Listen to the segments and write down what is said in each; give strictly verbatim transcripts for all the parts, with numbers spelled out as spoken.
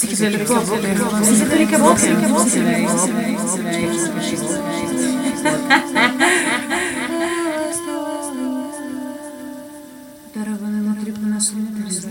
Psychedelika Box. Psychedelika Box. Дарований на трипу на світ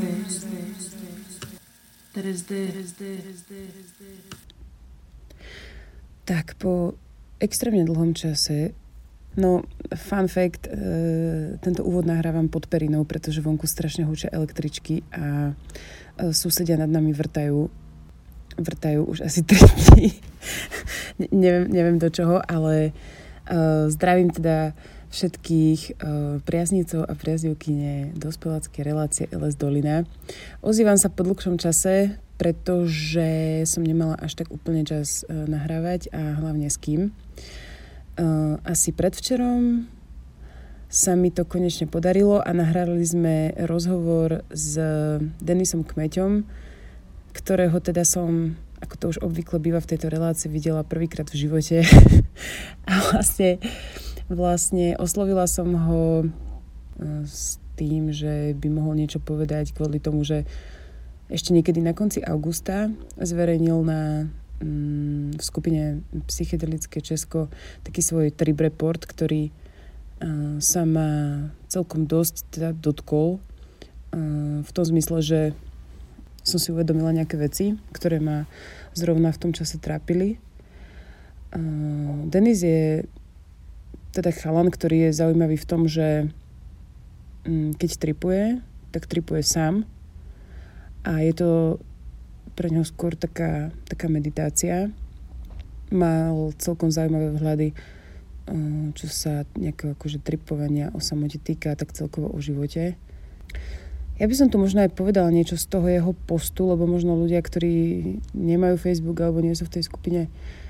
Tak po extrémne dlhom čase, no fun fact, e, tento úvod nahrávam pod perinou, pretože vonku strašne húčia električky a e, susedia nad nami vrtajú, vrtajú už asi tri dní. neviem, neviem do čoho, ale e, zdravím teda všetkých e, priaznicov a priaznivkyne dospeláckej relácie el es Dolina. Ozývam sa po dlhšom čase, pretože som nemala až tak úplne čas e, nahrávať a hlavne s kým. E, asi predvčerom sa mi to konečne podarilo a nahrali sme rozhovor s Denisom Kmeťom, ktorého teda som, ako to už obvykle býva v tejto relácii, videla prvýkrát v živote. A vlastne Vlastne oslovila som ho s tým, že by mohol niečo povedať kvôli tomu, že ešte niekedy na konci augusta zverejnil na, mm, v skupine Psychedelické Česko taký svoj trip report, ktorý uh, sa ma celkom dosť teda dotkol uh, v tom zmysle, že som si uvedomila nejaké veci, ktoré ma zrovna v tom čase trápili. Uh, Denis je teda chalan, ktorý je zaujímavý v tom, že mm, keď tripuje, tak tripuje sám a je to pre ňoho skôr taká, taká meditácia. Mal celkom zaujímavé vhľady, čo sa nejakého akože tripovania o samote týka, tak celkovo o živote. Ja by som tu možno aj povedala niečo z toho jeho postu, lebo možno ľudia, ktorí nemajú Facebook alebo nie sú v tej skupine,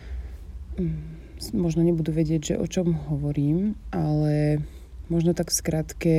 možno nebudú vedieť, že o čom hovorím, ale možno tak v skratke.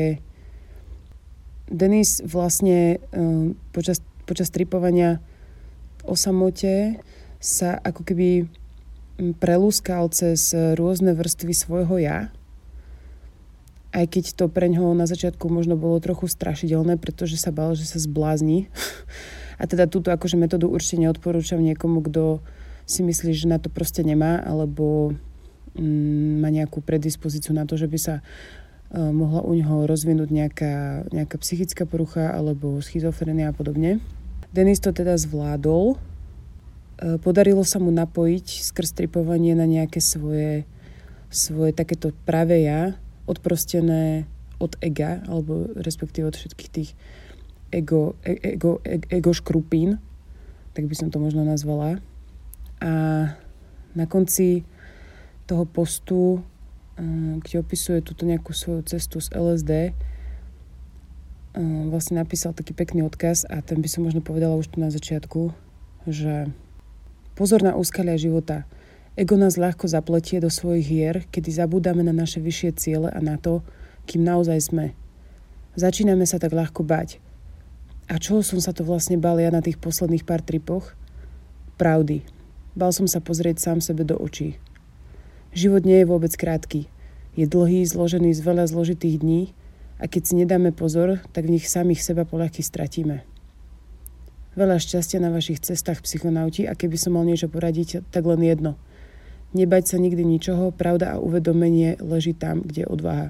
Denis vlastne um, počas, počas tripovania o samote sa ako keby prelúskal cez rôzne vrstvy svojho ja. Aj keď to pre ňoho na začiatku možno bolo trochu strašidelné, pretože sa bál, že sa zblázni. A teda túto akože metódu určite neodporúčam niekomu, kto si myslí, že na to proste nemá, alebo mm, má nejakú predispozíciu na to, že by sa uh, mohla u neho rozvinúť nejaká, nejaká psychická porucha alebo schizofrenia a podobne. Denis to teda zvládol. Uh, podarilo sa mu napojiť skrz tripovanie na nejaké svoje, svoje takéto pravé ja, odprostené od ega, alebo respektíve od všetkých tých ego, ego, ego, ego škrupín, tak by som to možno nazvala. A na konci toho postu, kde opisuje túto nejakú svoju cestu z el es dé, vlastne napísal taký pekný odkaz a ten by som možno povedala už tu na začiatku, že pozor na úskalia života. Ego nás ľahko zapletie do svojich hier, kedy zabúdame na naše vyššie ciele a na to, kým naozaj sme. Začíname sa tak ľahko bať. A čoho som sa to vlastne bál ja na tých posledných pár tripoch? Pravdy. Bal som sa pozrieť sám sebe do očí. Život nie je vôbec krátky. Je dlhý, zložený z veľa zložitých dní a keď si nedáme pozor, tak v nich samých seba poľahky stratíme. Veľa šťastia na vašich cestách, psychonauti, a keby som mal niečo poradiť, tak len jedno. Nebať sa nikdy ničoho, pravda a uvedomenie leží tam, kde je odvaha.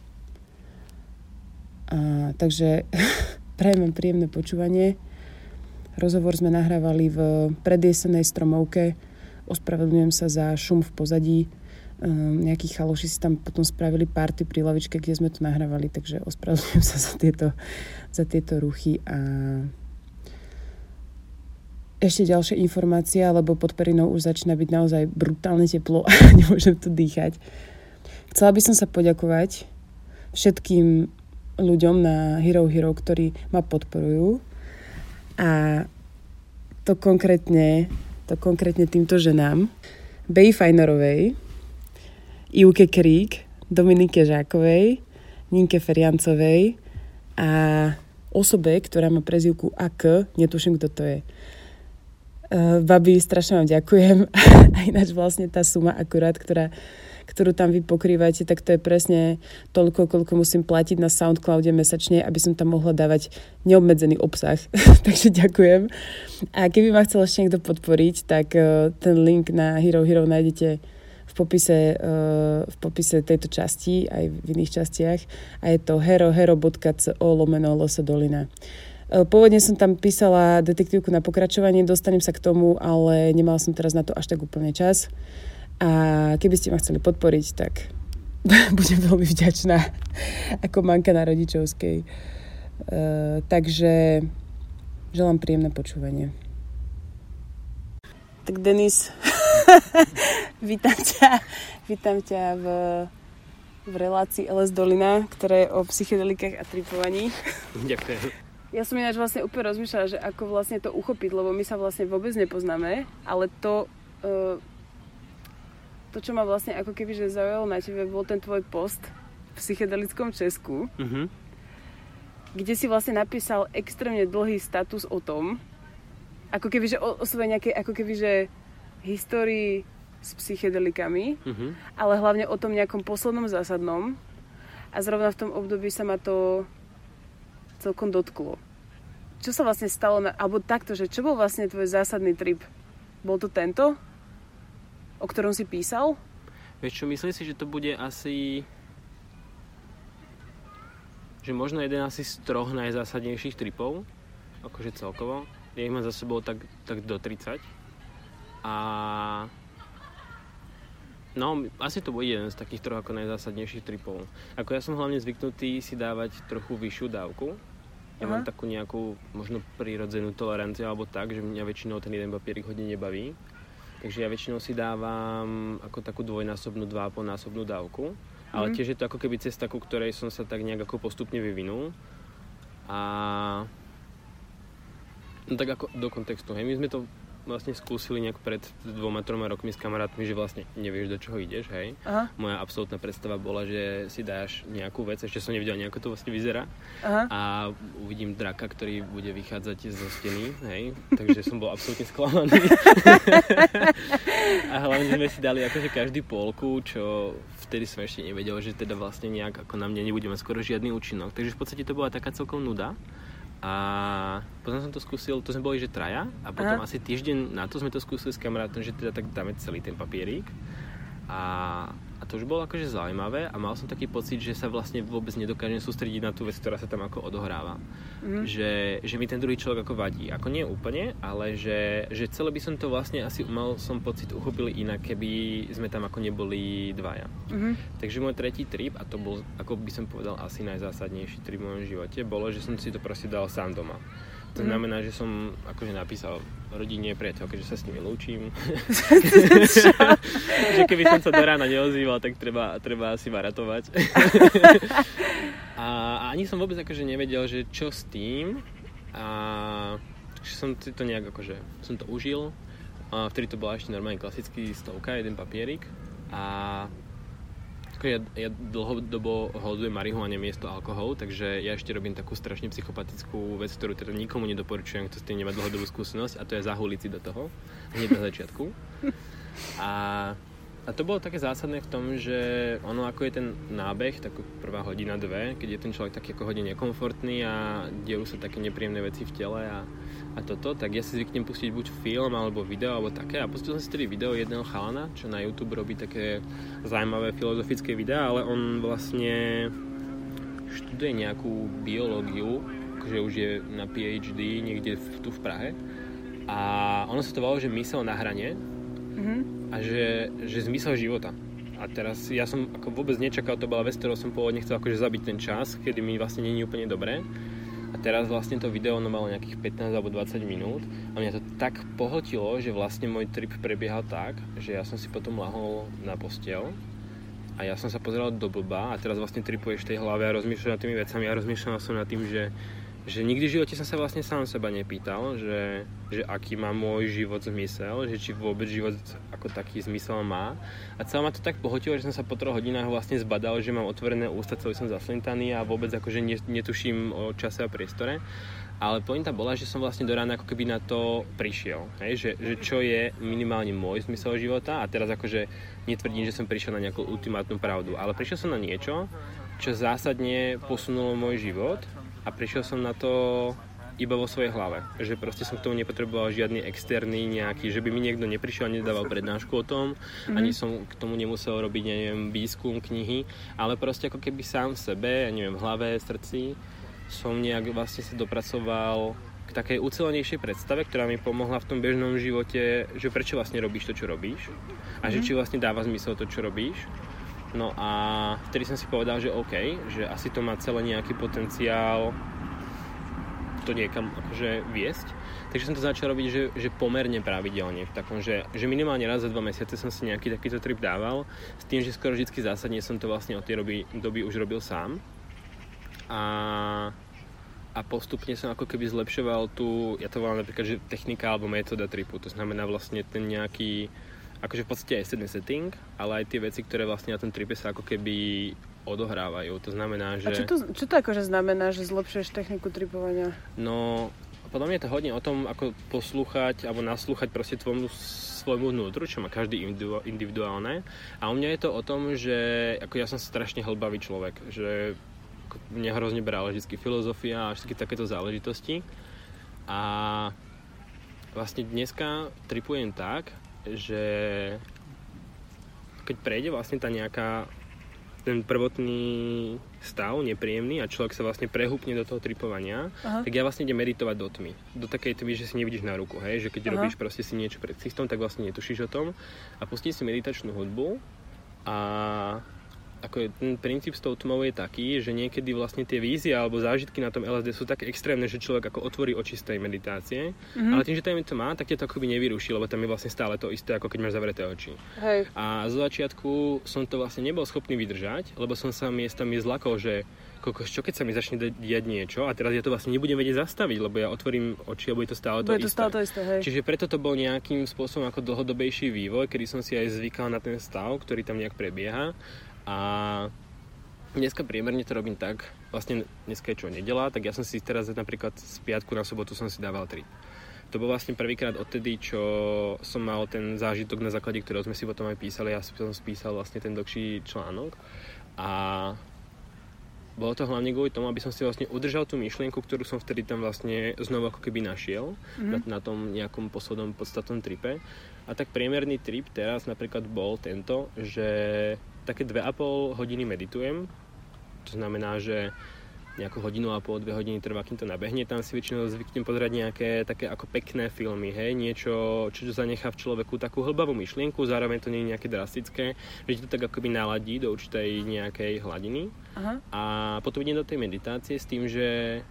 A, takže prajem vám príjemné počúvanie. Rozhovor sme nahrávali v predjesenej Stromovke. Ospravedlňujem sa za šum v pozadí. Um, nejakí chaloši si tam potom spravili party pri lavičke, kde sme to nahrávali, takže ospravedlňujem sa za tieto, za tieto ruchy. A ešte ďalšia informácia, lebo pod perinou už začína byť naozaj brutálne teplo a nemôžem tu dýchať. Chcela by som sa poďakovať všetkým ľuďom na Hero Hero, ktorí ma podporujú. A to konkrétne, to konkrétne týmto ženám. Bej Fajnerovej, Ivke Krík, Dominike Žákovej, Ninke Feriancovej a osobe, ktorá má prezývku á ká, netuším, kto to je. Uh, babi, strašne vám ďakujem. A ináč vlastne tá suma akurát, ktorá, ktorú tam vy pokrývate, tak to je presne toľko, koľko musím platiť na SoundCloude mesačne, aby som tam mohla dávať neobmedzený obsah. Takže ďakujem. A keby ma chcel ešte niekto podporiť, tak uh, ten link na Hero Hero nájdete v popise, uh, v popise tejto časti, aj v iných častiach. A je to herohero.co lomeno Loso Dolina. Pôvodne som tam písala detektívku na pokračovanie, dostanem sa k tomu, ale nemala som teraz na to až tak úplne čas. A keby ste ma chceli podporiť, tak budem veľmi vďačná ako manka na rodičovskej. Uh, takže želám príjemné počúvanie. Tak Denis, vítam ťa, vítam ťa v, v relácii el es Dolina, ktorá je o psychedelikách a tripovaní. Ďakujem. Ja som ináč vlastne úplne rozmýšľala, že ako vlastne to uchopiť, lebo my sa vlastne vôbec nepoznáme, ale to, uh, to čo ma vlastne ako keby že zaujalo na tebe, bol ten tvoj post v psychedelickom Česku, uh-huh. kde si vlastne napísal extrémne dlhý status o tom, ako keby že o, o svojej nejakej, ako keby že histórii s psychedelikami, uh-huh. ale hlavne o tom nejakom poslednom zásadnom a zrovna v tom období sa ma to celkom dotklo. Čo sa vlastne stalo, na, alebo takto, že čo bol vlastne tvoj zásadný trip? Bol to tento, o ktorom si písal? Vieš čo, myslím si, že to bude asi že možno jeden asi z troch najzásadnejších tripov, akože celkovo. Ja ich mám za sebou tak, tak do tridsať. A no, asi to bude jeden z takých troch ako najzásadnejších tripov. Ako ja som hlavne zvyknutý si dávať trochu vyššiu dávku. Ja Aha. mám takú nejakú možno prírodzenú toleranciu alebo tak, že mňa väčšinou ten jeden papierik hodne nebaví. Takže ja väčšinou si dávam ako takú dvojnásobnú, dva a pol násobnú dávku. Ale mm. tiež je to ako keby cesta, ku ktorej som sa tak nejak ako postupne vyvinul. A no tak ako do kontextu, hej, my sme to vlastne skúsili nejak pred dvoma, troma rokmi s kamarátmi, že vlastne nevieš, do čoho ideš, hej. Aha. Moja absolútna predstava bola, že si dáš nejakú vec, ešte som nevidel, ako to vlastne vyzerá. Aha. A uvidím draka, ktorý bude vychádzať zo steny, hej. Takže som bol absolútne sklamaný. A hlavne sme si dali akože každý polku, čo vtedy som ešte nevedel, že teda vlastne nejak ako na mne nebude mať skoro žiadny účinok. Takže v podstate to bola taká celkom nuda. A potom som to skúsil, to sme boli, že traja a potom Aha. asi týždeň na to sme to skúsili s kamarátom, že teda tak dáme celý ten papierík a, a to už bolo akože zaujímavé a mal som taký pocit, že sa vlastne vôbec nedokážem sústrediť na tú vec, ktorá sa tam ako odohráva. Mm. Že, že mi ten druhý človek ako vadí. Ako nie úplne, ale že, že celé by som to vlastne asi mal som pocit uchopili inak, keby sme tam ako neboli dvaja. Mm. Takže môj tretí trip, a to bol, ako by som povedal, asi najzásadnejší trip v mojom živote, bolo, že som si to proste dal sám doma. To mm. znamená, že som akože napísal rodine, priateľke, že sa s nimi lúčim. Že keby som sa do rána neozýval, tak treba, treba asi varatovať. a, a ani som vôbec akože nevedel, že čo s tým. A že som si to nejak akože, som to užil. A vtedy to bola ešte normálne klasický stovka, jeden papierik. A ja, ja dlhodobo holdujem marihuane miesto alkoholu, takže ja ešte robím takú strašne psychopatickú vec, ktorú teda nikomu nedoporučujem, kto s tým nemá dlhodobú skúsenosť, a to je zahuliť si do toho, hneď na začiatku. A, a to bolo také zásadné v tom, že ono ako je ten nábeh, takú prvá hodina, dve, keď je ten človek taký ako hodne nekomfortný a dejú sa také nepríjemné veci v tele a, a toto, tak ja si zvyknem pustiť buď film alebo video alebo také, a pustil som si tedy video jedného chalana, čo na YouTube robí také zaujímavé filozofické videá, ale on vlastne študuje nejakú biológiu, že už je na PhD niekde v, tu v Prahe, a ono sa to volalo, že myseľ na hrane. Mm-hmm. A že, že zmysel života. A teraz ja som ako vôbec nečakal, to bola vec, ktorou som pôvodne chcel akože zabiť ten čas, kedy mi vlastne nie je úplne dobré. A teraz vlastne to video ono malo nejakých pätnásť alebo dvadsať minút a mňa to tak pohltilo, že vlastne môj trip prebiehal tak, že ja som si potom lahol na posteľ a ja som sa pozeral do blba a teraz vlastne tripuješ v tej hlave a rozmýšľam nad tými vecami a rozmýšľal som nad tým, že že nikdy v živote som sa vlastne sám seba nepýtal, že, že aký má môj život zmysel, že či vôbec život ako taký zmysel má. A celé ma to tak pohotilo, že som sa po troch hodinách vlastne zbadal, že mám otvorené ústa, celý som zaslintaný a vôbec akože netuším o čase a priestore. Ale pointa bola, že som vlastne do rána ako keby na to prišiel, hej? Že, že čo je minimálne môj zmysel života a teraz akože netvrdím, že som prišiel na nejakú ultimátnu pravdu, ale prišiel som na niečo, čo zásadne posunulo môj život a prišiel som na to iba vo svojej hlave, že proste som k tomu nepotreboval žiadny externý nejaký, že by mi niekto neprišiel a nedával prednášku o tom, mm-hmm. ani som k tomu nemusel robiť, neviem, výskum knihy, ale proste ako keby sám v sebe, neviem, v hlave, srdci som nejak vlastne sa dopracoval k takej ucelenejšej predstave, ktorá mi pomohla v tom bežnom živote, že prečo vlastne robíš to, čo robíš a mm-hmm. že či vlastne dáva zmysel to, čo robíš. No a vtedy som si povedal, že OK, že asi to má celé nejaký potenciál to niekam akože viesť. Takže som to začal robiť, že, že pomerne pravidelne. V takom, že, že minimálne raz za dva mesiace som si nejaký takýto trip dával s tým, že skoro vždy zásadne som to vlastne od tej doby, doby už robil sám. A, a postupne som ako keby zlepšoval tú, ja to volám napríklad, že technika alebo metóda tripu, to znamená vlastne ten nejaký, akože v podstate aj sedný setting, ale aj tie veci, ktoré vlastne na tom tripe sa ako keby odohrávajú, to znamená, že... A čo to, čo to akože znamená, že zlepšuješ techniku tripovania? No, podľa mňa je to hodne o tom, ako poslúchať alebo naslúchať proste tvojmu svojmu vnútru, čo má každý individuálne. A u mňa je to o tom, že ako ja som strašne hlbavý človek, že mňa hrozne brala vždycky filozofia a všetky takéto záležitosti. A vlastne dneska tripujem tak, že keď prejde vlastne tá nejaká ten prvotný stav, nepríjemný a človek sa vlastne prehúpne do toho tripovania, aha. tak ja vlastne idem meditovať do tmy. Do takej tmy, že si nevidíš na ruku, hej? Že keď aha. robíš proste si niečo pred systém, tak vlastne netušíš o tom a pustíš si meditačnú hudbu a ako je, ten princíp s tou tmou je taký, že niekedy vlastne tie vízie alebo zážitky na tom el es dé sú také extrémne, že človek ako otvorí oči z tej meditácie, mm-hmm. ale tým, že tam je tma, tak ťa to akoby nevyruší, lebo tam je vlastne stále to isté, ako keď máš zavreté oči. Hej. A zo začiatku som to vlastne nebol schopný vydržať, lebo som sa miestami zlakol, že kokos, čo keď sa mi začne diať niečo a teraz ja to vlastne nebudem vedieť zastaviť, lebo ja otvorím oči a bude to stále to bude isté. To stále to isté, hej. Čiže preto to bol nejakým spôsobom ako dlhodobejší vývoj, kedy som si aj zvykal na ten stav, ktorý tam nejak prebieha. A dneska priemerne to robím tak, vlastne dneska je čo, nedeľa, tak ja som si teraz napríklad z piatku na sobotu som si dával trip. To bol vlastne prvýkrát odtedy, čo som mal ten zážitok, na základe ktorého sme si potom aj písali, ja som spísal vlastne ten dlhší článok a bolo to hlavne kvôli tomu, aby som si vlastne udržal tú myšlienku, ktorú som vtedy tam vlastne znovu ako keby našiel mm-hmm. na, na tom nejakom poslednom podstatnom tripe. A tak priemerný trip teraz napríklad bol tento, že také dve a pol hodiny meditujem. To znamená, že nejakú hodinu a pol, dve hodiny trvá, kým to nabehne. Tam si väčšinou zvyknem pozerať nejaké také ako pekné filmy, hej, niečo, čo zanechá v človeku takú hlbavú myšlienku, zároveň to nie je nejaké drastické, že ti to tak akoby naladí do určitej nejakej hladiny. Aha. A potom idem do tej meditácie s tým, že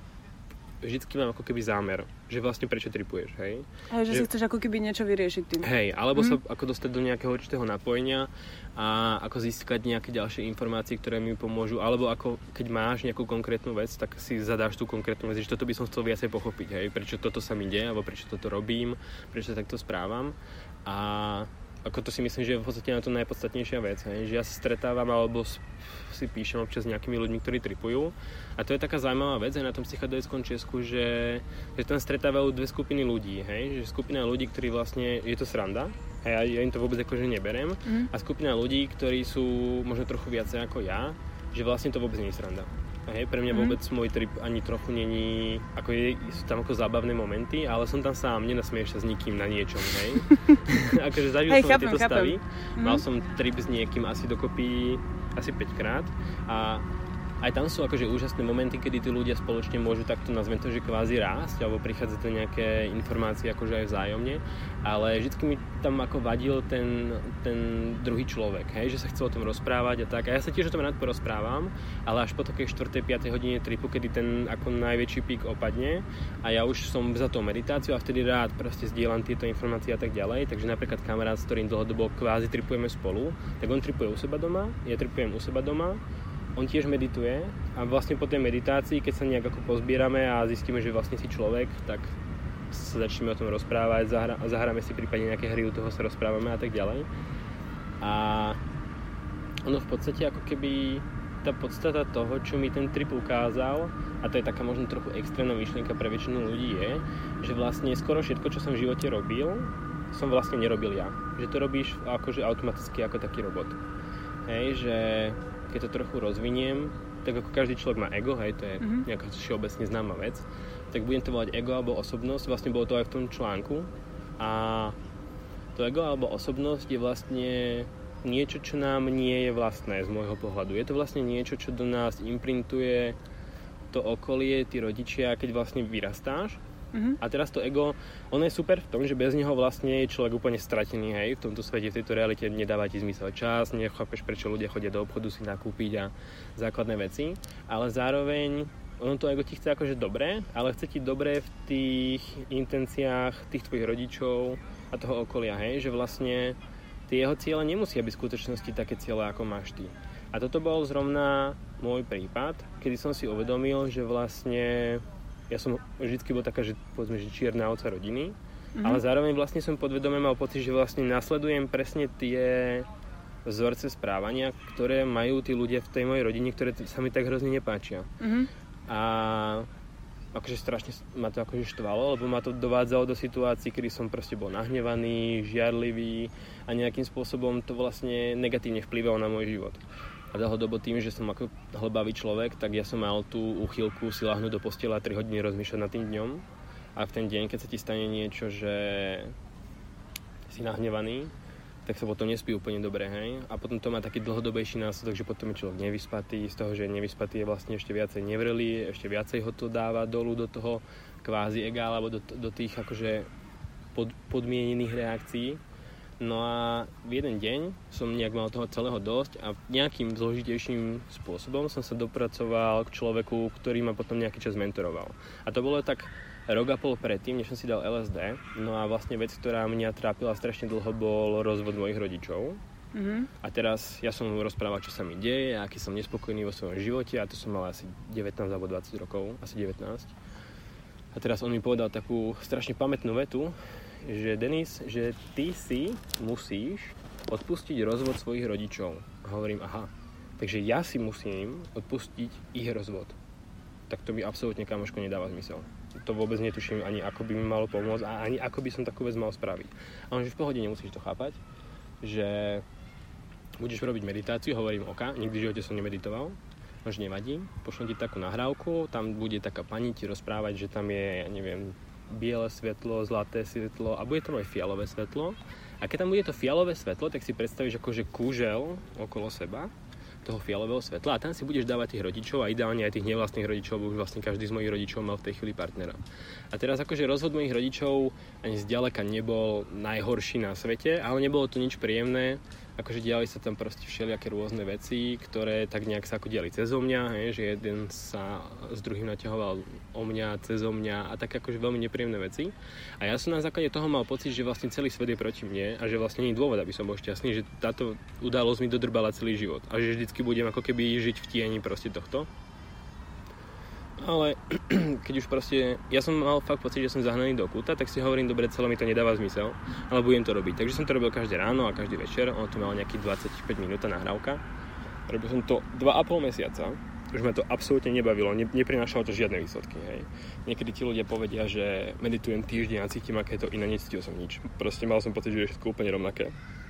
vždycky mám ako keby zámer, že vlastne prečo tripuješ, hej? Hej, že, že si chceš ako keby niečo vyriešiť tým. Hej, alebo mm. sa ako dostať do nejakého určitého napojenia a ako získať nejaké ďalšie informácie, ktoré mi pomôžu, alebo ako keď máš nejakú konkrétnu vec, tak si zadáš tú konkrétnu vec, že toto by som chcel viacej pochopiť, hej? Prečo toto sa mi deje, alebo prečo toto robím, prečo sa takto správam. A ako to si myslím, že je v podstate na to najpodstatnejšia vec, hej? Že ja sa stretávam alebo si píšem občas s nejakými ľuďmi, ktorí tripujú. A to je taká zaujímavá vec aj na tom psychedelickom Česku, že, že tam stretávajú dve skupiny ľudí, hej? Že skupina ľudí, ktorí vlastne, je to sranda, hej? Ja im to vôbec akože neberem. Mm. A skupina ľudí, ktorí sú možno trochu viacej ako ja, že vlastne to vôbec nie je sranda. Hej, pre mňa vôbec mm. môj trip ani trochu není, ako je, sú tam ako zábavné momenty, ale som tam sám, nenasmieš sa s nikým na niečom, hej. Akože zažil hey, som chápem, tieto chápem. stavy, mm. mal som trip s niekým asi dokopy asi päť krát a aj tam sú akože úžasné momenty, kedy tí ľudia spoločne môžu takto, nazvem to, že kvázi rásť alebo prichádzať do nejaké informácie akože aj vzájomne, ale vždycky mi tam ako vadil ten, ten druhý človek, hej, že sa chcel o tom rozprávať a tak. A ja sa tiež o tom rád porozprávam, ale až po takej štvrtej piatej hodine tripu, kedy ten ako najväčší pík opadne a ja už som za tou meditáciu a vtedy rád proste zdieľam tieto informácie a tak ďalej. Takže napríklad kamarát, s ktorým dlhodobo kvázi tripujeme spolu, tak on tripuje u seba doma, ja tripujem u seba doma. On tiež medituje a vlastne po tej meditácii, keď sa nejak ako pozbierame a zistíme, že vlastne si človek, tak sa začneme o tom rozprávať, zahra, zahráme si prípadne nejaké hry, u toho sa rozprávame a tak ďalej. A ono v podstate ako keby tá podstata toho, čo mi ten trip ukázal, a to je taká možno trochu extrémna myšlienka pre väčšinu ľudí, je, že vlastne skoro všetko, čo som v živote robil, som vlastne nerobil ja. Že to robíš akože automaticky ako taký robot. Hej, že keď to trochu rozviniem, tak ako každý človek má ego, hej, to je mm-hmm. nejaká všeobecne známa vec, tak budem to volať ego alebo osobnosť, vlastne bolo to aj v tom článku. A to ego alebo osobnosť je vlastne niečo, čo nám nie je vlastné z môjho pohľadu. Je to vlastne niečo, čo do nás imprintuje to okolie, tí rodičia, keď vlastne vyrastáš. Mm-hmm. A teraz to ego, ono je super v tom, že bez neho vlastne je človek úplne stratený, hej, v tomto svete, v tejto realite nedáva ti zmysel čas, nechápeš, prečo ľudia chodia do obchodu si nakúpiť a základné veci, ale zároveň ono to ego ti chce akože dobre, ale chce ti dobre v tých intenciách tých tvojich rodičov a toho okolia, hej, že vlastne tie jeho ciele nemusia byť v skutočnosti také ciele, ako máš ty. A toto bol zrovna môj prípad, kedy som si uvedomil, že vlastne ja som vždycky bol taká, že povedzme, že čierna ovca rodiny, mm-hmm. ale zároveň vlastne som podvedome mal pocit, že vlastne nasledujem presne tie vzorce správania, ktoré majú tí ľudia v tej mojej rodine, ktoré sa mi tak hrozne nepáčia. Mm-hmm. A akože strašne ma to akože štvalo, lebo ma to dovádzalo do situácií, kedy som proste bol nahnevaný, žiarlivý a nejakým spôsobom to vlastne negatívne vplyvalo na môj život. A dlhodobo tým, že som ako hlbavý človek, tak ja som mal tú úchylku si ľahnúť do postele a tri hodiny rozmýšľať nad tým dňom. A v ten deň, keď sa ti stane niečo, že si nahnevaný, tak sa potom nespí úplne dobre, hej. A potom to má taký dlhodobejší následok, že potom je človek nevyspatý, z toho, že je nevyspatý je vlastne ešte viacej nevrelý, ešte viacej ho to dáva dolu do toho kvázi ega, alebo do, do tých akože pod, podmienených reakcií. No a v jeden deň som nejak mal toho celého dosť a nejakým zložitejším spôsobom som sa dopracoval k človeku, ktorý ma potom nejaký čas mentoroval. A to bolo tak rok a pol predtým, než som si dal el es dé. No a vlastne vec, ktorá mňa trápila strašne dlho, bol rozvod mojich rodičov. Mm-hmm. A teraz ja som mu rozprával, čo sa mi deje, aký som nespokojný vo svojom živote, a to som mal asi devätnásť alebo dvadsať rokov, asi devätnásť. A teraz on mi povedal takú strašne pamätnú vetu, že Denis, že ty si musíš odpustiť rozvod svojich rodičov. A hovorím, aha, takže ja si musím odpustiť ich rozvod. Tak to mi absolútne, kamoško, nedáva zmysel. To vôbec netuším ani ako by mi malo pomôcť a ani ako by som takú vec mal spraviť. A on, že v pohode nemusíš to chápať, že budeš robiť meditáciu, hovorím, oka, nikdy v živote som nemeditoval, už nevadí, pošlem ti takú nahrávku, tam bude taká pani ti rozprávať, že tam je, ja neviem, biele svetlo, zlaté svetlo a bude tam aj fialové svetlo. A keď tam bude to fialové svetlo, tak si predstavíš akože kúžel okolo seba toho fialového svetla a tam si budeš dávať tých rodičov a ideálne aj tých nevlastných rodičov, bo už vlastne každý z mojich rodičov mal v tej chvíli partnera. A teraz akože rozvod mojich rodičov ani zďaleka nebol najhorší na svete, ale nebolo to nič príjemné. Akože diali sa tam proste všelijaké rôzne veci, ktoré tak nejak sa ako diali cezo mňa, hej, že jeden sa s druhým naťahoval o mňa, cezo mňa a tak akože veľmi nepríjemné veci. A ja som na základe toho mal pocit, že vlastne celý svet je proti mne a že vlastne nie je dôvod, aby som bol šťastný, že táto udalosť mi dodrbala celý život a že vždycky budem ako keby žiť v tieni proste tohto. Ale keď už proste, ja som mal fakt pocit, že som zahnaný do kúta, tak si hovorím, dobre, celé mi to nedáva zmysel, ale budem to robiť. Takže som to robil každé ráno a každý večer, ono to malo nejakých dvadsaťpäť minút nahrávka. Robil som to dva a pol mesiaca, už ma to absolútne nebavilo, ne, neprinášalo to žiadne výsledky, hej. Niekedy ti ľudia povedia, že meditujem týždeň a cítim, aké je to iné, necítil som nič. Proste mal som pocit, že je všetko úplne rovnaké.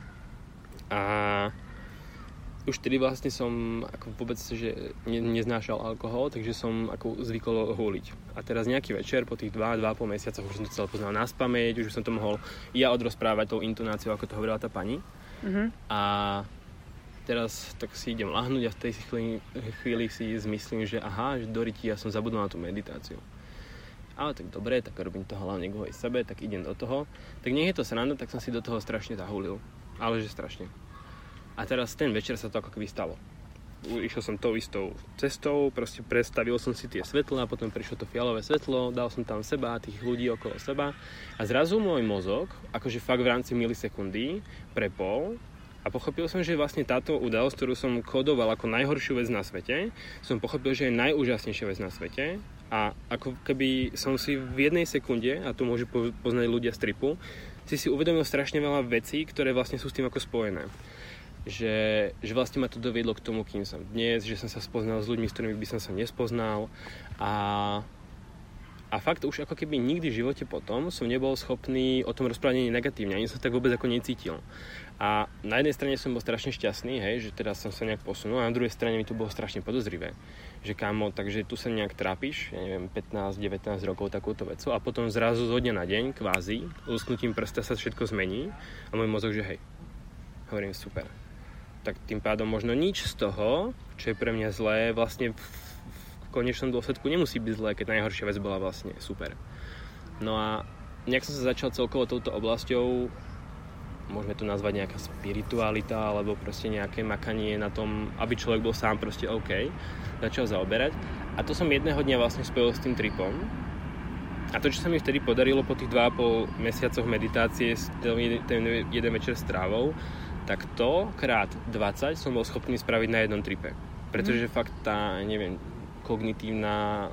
A už tedy vlastne som ako vôbec že ne, neznášal alkohol, takže som ako zvykol húliť. A teraz nejaký večer po tých dva, dva a pol mesiacoch už som to celé poznal naspamäť, už som to mohol ja odrozprávať tou intonáciou, ako to hovorila tá pani. Mm-hmm. A teraz tak si idem lahnúť a v tej chvíli, chvíli si zmyslím, že aha, že doriti, ja som zabudol na tú meditáciu. Ale tak dobre, tak robím to hlavne kvôli sebe, tak idem do toho. Tak nech je to sranda, tak som si do toho strašne zahúlil. Ale že strašne. A teraz ten večer sa to ako keby stalo. Išiel som tou istou cestou, proste predstavil som si tie svetlá, potom prišlo to fialové svetlo, dal som tam seba a tých ľudí okolo seba a zrazu môj mozog, akože fakt v rámci milisekundy, prepol a pochopil som, že vlastne táto udalosť, ktorú som kódoval ako najhoršiu vec na svete, som pochopil, že je najúžasnejšia vec na svete a ako keby som si v jednej sekunde, a to môžu poznať ľudia z tripu, si si uvedomil strašne veľa vecí, ktoré vlastne sú s tým ako spojené. že, že vlastne ma to doviedlo k tomu, kým som dnes, že som sa spoznal s ľuďmi, s ktorými by som sa nespoznal a, a fakt už ako keby nikdy v živote potom som nebol schopný o tom rozprávať ani negatívne, ani som tak vôbec ako necítil. A na jednej strane som bol strašne šťastný, hej, že teraz som sa nejak posunul, a na druhej strane mi to bolo strašne podozrivé, že kámo, takže tu sa nejak trápiš, ja neviem, pätnásť devätnásť rokov takúto vecu a potom zrazu zo dňa na deň, kvázi, lusknutím prsta sa všetko zmení a môj mozog, že hej, hovorím super. Tak tým pádom možno nič z toho, čo je pre mňa zlé, vlastne v, v konečnom dôsledku nemusí byť zlé, keď najhoršia vec bola vlastne super. No a nejak som sa začal celkovo touto oblasťou, môžeme to nazvať nejaká spiritualita, alebo proste nejaké makanie na tom, aby človek bol sám proste OK, začal zaoberať. A to som jedného dňa vlastne spojil s tým tripom. A to, čo sa mi vtedy podarilo po tých dva a pol mesiacoch meditácie, ten jeden večer s trávou, tak to krát dvadsať som bol schopný spraviť na jednom tripe. Pretože mm. fakt tá, neviem, kognitívna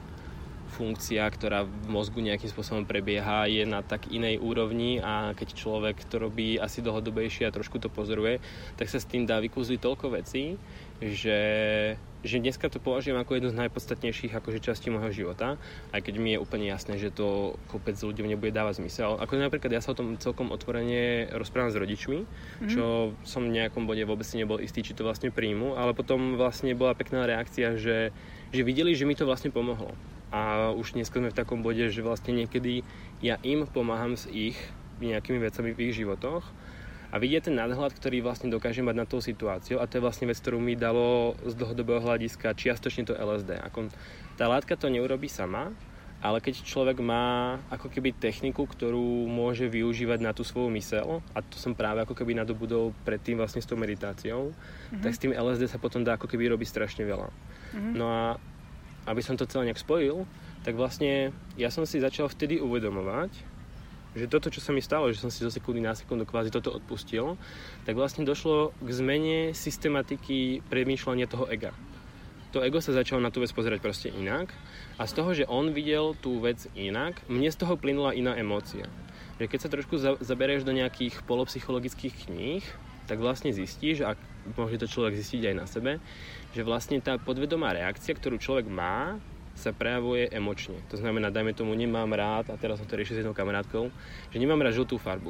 funkcia, ktorá v mozgu nejakým spôsobom prebieha, je na tak inej úrovni a keď človek to robí asi dlhodobejšie a trošku to pozoruje, tak sa s tým dá vykúzliť toľko vecí, že, že dneska to považujem ako jednu z najpodstatnejších akože častí môjho života, aj keď mi je úplne jasné, že to kopec ľuďom nebude dávať zmysel. Ako napríklad ja sa o tom celkom otvorene rozprávam s rodičmi, mm-hmm. čo som v nejakom bode vôbec si nebol istý, či to vlastne príjmu, ale potom vlastne bola pekná reakcia, že, že videli, že mi to vlastne pomohlo. A už dneska sme v takom bode, že vlastne niekedy ja im pomáham s ich nejakými vecami v ich životoch a vidia ten nadhľad, ktorý vlastne dokážem mať nad tou situáciou a to je vlastne vec, ktorú mi dalo z dlhodobého hľadiska čiastočne to el es dé. Ako, tá látka to neurobí sama, ale keď človek má ako keby techniku, ktorú môže využívať na tú svoju myseľ, a to som práve ako keby nadobudol predtým vlastne s tou meditáciou, mm-hmm. tak s tým el es dé sa potom dá ako keby robiť strašne veľa. Mm-hmm. No a aby som to celé nejak spojil, tak vlastne ja som si začal vtedy uvedomovať, že toto, čo sa mi stalo, že som si zo sekundy na sekundu kvázi toto odpustil, tak vlastne došlo k zmene systematiky premýšľania toho ega. To ego sa začalo na tú vec pozerať proste inak a z toho, že on videl tú vec inak, mne z toho plynula iná emócia. Že keď sa trošku za- zaberieš do nejakých polopsychologických kníh, tak vlastne zistíš, a môže to človek zistiť aj na sebe, že vlastne tá podvedomá reakcia, ktorú človek má, sa prejavuje emočne. To znamená, dajme tomu, nemám rád, a teraz som to riešil s jednou kamarátkou, že nemám rád žltú farbu.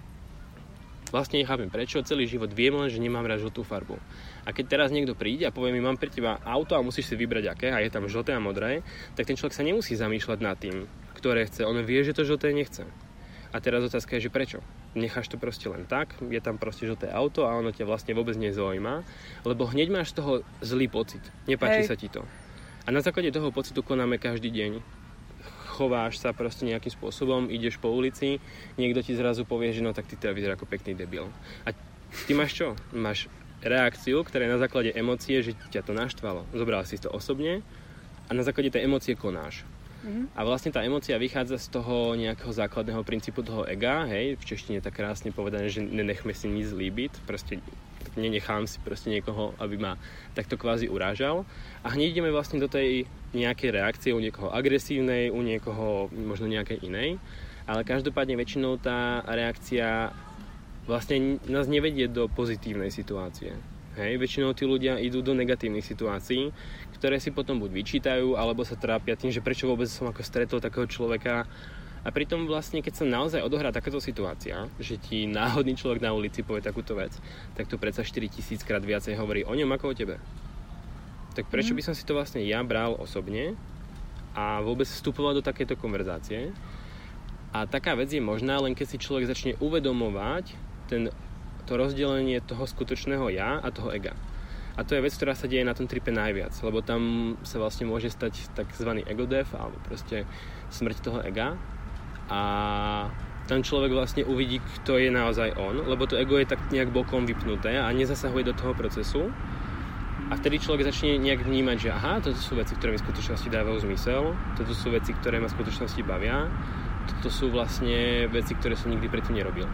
Vlastne nechápem prečo, celý život viem len, že nemám rád žltú farbu. A keď teraz niekto príde a povie mi, mám pre teba auto a musíš si vybrať aké, a je tam žlté a modré, tak ten človek sa nemusí zamýšľať nad tým, ktoré chce. On vie, že to žlté nechce. A teraz otázka je, že prečo? Necháš to proste len tak, je tam proste žlté auto a ono ťa vlastne vôbec nezaujíma, lebo hneď máš z toho zlý pocit. Nepáči Hej. sa ti to. A na základe toho pocitu konáme každý deň. Chováš sa proste nejakým spôsobom, ideš po ulici, niekto ti zrazu povie, že no tak ty teda vyzerá ako pekný debil. A ty máš čo? Máš reakciu, ktorá je na základe emócie, že ťa to naštvalo. Zobral si to osobne a na základe tej emócie konáš. Mm-hmm. A vlastne tá emócia vychádza z toho nejakého základného princípu toho ega, hej, v češtine tak krásne povedané, že nenechme si nič líbiť, proste nenechám si proste niekoho, aby ma takto kvázi urážal. A hneď ideme vlastne do tej nejakej reakcie, u niekoho agresívnej, u niekoho možno nejakej inej, ale každopádne väčšinou tá reakcia vlastne nás nevedie do pozitívnej situácie. Hej, väčšinou tí ľudia idú do negatívnych situácií, ktoré si potom buď vyčítajú, alebo sa trápia tým, že prečo vôbec som ako stretol takého človeka. A pritom vlastne, keď sa naozaj odohrá takáto situácia, že ti náhodný človek na ulici povie takúto vec, tak to predsa štyritisíc krát viacej hovorí o ňom ako o tebe. Tak prečo by som si to vlastne ja bral osobne a vôbec vstupoval do takéto konverzácie? A taká vec je možná, len keď si človek začne uvedomovať ten to rozdelenie toho skutočného ja a toho ega. A to je vec, ktorá sa deje na tom tripe najviac, lebo tam sa vlastne môže stať takzvaný ego death, alebo proste smrť toho ega. A tam človek vlastne uvidí, kto je naozaj on, lebo to ego je tak nejak bokom vypnuté a nezasahuje do toho procesu. A vtedy človek začne nejak vnímať, že aha, toto sú veci, ktoré mi v skutočnosti dávajú zmysel, toto sú veci, ktoré ma v skutočnosti bavia, toto sú vlastne veci, ktoré som nikdy predtým nerobil.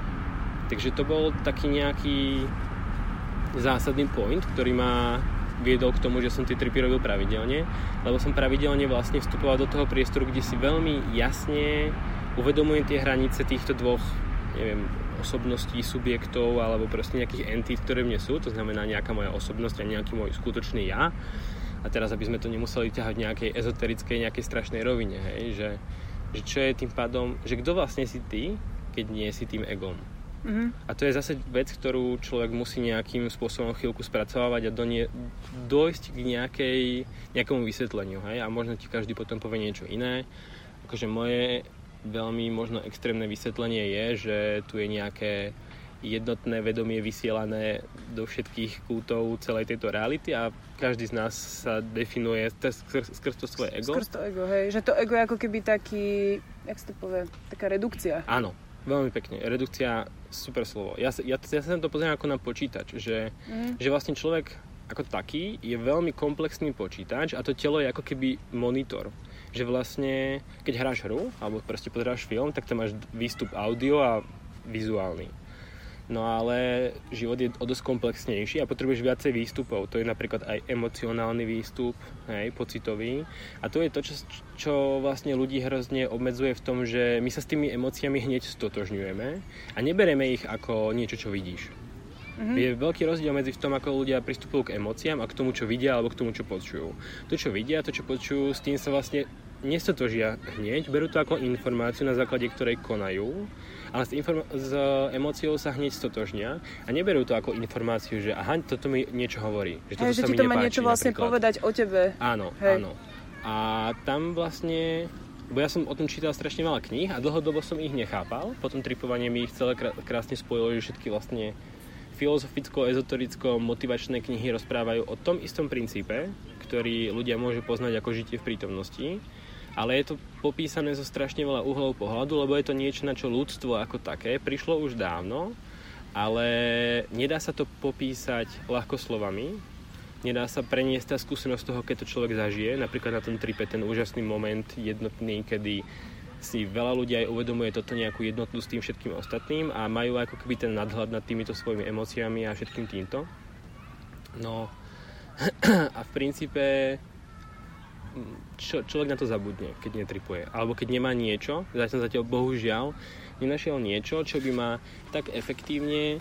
Takže to bol taký nejaký zásadný point, ktorý ma viedol k tomu, že som tie tripy robil pravidelne, lebo som pravidelne vlastne vstupoval do toho priestoru, kde si veľmi jasne uvedomujem tie hranice týchto dvoch neviem, osobností, subjektov alebo proste nejakých entít, ktoré mne sú, to znamená nejaká moja osobnosť a nejaký môj skutočný ja. A teraz, aby sme to nemuseli ťahať v nejakej ezoterickej, nejakej strašnej rovine, hej, že, že čo je tým pádom, že kto vlastne si ty, keď nie si tým egom. Mm-hmm. A to je zase vec, ktorú človek musí nejakým spôsobom chvíľku spracovávať a donie, dojsť k nejakej, nejakému vysvetleniu, hej, a možno ti každý potom povie niečo iné. Akože moje veľmi možno extrémne vysvetlenie je, že tu je nejaké jednotné vedomie vysielané do všetkých kútov celej tejto reality a každý z nás sa definuje skrz, skrz to svoje ego. Skrz to ego, hej. Že to ego je ako keby taký, jak sa to povie, taká redukcia. Áno, veľmi pekne. Redukcia, super slovo. Ja, ja, ja sa na to pozriem ako na počítač, že, mm. že vlastne človek ako taký je veľmi komplexný počítač a to telo je ako keby monitor. Že vlastne, keď hráš hru alebo proste pozeráš film, tak tam máš výstup audio a vizuálny. No ale život je o dosť komplexnejší a potrebuješ viacej výstupov. To je napríklad aj emocionálny výstup, hej, pocitový. A to je to, čo, čo vlastne ľudí hrozne obmedzuje v tom, že my sa s tými emóciami hneď stotožňujeme a nebereme ich ako niečo, čo vidíš. Mm-hmm. Je veľký rozdiel medzi v tom, ako ľudia pristupujú k emóciám a k tomu, čo vidia alebo k tomu, čo počujú. To, čo vidia, to, čo počujú, s tým sa vlastne nestotožia hneď, berú to ako informáciu, na základe ktorej konajú, ale s, inform- s emóciou sa hneď stotožnia a neberú to ako informáciu, že aha, toto mi niečo hovorí. Že, toto Hej, že sa ti mi to má nepáči, niečo vlastne napríklad. povedať o tebe. Áno, Hej. áno. A tam vlastne, bo ja som o tom čítal strašne veľa kníh a dlhodobo som ich nechápal. Potom tripovanie mi ich celé krásne spojilo, že všetky vlastne filozoficko-ezotericko motivačné knihy rozprávajú o tom istom princípe, ktorý ľudia môžu poznať ako žitie v prítomnosti. Ale je to popísané zo strašne veľa uhlov pohľadu, lebo je to niečo, na čo ľudstvo ako také prišlo už dávno, ale nedá sa to popísať ľahko slovami, nedá sa preniesť tá skúsenosť toho, keď to človek zažije, napríklad na tom tripe ten úžasný moment jednotný, kedy si veľa ľudí aj uvedomuje toto nejakú jednotu s tým všetkým ostatným a majú ako keby ten nadhľad nad týmito svojimi emóciami a všetkým týmto. No a v princípe Čo, človek na to zabudne, keď netripuje. Alebo keď nemá niečo, zatiaľ zatiaľ bohužiaľ nenašiel niečo, čo by ma tak efektívne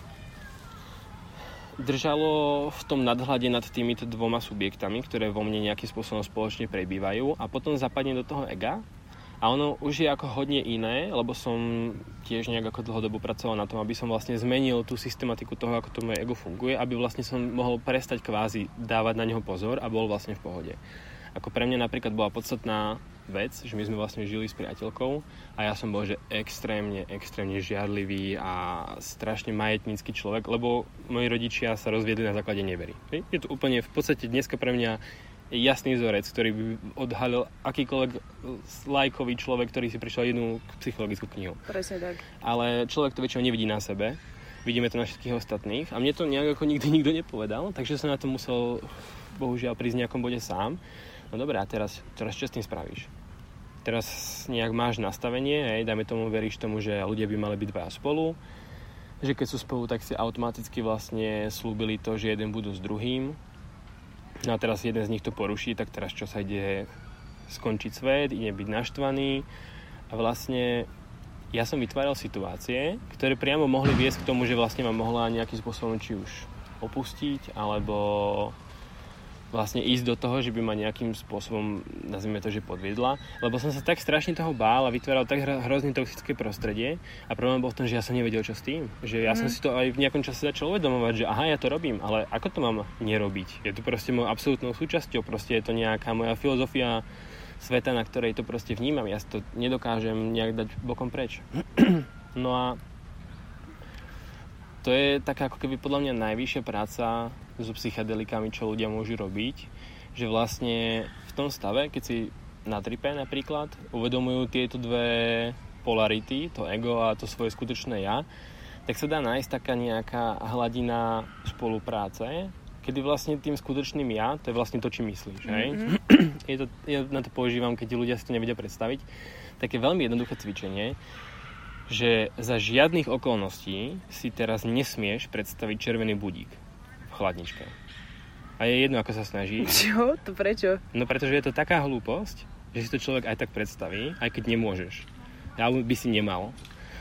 držalo v tom nadhľade nad týmito dvoma subjektami, ktoré vo mne nejakým spôsobom spoločne prebývajú a potom zapadne do toho ega. A ono už je ako hodne iné, lebo som tiež nejak ako dlhodobo pracoval na tom, aby som vlastne zmenil tú systematiku toho, ako to moje ego funguje, aby vlastne som mohol prestať kvázi dávať na neho pozor a bol vlastne v pohode. Ako pre mňa napríklad bola podstatná vec, že my sme vlastne žili s priateľkou a ja som bol, že extrémne, extrémne žiarlivý a strašne majetnícky človek, lebo moji rodičia sa rozviedli na základe nevery. Je to úplne v podstate dneska pre mňa jasný vzorec, ktorý by odhalil akýkoľvek lajkový človek, ktorý si prišiel jednu psychologickú knihu. Presne tak. Ale človek to väčšinou nevidí na sebe, vidíme to na všetkých ostatných a mne to nejak ako nikdy nikto nepovedal, takže som na to musel bohužiaľ prísť v nejakom bode sám. No dobré, a teraz, teraz čo s tým spravíš? Teraz nejak máš nastavenie, hej, dajme tomu, veríš tomu, že ľudia by mali byť dvaja spolu, že keď sú spolu, tak si automaticky vlastne slúbili to, že jeden budú s druhým. No a teraz jeden z nich to poruší, tak teraz čo sa ide skončiť svet, ide byť naštvaný a vlastne ja som vytváral situácie, ktoré priamo mohli viesť k tomu, že vlastne ma mohla nejakým spôsobom či už opustiť, alebo vlastne ísť do toho, že by ma nejakým spôsobom, nazvime to, že podviedla, lebo som sa tak strašne toho bál a vytváral tak hrozne toxické prostredie a problém bol v tom, že ja som nevedel, čo s tým. Že ja mm. som si to aj v nejakom čase začal uvedomovať, že aha, ja to robím, ale ako to mám nerobiť? Je to proste mojou absolútnou súčasťou, proste je to nejaká moja filozofia sveta, na ktorej to proste vnímam. Ja si to nedokážem nejak dať bokom preč. No a to je taká ako keby podľa mňa najvyššia práca so psychedelikami, čo ľudia môžu robiť, že vlastne v tom stave, keď si na tripe napríklad uvedomujú tieto dve polarity, to ego a to svoje skutočné ja, tak sa dá nájsť taká nejaká hladina spolupráce, kedy vlastne tým skutočným ja, to je vlastne to, či myslíš, hej? Mm-hmm. Je to, ja na to používam, keď ľudia si to nevedia predstaviť, také veľmi jednoduché cvičenie, že za žiadnych okolností si teraz nesmieš predstaviť červený budík v chladničke. A je jedno, ako sa snaží. Čo? To prečo? No pretože je to taká hlúposť, že si to človek aj tak predstaví, aj keď nemôžeš. Alebo by si nemal. A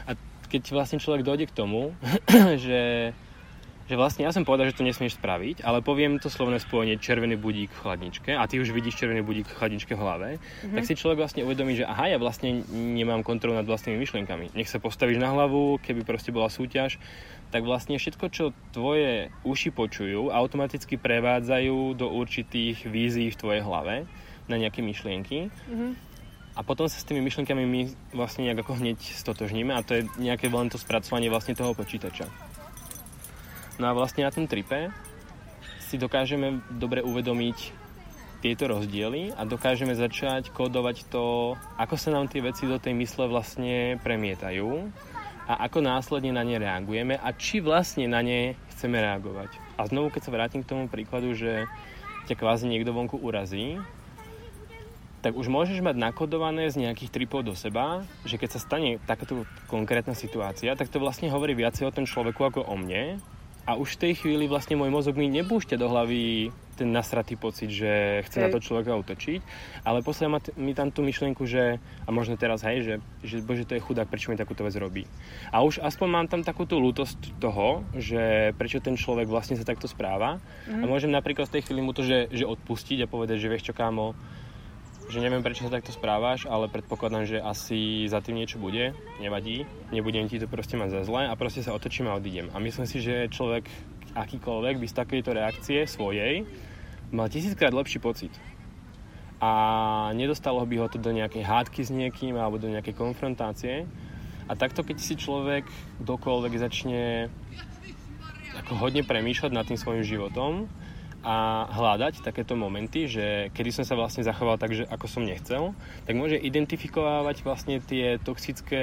keď vlastne človek dojde k tomu, že, že vlastne ja som povedal, že to nesmieš spraviť, ale poviem to slovné spojenie červený budík v chladničke a ty už vidíš červený budík v chladničke v hlave, mm-hmm. tak si človek vlastne uvedomí, že aha, ja vlastne nemám kontrolu nad vlastnými myšlienkami. Nech sa postavíš na hlavu, keby proste bola súťaž, tak vlastne všetko, čo tvoje uši počujú, automaticky prevádzajú do určitých vízií v tvojej hlave na nejaké myšlienky. Mm-hmm. A potom sa s tými myšlienkami my vlastne nejak ako hneď stotožníme a to je nejaké len to spracovanie vlastne toho počítača. No a vlastne na tom tripe si dokážeme dobre uvedomiť tieto rozdiely a dokážeme začať kódovať to, ako sa nám tie veci do tej mysle vlastne premietajú a ako následne na ne reagujeme a či vlastne na ne chceme reagovať. A znovu, keď sa vrátim k tomu príkladu, že ťa kvázi niekto vonku urazí, tak už môžeš mať nakodované z nejakých tripov do seba, že keď sa stane takáto konkrétna situácia, tak to vlastne hovorí viacej o tom človeku ako o mne. A už v tej chvíli vlastne môj mozog mi nepúšťa do hlavy ten nasratý pocit, že chce hej. na to človeka útočiť, ale posiela mi tam tú myšlienku, že a možno teraz hej, že, že bože, to je chudák, prečo mi takúto vec robí. A už aspoň mám tam takúto lútosť toho, že prečo ten človek vlastne sa takto správa mm. a môžem napríklad v tej chvíli mu to, že, že odpustiť a povedať, že vieš čo, kámo, že neviem, prečo sa takto správaš, ale predpokladám, že asi za tým niečo bude, nevadí, nebudem ti to proste mať za zle a proste sa otočím a odídem. A myslím si, že človek akýkoľvek by z takejto reakcie svojej mal tisíckrát lepší pocit. A nedostalo by ho to do nejakej hádky s niekým alebo do nejakej konfrontácie. A takto, keď si človek kdokoľvek začne ako hodne premýšľať nad tým svojím životom, a hľadať takéto momenty, že kedy som sa vlastne zachoval tak, že ako som nechcel, tak môže identifikovať vlastne tie toxické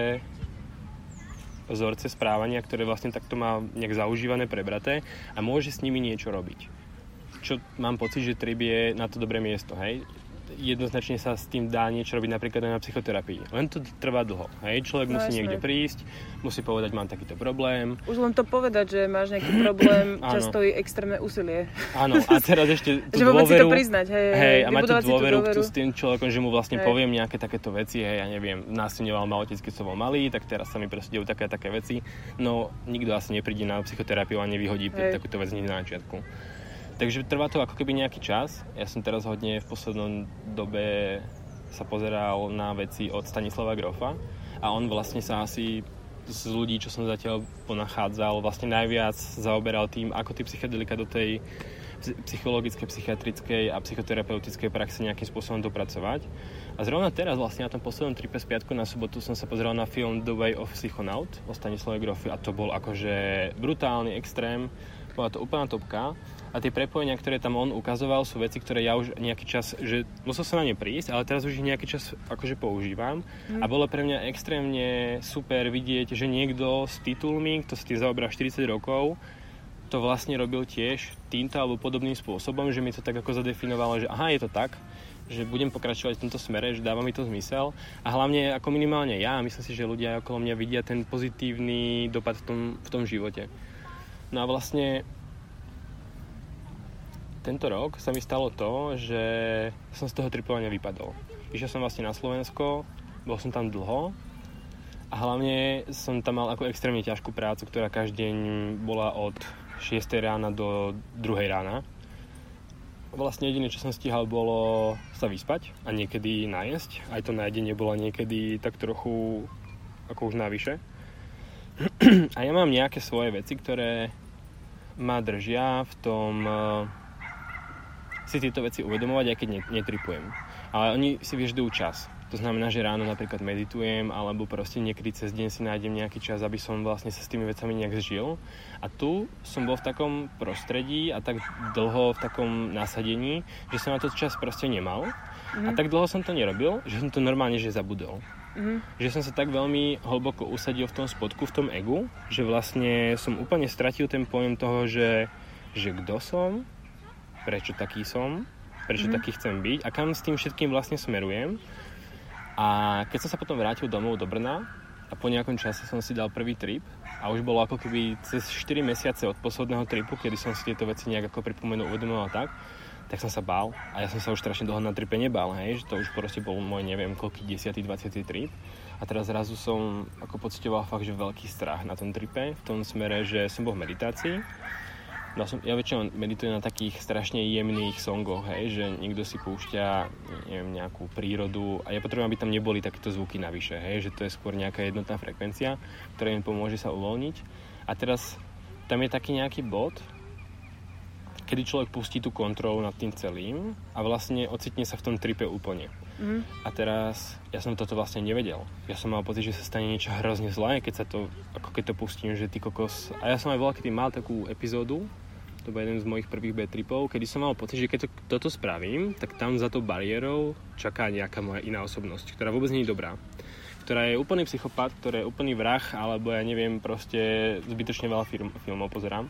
vzorce správania, ktoré vlastne takto má nejak zaužívané, prebraté a môže s nimi niečo robiť. Čo mám pocit, že trip je na to dobré miesto, hej? Jednoznačne sa s tým dá niečo robiť napríklad aj na psychoterapii. Len to trvá dlho. Hej? Človek no, musí jasné. niekde prísť, musí povedať, mám takýto problém. Už len to povedať, že máš nejaký problém, často stojí extrémne úsilie. Áno, a teraz ešte tú že dôveru... si to priznať, hej, hej a mať tú dôveru, dôveru s tým človekom, že mu vlastne hej. poviem nejaké takéto veci, hej, ja neviem, násilňoval ma otec, keď som bol malý, tak teraz sa mi proste dejú také také veci. No, nikto asi nepríde na psychoterapiu a nevyhodí takúto vec hneď na začiatku. Takže trvá to ako keby nejaký čas. Ja som teraz hodne v poslednom dobe sa pozeral na veci od Stanislava Grofa a on vlastne sa asi z ľudí, čo som zatiaľ ponachádzal, vlastne najviac zaoberal tým, ako tí psychedelika do tej psychologickej, psychiatrickej a psychoterapeutickej praxe nejakým spôsobom dopracovať. A zrovna teraz vlastne na tom poslednom tripe z piatku na sobotu som sa pozeral na film The Way of Psychonaut o Stanislave Grofi a to bol akože brutálny extrém, bola to úplná topka. A tie prepojenia, ktoré tam on ukazoval, sú veci, ktoré ja už nejaký čas, že musel som na ne prísť, ale teraz už ich nejaký čas akože používam. Mm. A bolo pre mňa extrémne super vidieť, že niekto s titulmi, kto sa tým zaoberá štyridsať rokov, to vlastne robil tiež týmto alebo podobným spôsobom, že mi to tak ako zadefinovalo, že aha, je to tak, že budem pokračovať v tomto smere, že dáva mi to zmysel. A hlavne ako minimálne ja, myslím si, že ľudia okolo mňa vidia ten pozitívny dopad v tom, v tom živote. No a vlastne tento rok sa mi stalo to, že som z toho tripovania vypadol. Išiel som vlastne na Slovensko, bol som tam dlho a hlavne som tam mal ako extrémne ťažkú prácu, ktorá každý deň bola od šiestej rána do druhej rána. Vlastne jediné, čo som stíhal, bolo sa vyspať a niekedy najesť. Aj to najedenie bolo niekedy tak trochu ako už navyše. A ja mám nejaké svoje veci, ktoré ma držia v tom si tieto veci uvedomovať, aj keď netripujem. Ale oni si vyžadujú čas. To znamená, že ráno napríklad meditujem, alebo proste niekedy cez deň si nájdem nejaký čas, aby som vlastne sa s tými vecami nejak zžil. A tu som bol v takom prostredí a tak dlho v takom nasadení, že som na to čas proste nemal. Mm-hmm. A tak dlho som to nerobil, že som to normálne že zabudol. Mm-hmm. Že som sa tak veľmi hlboko usadil v tom spodku, v tom egu, že vlastne som úplne stratil ten pojem toho, že, že kto som, prečo taký som, prečo mm-hmm. taký chcem byť a kam s tým všetkým vlastne smerujem. A keď som sa potom vrátil domov do Brna a po nejakom čase som si dal prvý trip a už bolo ako keby cez štyri mesiace od posledného tripu, kedy som si tieto veci nejak ako pripomenul, uvedomoval tak, tak som sa bál. A ja som sa už strašne dlho na tripe nebál, hej, že to už proste bol môj neviem koľký desiaty, dvadsiaty trip. A teraz zrazu som ako pociťoval fakt, že veľký strach na tom tripe, v tom smere, že som bol v meditácii. No, som, ja väčšinou meditujem na takých strašne jemných songoch, hej, že niekto si púšťa neviem, nejakú prírodu a ja potrebujem, aby tam neboli takéto zvuky navyše, hej, že to je skôr nejaká jednotná frekvencia, ktorá im pomôže sa uvoľniť. A teraz tam je taký nejaký bod, kedy človek pustí tú kontrolu nad tým celým a vlastne ocitne sa v tom tripe úplne. Mm. A teraz, ja som toto vlastne nevedel. Ja som mal pocit, že sa stane niečo hrozne zlé, keď sa to, ako keď to pustím, že ty kokos... A ja som aj veľa, kedy mal takú epizódu, to bol jeden z mojich prvých bad tripov, kedy som mal pocit, že keď to, toto spravím, tak tam za tou bariérou čaká nejaká moja iná osobnosť, ktorá vôbec nie je dobrá. Ktorá je úplný psychopat, ktorá je úplný vrah, alebo ja neviem, proste zbytočne veľa film, filmov pozerám.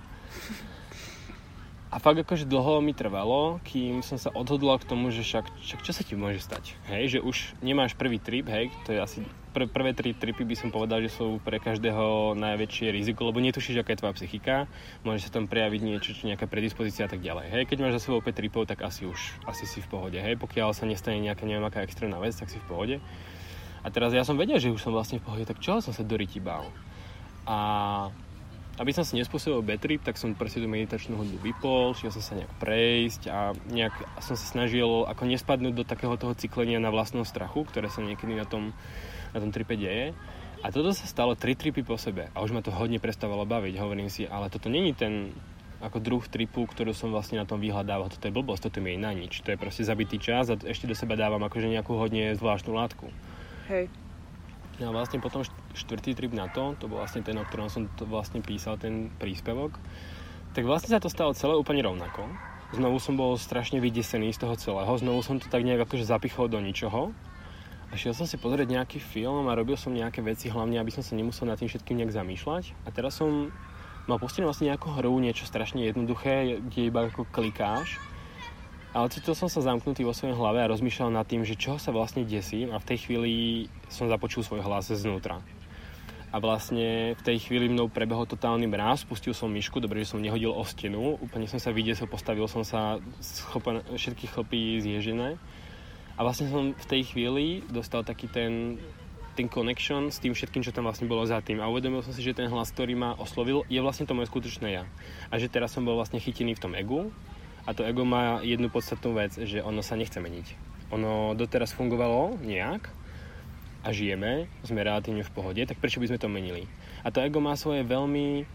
A fakt akože dlho mi trvalo, kým som sa odhodlal k tomu, že však, však čo sa ti môže stať? Hej, že už nemáš prvý trip, hej, to je asi pr- prvé tri tripy by som povedal, že sú pre každého najväčšie riziko, lebo netušíš, aká je tvoja psychika, môže sa tam prejaviť niečo, čo nejaká predispozícia a tak ďalej. Hej, keď máš za sebou päť tripov, tak asi už asi si v pohode, hej, pokiaľ sa nestane nejaká neviem aká extrémna vec, tak si v pohode. A teraz ja som vedel, že už som vlastne v pohode, tak čo som sa do ryti bál? A aby som si nespôsobil bad trip, tak som proste tú meditačnú hudbu vypol, šiel som sa nejak prejsť a nejak som sa snažil ako nespadnúť do takého toho cyklenia na vlastnom strachu, ktoré sa niekedy na tom, na tom tripe deje. A toto sa stalo tri tripy po sebe a už ma to hodne prestávalo baviť. Hovorím si, ale toto není ten ako druh tripu, ktorú som vlastne na tom vyhľadával. Toto je blbosť, toto mi je na nič. To je proste zabitý čas a ešte do seba dávam akože nejakú hodne zvláštnu látku. Hej. No a vlastne potom štvrtý trip na to, to bol vlastne ten, o ktorom som to vlastne písal, ten príspevok, tak vlastne sa to stalo celé úplne rovnako. Znovu som bol strašne vydesený z toho celého, znovu som to tak nejak akože zapichol do ničoho a šiel som si pozrieť nejaký film a robil som nejaké veci, hlavne aby som sa nemusel nad tým všetkým nejak zamýšľať. A teraz som mal pustené vlastne nejakú hru, niečo strašne jednoduché, kde iba ako klikáš. Ale cítil som sa zamknutý vo svojej hlave a rozmýšľal nad tým, že čo sa vlastne desím a v tej chvíli som započul svoj hlas znútra. A vlastne v tej chvíli mnou prebehol totálny mráz, spustil som myšku, dobre, že som nehodil o stenu, úplne som sa vydesil, postavil som sa schopen, všetky chlpy zježené. A vlastne som v tej chvíli dostal taký ten, ten connection s tým všetkým, čo tam vlastne bolo za tým. A uvedomil som si, že ten hlas, ktorý ma oslovil, je vlastne to moje skutočné ja. A že teraz som bol vlastne chytený v tom egu. A to ego má jednu podstatnú vec, že ono sa nechce meniť. Ono doteraz fungovalo nejak a žijeme, sme relatívne v pohode, tak prečo by sme to menili? A to ego má svoje veľmi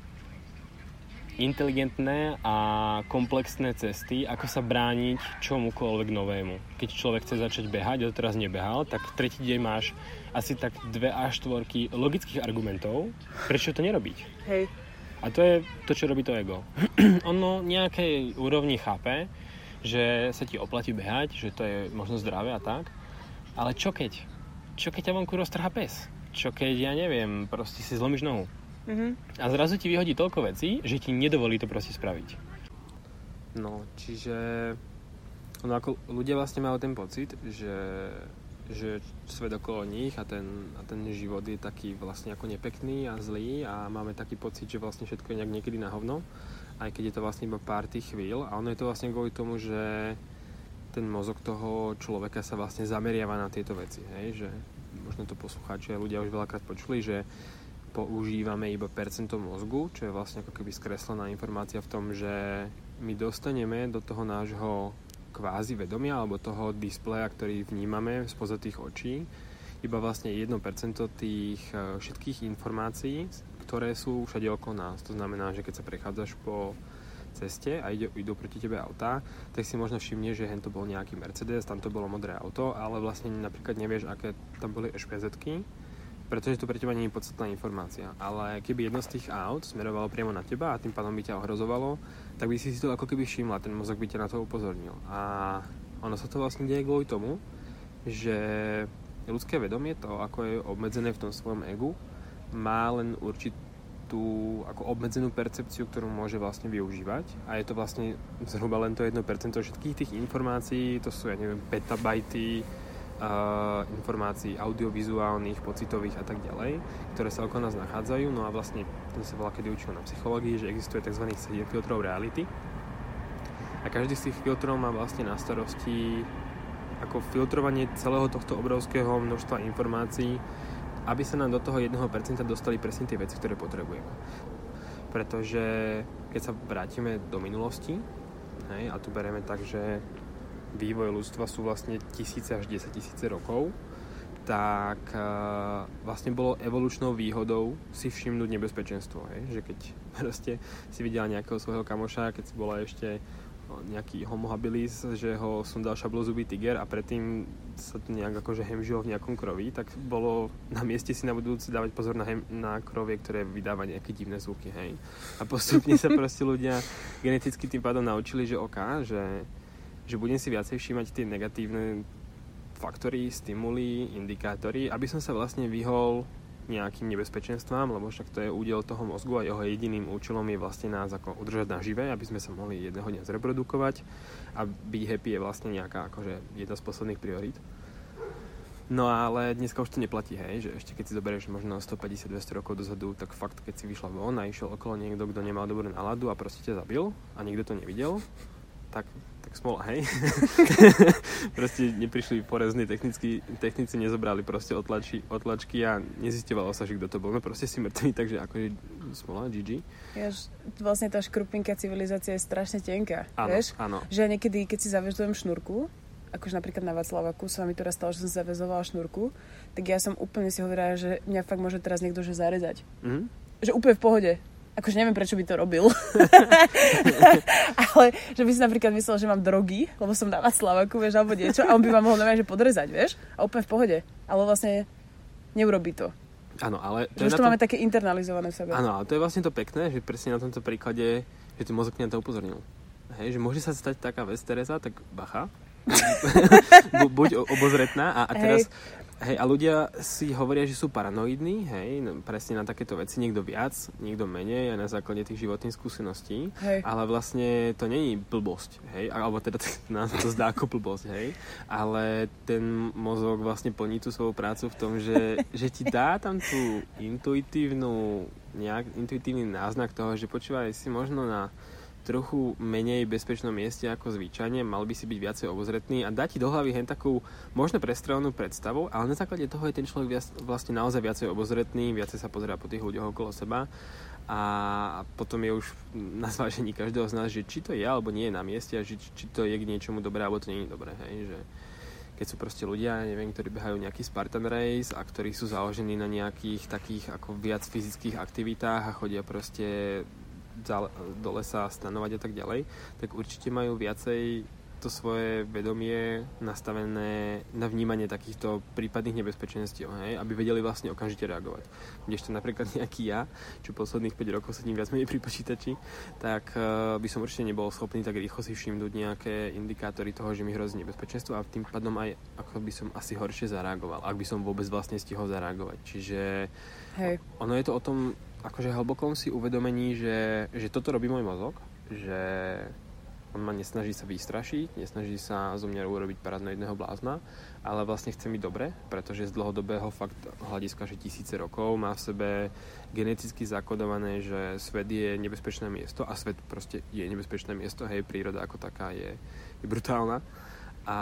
inteligentné a komplexné cesty, ako sa brániť čomukoľvek novému. Keď človek chce začať behať, a doteraz nebehal, tak tretí deň máš asi tak dve až štvorky logických argumentov, prečo to nerobiť. Hej. A to je to, čo robí to ego. Ono nejakej úrovni chápe, že sa ti oplatí behať, že to je možno zdravé a tak. Ale čo keď? Čo keď ťa vonku roztrhá pes? Čo keď, ja neviem, proste si zlomíš nohu? Mm-hmm. A zrazu ti vyhodí toľko vecí, že ti nedovolí to proste spraviť. No, čiže ono ako ľudia vlastne majú ten pocit, že že svet okolo nich a ten, a ten život je taký vlastne ako nepekný a zlý a máme taký pocit, že vlastne všetko je nejak niekedy na hovno, aj keď je to vlastne iba pár tých chvíľ. A ono je to vlastne kvôli tomu, že ten mozog toho človeka sa vlastne zameriava na tieto veci, hej? Že možno to poslucháči a ľudia už veľakrát počuli, že používame iba percento mozgu, čo je vlastne ako keby skreslená informácia v tom, že my dostaneme do toho nášho kvázi vedomia alebo toho displeja, ktorý vnímame spoza tých očí, iba vlastne jedno percento tých všetkých informácií, ktoré sú všade okolo nás. To znamená, že keď sa prechádzaš po ceste a ide, idú proti tebe autá, tak si možno všimneš, že hento bol nejaký Mercedes, tam to bolo modré auto, ale vlastne napríklad nevieš, aké tam boli ešpezetky, pretože to pre teba nie je podstatná informácia. Ale keby jedno z tých aut smerovalo priamo na teba a tým pádom by ťa ohrozovalo, tak by si si to ako keby všimla, ten mozog by ťa na to upozornil. A ono sa to vlastne deje kvôli tomu, že ľudské vedomie, to ako je obmedzené v tom svojom egu, má len určitú ako obmedzenú percepciu, ktorú môže vlastne využívať. A je to vlastne zhruba len to jedno percento všetkých tých informácií, to sú, ja neviem, petabajty, Uh, informácií audiovizuálnych, pocitových a tak ďalej, ktoré sa okolo nás nachádzajú. No a vlastne to sa veľa kedy učil na psychológii, že existuje tzv. sedem filtrov reality. A každý z tých filtrov má vlastne na starosti ako filtrovanie celého tohto obrovského množstva informácií, aby sa nám do toho jedného percenta dostali presne tie veci, ktoré potrebujeme. Pretože keď sa vrátime do minulosti, hej, a tu bereme tak, že vývoj ľudstva sú vlastne tisíce až desaťtisíce rokov, tak uh, vlastne bolo evolučnou výhodou si všimnúť nebezpečenstvo. Hej? Že keď proste si videla nejakého svojho kamoša, keď si bola ešte nejaký homo habilis, že ho sundal šablozubý tiger a predtým sa to nejak akože hemžilo v nejakom kroví, tak bolo na mieste si na budúci dávať pozor na, hem, na krovie, ktoré vydáva nejaké divné zvuky, hej. A postupne sa proste ľudia geneticky tým pádom naučili, že oká, že, že budem si viacej všímať tie negatívne faktory, stimuly, indikátory, aby som sa vlastne vyhol nejakým nebezpečenstvám, lebo však to je údel toho mozgu a jeho jediným účelom je vlastne nás ako udržať nažive, aby sme sa mohli jedného dňa zreprodukovať a byť happy je vlastne nejaká akože jedna z posledných priorít. No ale dneska už to neplatí, hej, že ešte keď si zoberieš možno stopäťdesiat až dvesto rokov dozadu, tak fakt keď si vyšla von a išiel okolo niekto, kto nemal dobrú náladu a proste ťa zabil a nikto to nevidel, tak tak smola, hej. Proste neprišli porezní technici, technici nezobrali proste otlači, otlačky a nezisťovalo sa, že kto to bol. No proste si mŕtvý, takže akože smola, gé gé. Jaž, vlastne tá škrupinka civilizácia je strašne tenká, áno, vieš? Áno. Že niekedy, keď si zavezujem šnúrku, akože napríklad na Václavaku sa mi to raz stalo, že som si zavezovala šnúrku, tak ja som úplne si hovorila, že mňa fakt môže teraz niekto že zarezať. Mm-hmm. Že úplne v pohode. Akože neviem, prečo by to robil. Ale že by si napríklad myslel, že mám drogy, lebo som na Václavaku, vieš, alebo niečo, a on by ma mohol normálne že podrezať, vieš? A úplne v pohode. Ale vlastne neurobí to. Áno, ale... Že už to tom... máme také internalizované v sebe. Áno, ale to je vlastne to pekné, že presne na tomto príklade, že ten mozog mňa to upozornil. Hej, že môže sa stať taká vec, Tereza, tak bacha. Buď obozretná a, a teraz... Hej, a ľudia si hovoria, že sú paranoidní, hej, no, presne na takéto veci, niekto viac, niekto menej, aj na základe tých životných skúseností, hej. Ale vlastne to nie je blbosť, hej, alebo teda nám to zdá ako blbosť, hej, ale ten mozog vlastne plní tú svoju prácu v tom, že, že ti dá tam tú intuitívnu, nejak, intuitívny náznak toho, že počúvaj, si možno na trochu menej bezpečnom mieste ako zvyčajne, mal by si byť viacej obozretný a dať ti do hlavy hen takú možno prestrelenú predstavu, ale na základe toho je ten človek viac, vlastne naozaj viacej obozretný, viacej sa pozerá po tých ľuďoch okolo seba a potom je už na zvážení každého z nás, že či to je alebo nie je na mieste a či, či to je k niečomu dobré alebo to nie je dobré, hej, že keď sú proste ľudia, neviem, ktorí behajú nejaký Spartan Race a ktorí sú založení na nejakých takých ako viac fyzických aktivitách a chodia proste do lesa stanovať a tak ďalej, tak určite majú viacej to svoje vedomie nastavené na vnímanie takýchto prípadných nebezpečenstiev, hej, aby vedeli vlastne okamžite reagovať. Kdežto napríklad nejaký ja, čo posledných päť rokov sedím viac menej pri počítači, tak uh, by som určite nebol schopný tak rýchlo si všimnúť nejaké indikátory toho, že mi hrozí nebezpečenstvo a tým pádom aj ako by som asi horšie zareagoval, ak by som vôbec vlastne stihol zareagovať. Čiže hej. Ono je to o tom akože hlbokom si uvedomení, že, že toto robí môj mozog, že on ma nesnaží sa vystrašiť, nesnaží sa zo mňa urobiť paranoidného blázna, ale vlastne chce mi dobre, pretože z dlhodobého fakt hľadiska, že tisíce rokov má v sebe geneticky zakodované, že svet je nebezpečné miesto a svet proste je nebezpečné miesto, hej, príroda ako taká je, je brutálna. A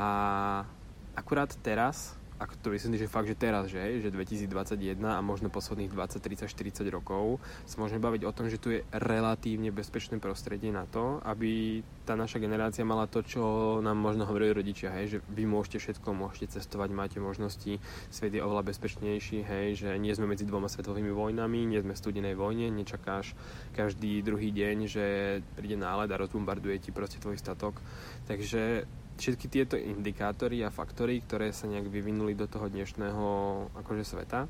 akurát teraz, ako to myslím, že fakt, že teraz, že, že dvetisícdvadsaťjeden a možno posledných dvadsať, tridsať, štyridsať rokov sa môžeme baviť o tom, že tu je relatívne bezpečné prostredie na to, aby tá naša generácia mala to, čo nám možno hovorili rodičia, hej, že vy môžete všetko, môžete cestovať, máte možnosti, svet je oveľa bezpečnejší, hej, že nie sme medzi dvoma svetovými vojnami, nie sme v studenej vojne, nečakáš každý druhý deň, že príde náled a rozbombarduje ti proste tvoj statok. Takže všetky tieto indikátory a faktory, ktoré sa nejak vyvinuli do toho dnešného akože sveta,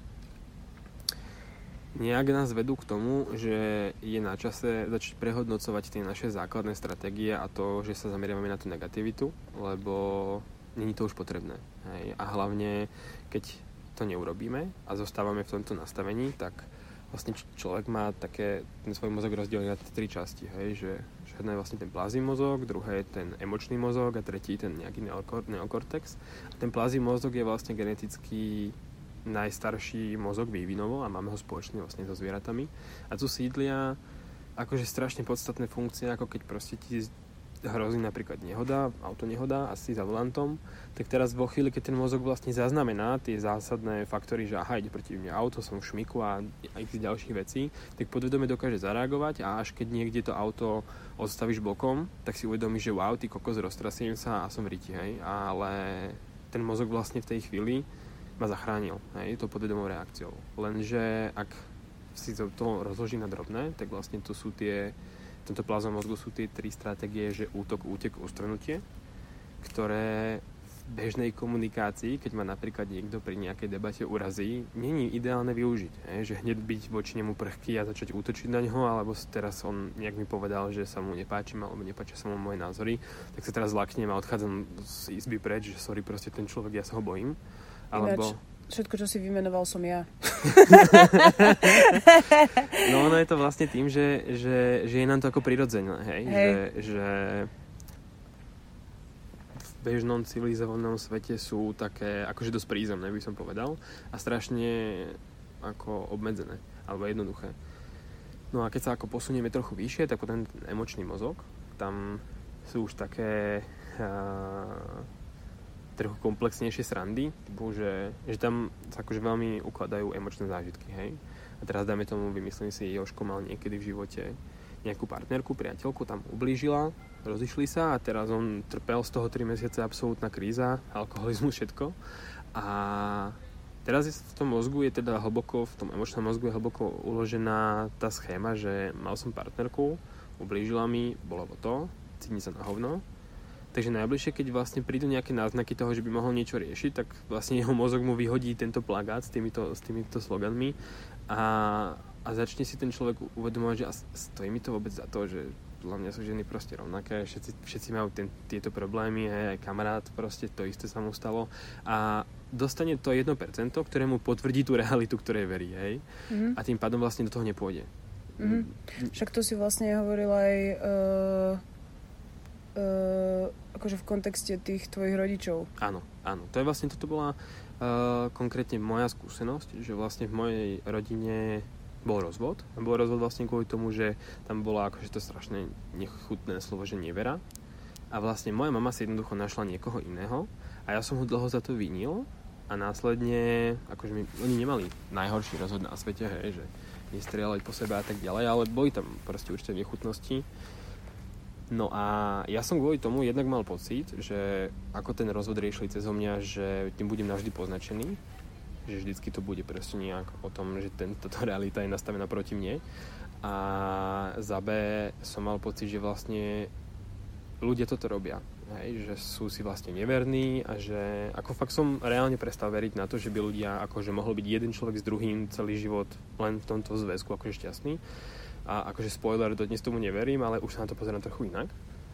nejak nás vedú k tomu, že je na čase začať prehodnocovať tie naše základné stratégie a to, že sa zameriavame na tú negativitu, lebo není to už potrebné. Hej. A hlavne, keď to neurobíme a zostávame v tomto nastavení, tak vlastne človek má také, ten svoj mozog rozdelený na tri časti, hej, že jedna je vlastne ten plazí mozog, druhé je ten emočný mozog a tretí ten nejaký neokor- neokortex. A ten plazí mozog je vlastne geneticky najstarší mozog vývinovo a máme ho spoločne vlastne so zvieratami. A tu sídlia akože strašne podstatné funkcie, ako keď proste ti hrozí napríklad nehoda, autonehoda, asi za volantom, tak teraz vo chvíli, keď ten mozog vlastne zaznamená tie zásadné faktory, že aha, ide proti mne auto, som v šmiku a x ďalších vecí, tak podvedome dokáže zareagovať a až keď niekde to auto odstavíš bokom, tak si uvedomíš, že wow, ty kokos, roztrasím sa a som v riti, hej, ale ten mozog vlastne v tej chvíli ma zachránil, hej, to podvedomou reakciou. Lenže ak si to, to rozloží na drobné, tak vlastne to sú tie, tento plazma mozgu sú tie tri stratégie, že útok, útek, ustrnutie, ktoré v bežnej komunikácii, keď ma napríklad niekto pri nejakej debate urazí, není ideálne využiť, hej, že hneď byť voči nemu prchký a začať útočiť na ňoho, alebo teraz on nejak mi povedal, že sa mu nepáčim, alebo nepáčia sa mu moje názory, tak sa teraz zlaknem a odchádzam z izby preč, že sorry, proste ten človek, ja sa ho bojím. Alebo... Ináč, všetko, čo si vymenoval, som ja. No ono je to vlastne tým, že, že, že je nám to ako prirodzené, hej? hej. Že, že v bežnom civilizovanom svete sú také, akože dosť prízemné, by som povedal, a strašne ako obmedzené, alebo jednoduché. No a keď sa ako posunieme trochu vyššie, tak potom ten emočný mozog, tam sú už také... Uh, trochu komplexnejšie srandy, typu, že, že tam sa akože veľmi ukladajú emočné zážitky, hej. A teraz dáme tomu, vymyslím si, Jožko mal niekedy v živote nejakú partnerku, priateľku, tam ublížila, rozišli sa a teraz on trpel z toho tri mesiace, absolútna kríza, alkoholizmus, všetko. A teraz je v tom mozgu je teda hlboko, v tom emočnom mozgu je hlboko uložená tá schéma, že mal som partnerku, ublížila mi, bolo to, cítim sa na hovno. Takže najbližšie, keď vlastne prídu nejaké náznaky toho, že by mohol niečo riešiť, tak vlastne jeho mozog mu vyhodí tento plagát s týmito, s týmito sloganmi a, a začne si ten človek uvedomovať, že stojí mi to vôbec za to, že podľa mňa sú ženy proste rovnaké, všetci, všetci majú ten, tieto problémy, hej, aj kamarát, proste to isté sa mu stalo a dostane to jedno percento, ktoré mu potvrdí tú realitu, ktorej verí, hej, mm-hmm. a tým pádom vlastne do toho nepôjde. Mm-hmm. Však to si vlastne hovoril aj... Uh... Uh, akože v kontexte tých tvojich rodičov. Áno, áno. To je vlastne, toto bola uh, konkrétne moja skúsenosť, že vlastne v mojej rodine bol rozvod. A bol rozvod vlastne kvôli tomu, že tam bola akože to strašne nechutné slovo, že nevera. A vlastne moja mama si jednoducho našla niekoho iného a ja som ho dlho za to vinil a následne, akože my, oni nemali najhorší rozvod na svete, hej, že nestrieľali po sebe a tak ďalej, ale boli tam proste určite nechutnosti. No a ja som kvôli tomu jednak mal pocit, že ako ten rozvod riešili cez mňa, že tým budem navždy poznačený, že vždycky to bude proste nejak o tom, že táto realita je nastavená proti mne. A za B som mal pocit, že vlastne ľudia toto robia, hej, že sú si vlastne neverní a že ako fakt som reálne prestal veriť na to, že by ľudia, akože mohol byť jeden človek s druhým celý život len v tomto zväzku akože šťastný. A akože spoiler, dodnes tomu neverím, ale už sa na to pozerám trochu inak.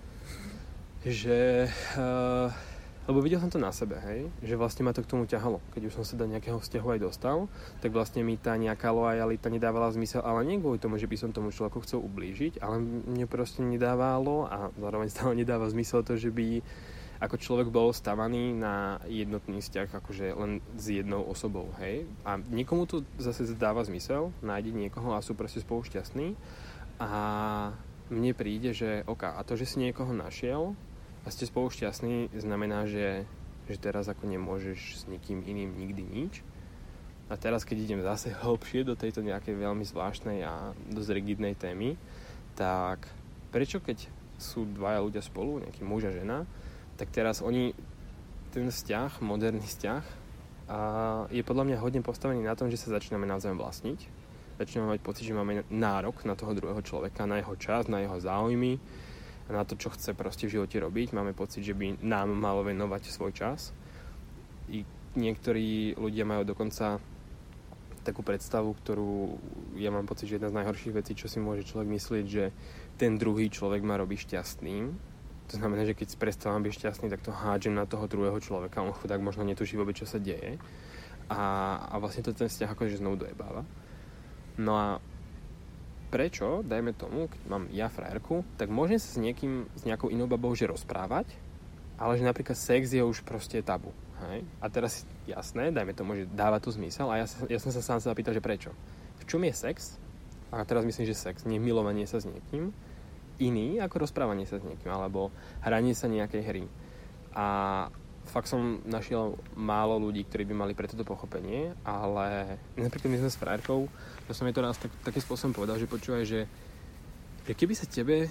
Že... Uh, lebo videl som to na sebe, hej? Že vlastne ma to k tomu ťahalo. Keď už som sa do nejakého vzťahu aj dostal, tak vlastne mi tá nejaká lojalita nedávala zmysel, ale nie kvôli tomu, že by som tomu človeku chcel ublížiť, ale mne proste nedávalo a zároveň stále nedáva zmysel to, že by ako človek bol stavaný na jednotný vzťah akože len s jednou osobou, hej. A niekomu to zase dáva zmysel, nájde niekoho a sú proste spolu šťastní. A mne príde, že ok, a to, že si niekoho našiel a ste spolu šťastní, znamená, že, že teraz ako nemôžeš s nikým iným nikdy nič. A teraz, keď idem zase hlbšie do tejto nejakej veľmi zvláštnej a dosť rigidnej témy, tak prečo keď sú dvaja ľudia spolu, nejaký muž a žena, tak teraz oni, ten vzťah, moderný vzťah, a je podľa mňa hodne postavený na tom, že sa začíname navzájom vlastniť. Začíname mať pocit, že máme nárok na toho druhého človeka, na jeho čas, na jeho záujmy, na to, čo chce proste v živote robiť. Máme pocit, že by nám malo venovať svoj čas. I niektorí ľudia majú dokonca takú predstavu, ktorú ja mám pocit, že jedna z najhorších vecí, čo si môže človek myslieť, že ten druhý človek ma robí šťastným. To znamená, že keď prestávam byť šťastný, tak to hádžem na toho druhého človeka. On chudák možno netuší vôbec, čo sa deje. A, a vlastne to ten vzťah akože znovu dojebáva. No a prečo, dajme tomu, keď mám ja frajerku, tak môžem sa s niekým, s nejakou inou babou že rozprávať, ale že napríklad sex je už proste tabu. Hej? A teraz jasné, dajme tomu, že dáva to zmysel a ja, sa, ja som sa sám sa zapýtal, že prečo. V čom je sex? A teraz myslím, že sex, nie milovanie sa s niekým, iný ako rozprávanie sa s niekým alebo hranie sa nejakej hry. A fakt som našiel málo ľudí, ktorí by mali pre toto pochopenie, ale napríklad my sme s frajerkou, to som jej to raz tak, takým spôsobom povedal, že počúvaj, že, že keby sa tebe uh,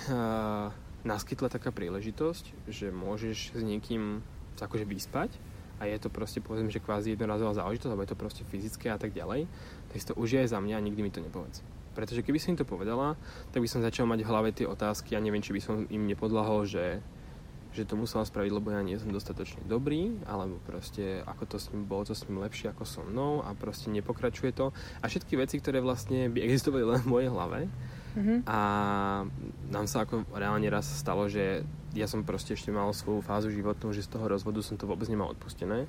naskytla taká príležitosť, že môžeš s niekým sa akože vyspať a je to proste, povedzme, že kvázi jednorazová záležitosť, alebo je to proste fyzické a tak ďalej, tak si to užij aj za mňa a nikdy mi to nepovedz. Pretože keby som im to povedala, tak by som začal mať v hlave tie otázky a neviem, či by som im nepodľahol, že že to musela spraviť, lebo ja nie som dostatočne dobrý, alebo proste ako to s ním bolo, to s ním lepšie ako so mnou a proste nepokračuje to. A všetky veci, ktoré vlastne by existovali len v mojej hlave. Mm-hmm. A nám sa ako reálne raz stalo, že ja som proste ešte mal svoju fázu životnú, že z toho rozvodu som to vôbec nemal odpustené.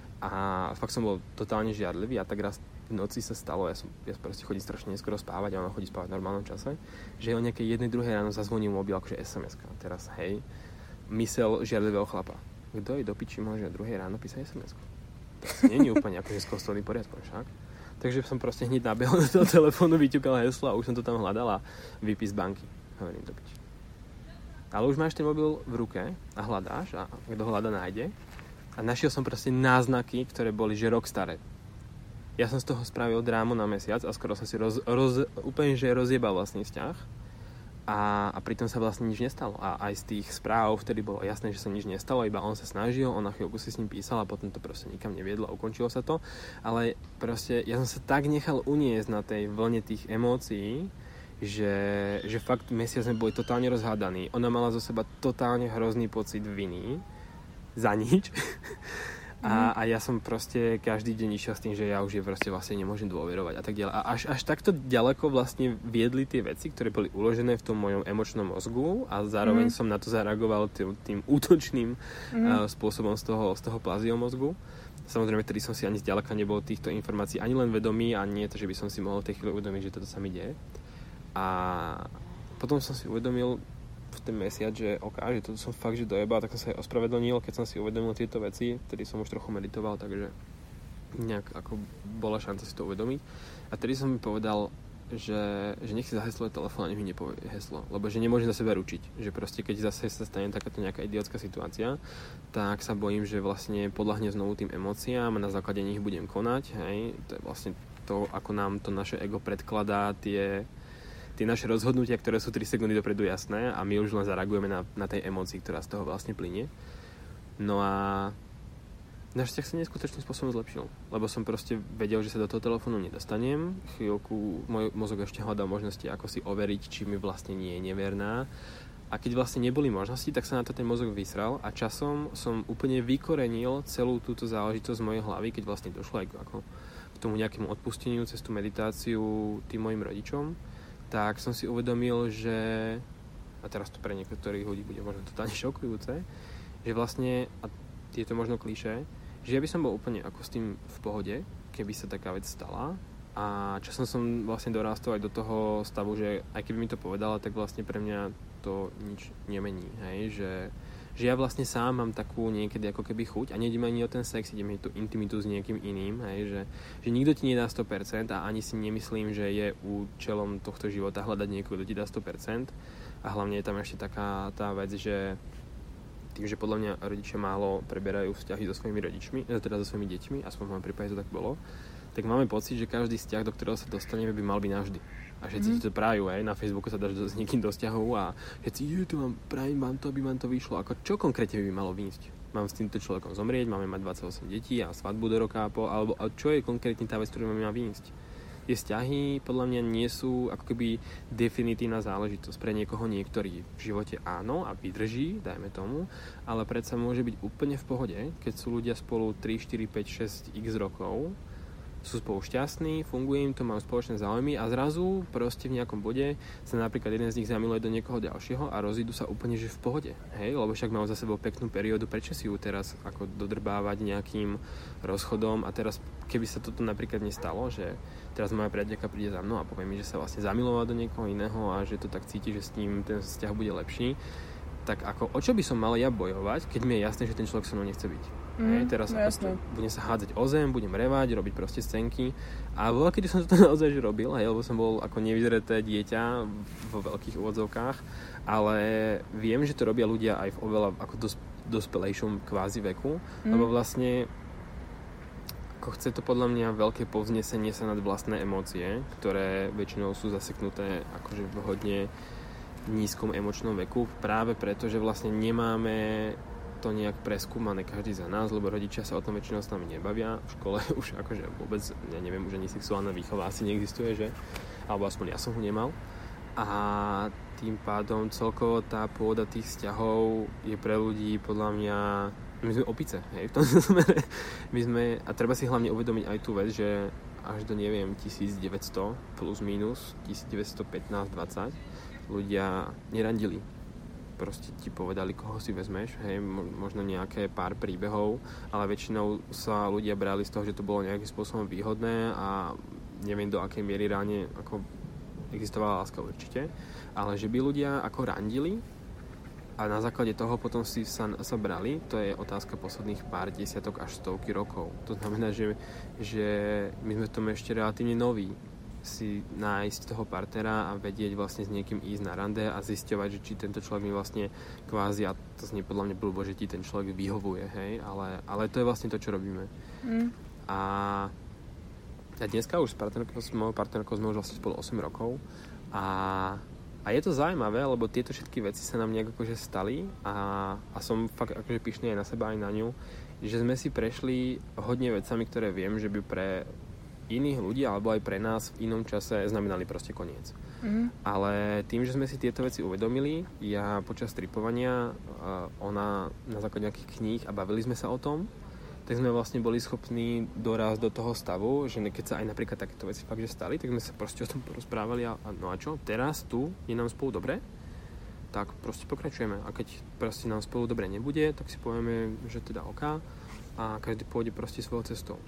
A fakt som bol totálne žiarlivý a tak raz v noci sa stalo, ja, som, ja proste chodím strašne neskoro spávať a ona chodí spávať v normálnom čase, že o nejakej jednej, druhej ráno zazvoní mobil akože es em eska. Teraz hej, mysel žiarlivého chlapa. Kto je do piči môže o druhej ráno písať es em esku? To nie je úplne akože s kostolným poriadkom však. Takže som proste hneď nabehol do toho telefónu, vyťukal heslo a už som to tam hľadal a výpis banky. Hovorím do piči. Ale už máš ten mobil v ruke a hľadáš a kto hľada nájde. A našiel som proste náznaky, ktoré boli že rok staré. Ja som z toho spravil drámu na mesiac a skoro som si roz, roz, úplne že rozjebal vlastný vzťah. A, a pritom sa vlastne nič nestalo. A aj z tých správ vtedy bolo jasné, že sa nič nestalo, iba on sa snažil, on na chvíľku si s ním písal a potom to proste nikam neviedlo a ukončilo sa to. Ale proste ja som sa tak nechal uniesť na tej vlne tých emócií, že, že fakt mesiac sme boli totálne rozhádaní. Ona mala zo seba totálne hrozný pocit viny za nič. A, a ja som proste každý deň išiel s tým, že ja už je proste vlastne nemôžem dôverovať a tak ďalej. A až, až takto ďaleko vlastne viedli tie veci, ktoré boli uložené v tom mojom emočnom mozgu a zároveň mm. som na to zareagoval tým, tým útočným mm. uh, spôsobom z toho, z toho plaziomozgu. Samozrejme, vtedy som si ani zďaleka nebol týchto informácií ani len vedomý a nie to, že by som si mohol v tej chvíli uvedomiť, že toto sa mi deje. A potom som si uvedomil v ten mesiac, že ok, že toto som fakt, že dojebal, tak som sa aj ospravedlnil, keď som si uvedomil tieto veci, vtedy som už trochu meditoval, takže nejak ako bola šanca si to uvedomiť. A vtedy som mi povedal, že, že nech si zahesluje telefón a nech mi nepovie heslo, lebo že nemôžem za seba ručiť, že proste keď zase sa stane takáto nejaká idiotská situácia, tak sa bojím, že vlastne podľahne znovu tým emóciám a na základe nich budem konať, hej, to je vlastne to, ako nám to naše ego predkladá tie tie naše rozhodnutia, ktoré sú tri sekundy dopredu jasné a my už len zareagujeme na, na tej emócii, ktorá z toho vlastne plynie. No a náš vzťah sa neskutočným spôsobom zlepšil, lebo som proste vedel, že sa do toho telefónu nedostanem. Chvíľku môj mozog ešte hľadal možnosti, ako si overiť, či mi vlastne nie je neverná. A keď vlastne neboli možnosti, tak sa na to ten mozog vysral a časom som úplne vykorenil celú túto záležitosť z mojej hlavy, keď vlastne došlo aj ako k tomu nejakému odpusteniu cez tú meditáciu tým mojim rodičom. Tak som si uvedomil, že, a teraz to pre niektorých ľudí bude možno totálne šokujúce, že vlastne, a je to možno klišé, že ja by som bol úplne ako s tým v pohode, keby sa taká vec stala. A časom som vlastne dorastol aj do toho stavu, že aj keby mi to povedala, tak vlastne pre mňa to nič nemení, hej, že, že ja vlastne sám mám takú niekedy ako keby chuť a nejdem ani o ten sex, idem mi tú intimitu s niekým iným, hej, že, že nikto ti nedá sto percent a ani si nemyslím, že je účelom tohto života hľadať niekoho, kto ti dá sto percent a hlavne je tam ešte taká tá vec, že tým, že podľa mňa rodičia málo preberajú vzťahy so svojimi rodičmi, teda so svojimi deťmi, aspoň v mojom prípade to tak bolo, tak máme pocit, že každý vzťah, do ktorého sa dostaneme, by mal byť navždy. A všetci mm. to prajú, aj na Facebooku sa dáš do, s niekým do vzťahu a všetci, je, tu mám, prajem vám to, aby vám to vyšlo. Ako čo konkrétne by malo výjsť? Mám s týmto človekom zomrieť, máme mať dvadsaťosem detí a svadbu do roka a pol, alebo a čo je konkrétne tá vec, ktorú máme výjsť? Tie vzťahy podľa mňa nie sú ako keby definitívna záležitosť. Pre niekoho niektorý v živote áno a vydrží, dajme tomu, ale predsa môže byť úplne v pohode, keď sú ľudia spolu tri, štyri, päť, šesť x rokov, sú spolu šťastní, funguje im to, majú spoločné záujmy a zrazu proste v nejakom bode sa napríklad jeden z nich zamiluje do niekoho ďalšieho a rozídu sa úplne že v pohode. Hej, lebo však majú za sebou peknú periódu, prečo si ju teraz ako dodrbávať nejakým rozchodom a teraz keby sa toto napríklad nestalo, že teraz moja priateľka príde za mnou a povie mi, že sa vlastne zamilovala do niekoho iného a že to tak cíti, že s ním ten vzťah bude lepší, tak ako o čo by som mal ja bojovať, keď mi je jasné, že ten človek so mnou nechce byť. Mm, hej, teraz no proste, budem sa hádzať o zem, budem revať, robiť proste scénky. A veľa kedy som to naozaj že robil, hej, lebo som bol ako nevyzreté dieťa vo veľkých úvodzovkách, ale viem, že to robia ľudia aj v oveľa ako dos, dospelejšom kvázi veku, mm. lebo vlastne ako chce to podľa mňa veľké povznesenie sa nad vlastné emócie, ktoré väčšinou sú zaseknuté akože v hodne nízkom emočnom veku, práve preto, že vlastne nemáme to nejak preskúmané každý za nás, lebo rodičia sa o tom väčšinou s nami nebavia. V škole už akože vôbec, ja neviem, už ani sexuálna výchova asi neexistuje, že? Alebo aspoň ja som ho nemal. A tým pádom celkovo tá pôda tých vzťahov je pre ľudí podľa mňa... My sme opice, hej, v tom smere. My sme... A treba si hlavne uvedomiť aj tú vec, že až do, neviem, tisícdeväťsto plus minus, devätnásťstopätnásť dvadsať ľudia nerandili. Proste ti povedali, koho si vezmeš, hej, možno nejaké pár príbehov, ale väčšinou sa ľudia brali z toho, že to bolo nejakým spôsobom výhodné a neviem do akej miery reálne ako existovala láska určite, ale že by ľudia ako randili a na základe toho potom si sa, sa brali, to je otázka posledných pár desiatok až stovky rokov. To znamená, že, že my sme v tom ešte relatívne noví, si nájsť toho partnera a vedieť vlastne s niekým ísť na rande a zisťovať, že či tento človek mi vlastne kvázi, a to znie podľa mňa blbo, že ti ten človek vyhovuje, hej, ale, ale to je vlastne to, čo robíme. Mm. A ja dneska už s partnerkou, s mojou partnerkou sme už vlastne spolu osem rokov a, a je to zaujímavé, lebo tieto všetky veci sa nám nejak akože stali a, a som fakt akože pyšný aj na seba, aj na ňu, že sme si prešli hodne vecami, ktoré viem, že by pre iných ľudí, alebo aj pre nás v inom čase znamenali proste koniec. Mm. Ale tým, že sme si tieto veci uvedomili, ja počas tripovania, ona na základe nejakých kníh a bavili sme sa o tom, tak sme vlastne boli schopní dorásť do toho stavu, že keď sa aj napríklad takéto veci fakt, že stali, tak sme sa proste o tom porozprávali a, a no a čo, teraz tu je nám spolu dobre, tak proste pokračujeme. A keď proste nám spolu dobre nebude, tak si povieme, že teda OK a každý pôjde proste svojou cestou.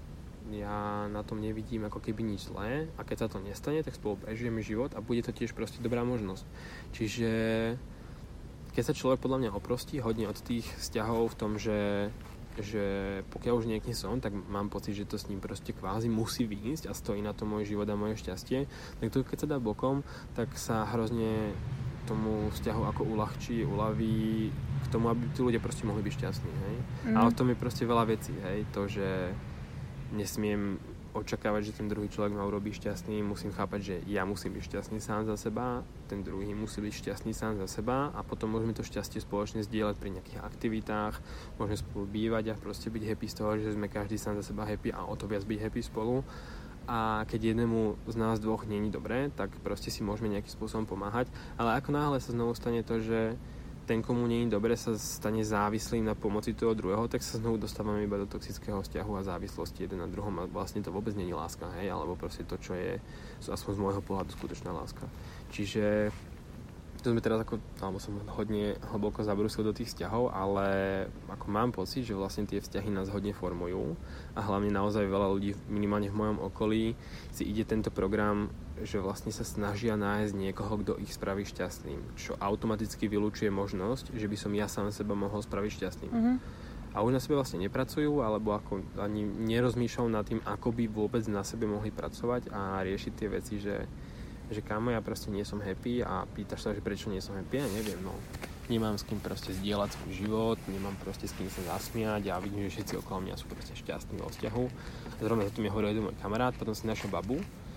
Ja na tom nevidím ako keby nič zlé a keď sa to nestane, tak spolu prežijeme život a bude to tiež proste dobrá možnosť. Čiže keď sa človek podľa mňa oprostí hodne od tých vzťahov v tom, že, že pokiaľ už niekde som, tak mám pocit, že to s ním proste kvázi musí výjsť a stojí na to môj život a moje šťastie, tak to keď sa dá bokom, tak sa hrozne tomu vzťahu ako uľahčí, uľaví k tomu, aby tí ľudia proste mohli byť šťastní, hej. Mm. Ale v tom je proste veľa vecí, hej, to, že nesmiem očakávať, že ten druhý človek ma urobí šťastný, musím chápať, že ja musím byť šťastný sám za seba, ten druhý musí byť šťastný sám za seba a potom môžeme to šťastie spoločne zdieľať pri nejakých aktivitách, môžeme spolu bývať a proste byť happy z toho, že sme každý sám za seba happy a o to viac byť happy spolu. A keď jednému z nás dvoch nie je dobré, tak proste si môžeme nejakým spôsobom pomáhať, ale ako náhle sa znovu stane to, že ten, komu nie je dobre, sa stane závislým na pomoci toho druhého, tak sa znovu dostávame iba do toxického vzťahu a závislosti jeden na druhom a vlastne to vôbec nie je láska, hej, alebo proste to, čo je, aspoň z môjho pohľadu, skutočná láska. Čiže to sme teraz ako, alebo som hodne hlboko zabrúsil do tých vzťahov, ale ako mám pocit, že vlastne tie vzťahy nás hodne formujú a hlavne naozaj veľa ľudí, minimálne v mojom okolí, si ide tento program, že vlastne sa snažia nájsť niekoho, kto ich spraví šťastným, čo automaticky vylučuje možnosť, že by som ja sám seba mohol spraviť šťastným. Mm-hmm. A už na sebe vlastne nepracujú, alebo ako ani nerozmýšľajú nad tým, ako by vôbec na sebe mohli pracovať a riešiť tie veci, že že kámo, ja proste nie som happy a pýtaš sa, že prečo nie som happy, ja neviem, no. Nemám s kým proste zdieľať svoj život, nemám proste s kým sa zasmiať a vidím, že všetci okolo mňa sú proste šťastní vo vzťahu. Zrovna za to mi hovoril jeden môj kamarát, potom si našiel babu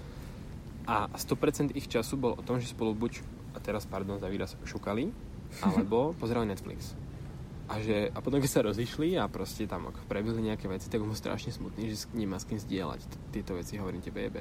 a sto percent ich času bol o tom, že spolu buď, a teraz pardon za výraz, šukali, alebo pozerali Netflix. A, že, a potom keď sa rozišli a proste tam prebili nejaké veci, tak bol strašne smutný, že nemá s kým zdieľať tieto veci, hovorím tebe jebe.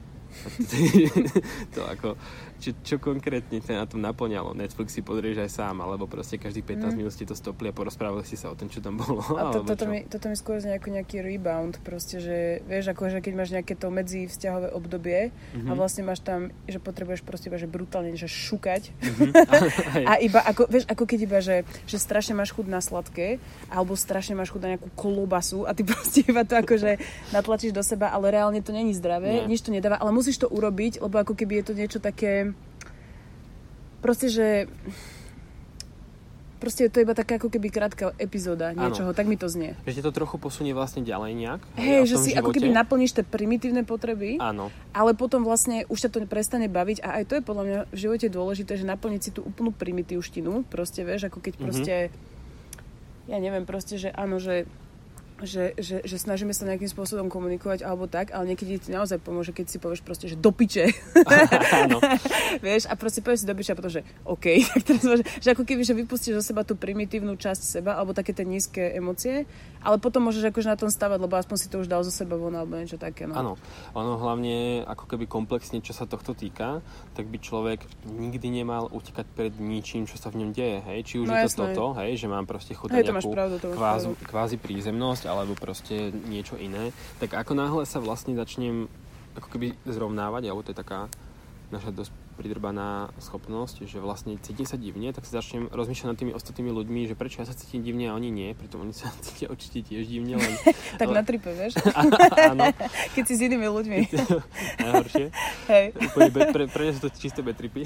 To ako, čo, čo konkrétne sa na tom naplňalo? Netflix si pozrieš aj sám, alebo proste každých pätnásť mm. minút ste to stopli a porozprávali si sa o tom, čo tam bolo. A to, toto, mi, toto mi skôr znie ako nejaký rebound, proste, že vieš, ako, že keď máš nejaké to medzivzťahové obdobie mm-hmm. a vlastne máš tam, že potrebuješ proste iba, že brutálne, že šukať mm-hmm. a iba, ako, vieš, ako keď iba, že, že strašne máš chuť na sladké, alebo strašne máš chuť na nejakú klobasu a ty proste iba to akože natlačíš do seba, ale reálne to není zdravé, Nie. nič to nedáva, ale musíš to urobiť, lebo ako keby je to niečo také proste, že proste je to iba taká ako keby krátka epizóda niečoho, tak mi to znie. Že ti to trochu posunie vlastne ďalej nejak. Hej, že si živote. Ako keby naplníš tie primitívne potreby, áno. Ale potom vlastne už ťa to prestane baviť a aj to je podľa mňa v živote dôležité, že naplniť si tú úplnú primitívštinu, proste vieš, ako keď proste, mm-hmm. ja neviem, proste, že áno, že Že, že, že snažíme sa nejakým spôsobom komunikovať alebo tak, ale niekedy ti naozaj pomôže, keď si povieš proste, že do piče. Áno. Vieš, a proste povieš si do piče a potom, že OK. Tak teraz môže, že ako keby, že vypustíš zo seba tú primitívnu časť seba alebo také tie nízke emócie, ale potom môžeš akože na tom stavať, lebo aspoň si to už dal zo seba von alebo niečo také. No. Áno. Ono hlavne ako keby komplexne, čo sa tohto týka, tak by človek nikdy nemal utekať pred ničím, čo sa v ňom deje. Hej? Či už no, je to jasné. Toto, hej? Že mám proste chuť na nejakú kvázi, kvázi prízemnosť alebo proste niečo iné, tak ako náhle sa vlastne začnem ako keby zrovnávať, alebo to je taká naša dosť pridrbaná schopnosť, že vlastne cítim sa divne, tak sa začnem rozmýšľať nad tými ostatnými ľuďmi, že prečo ja sa cítim divne a oni nie, preto oni sa cítia určite tiež divne. Len, tak ale... na tripe, vieš? Áno. Keď si s inými ľuďmi. Najhoršie. Hej. Úplne be, pre, pre mňa sú to čisté betripy.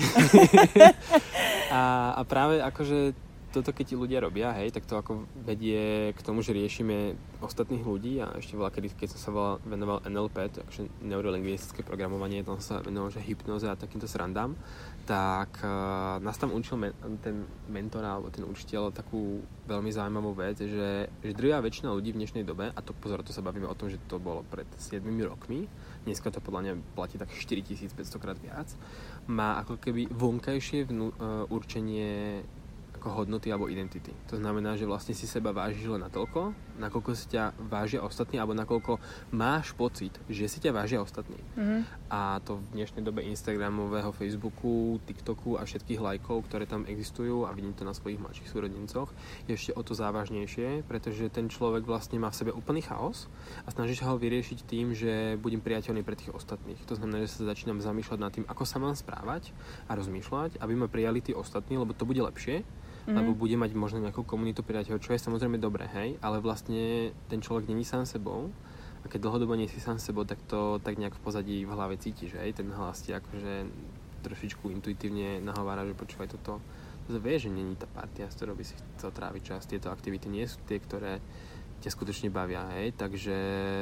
a, a práve akože toto, keď ti ľudia robia, hej, tak to ako vedie k tomu, že riešime ostatných ľudí a ešte veľa, kedy, keď som sa venoval en el pé, takže neurolingvistické programovanie, tam som sa venoval, že hypnoze a takýmto srandám, tak uh, nás tam učil men, ten mentor alebo ten učiteľ takú veľmi zaujímavú vec, že, že drvivá väčšina ľudí v dnešnej dobe, a to pozor, to sa bavíme o tom, že to bolo pred siedmimi rokmi, dneska to podľa mňa platí tak štyritisícpäťsto krát viac, má ako keby vonkajšie vnú, uh, určenie ako hodnoty alebo identity. To znamená, že vlastne si seba vážiš len natoľko, nakoľko si ťa vážia ostatní, alebo nakoľko máš pocit, že si ťa vážia ostatní. Mm-hmm. A to v dnešnej dobe Instagramového, Facebooku, TikToku a všetkých lajkov, ktoré tam existujú, a vidím to na svojich mladších súrodencoch, je ešte o to závažnejšie, pretože ten človek vlastne má v sebe úplný chaos a snaží sa ho vyriešiť tým, že budem priateľný pre tých ostatných. To znamená, že sa začínam zamýšľať nad tým, ako sa mám správať a rozmýšľať, aby ma prijali tí ostatní, lebo to bude lepšie. Mm-hmm. Lebo bude mať možno nejakú komunitu priateľov, čo je samozrejme dobré, hej, ale vlastne ten človek není sám sebou a keď dlhodobo nie si sám sebou, tak to tak nejak v pozadí v hlave cítiš, hej, ten hlas ti akože trošičku intuitívne nahovára, že počúvaj toto, to vieš, že není tá partia, s ktorou by si chcel tráviť čas, tieto aktivity nie sú tie, ktoré ťa skutočne bavia, hej, takže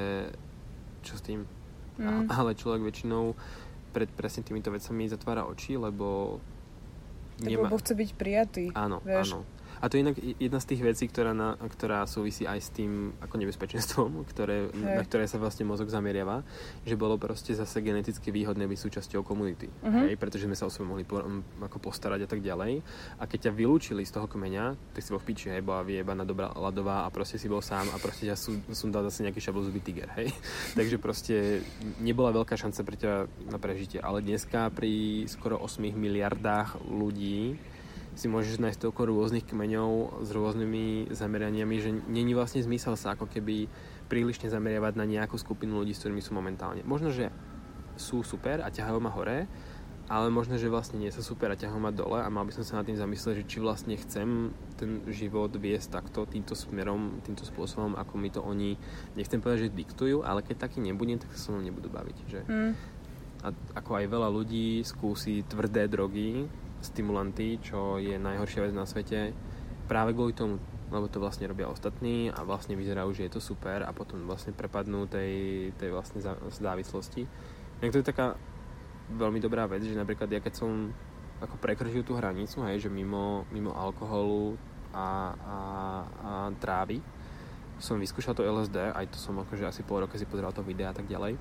čo s tým? Mm. Ale človek väčšinou pred presne týmito vecami zatvára oči, lebo tak lebo chce byť prijatý. Áno, vieš? Áno. A to je inak jedna z tých vecí, ktorá, na, ktorá súvisí aj s tým ako nebezpečenstvom, ktoré, na ktoré sa vlastne mozog zameriava, že bolo proste zase geneticky výhodné byť súčasťou komunity. Uh-huh. Hej, pretože sme sa o sebe mohli po, ako postarať a tak ďalej. A keď ťa vylúčili z toho kmeňa, tak si bol v piči, hej, bola vyjebaná dobrá ľadová a proste si bol sám a proste ťa sundal zase nejaký šablozubý tiger, hej. Takže proste nebola veľká šanca pre ťa na prežitie. Ale dneska pri skoro osem miliardách ľudí si môžeš nájsť toľko rôznych kmeňov s rôznymi zameraniami, že není vlastne zmysel sa ako keby prílišne zameriavať na nejakú skupinu ľudí, s ktorými sú momentálne. Možno, že sú super a ťahajú ma hore, ale možno, že vlastne nie sú super a ťahajú ma dole a mal by som sa nad tým zamyslieť, že či vlastne chcem ten život viesť takto, týmto smerom, týmto spôsobom, ako mi to oni, nechcem povedať, že diktujú, ale keď taký nebudem, tak sa so mnou nebudú baviť. Že? Mm. A ako aj veľa ľudí skúsi tvrdé drogy, stimulanty, čo je najhoršia vec na svete, práve kvôli tomu, lebo to vlastne robia ostatní a vlastne vyzerajú, že je to super a potom vlastne prepadnú tej, tej vlastne závislosti. Tak to je taká veľmi dobrá vec, že napríklad ja keď som ako prekročil tú hranicu, hej, že mimo, mimo alkoholu a, a, a trávy som vyskúšal to el es dé, aj to som akože asi pol roka si pozeral to videa a tak ďalej,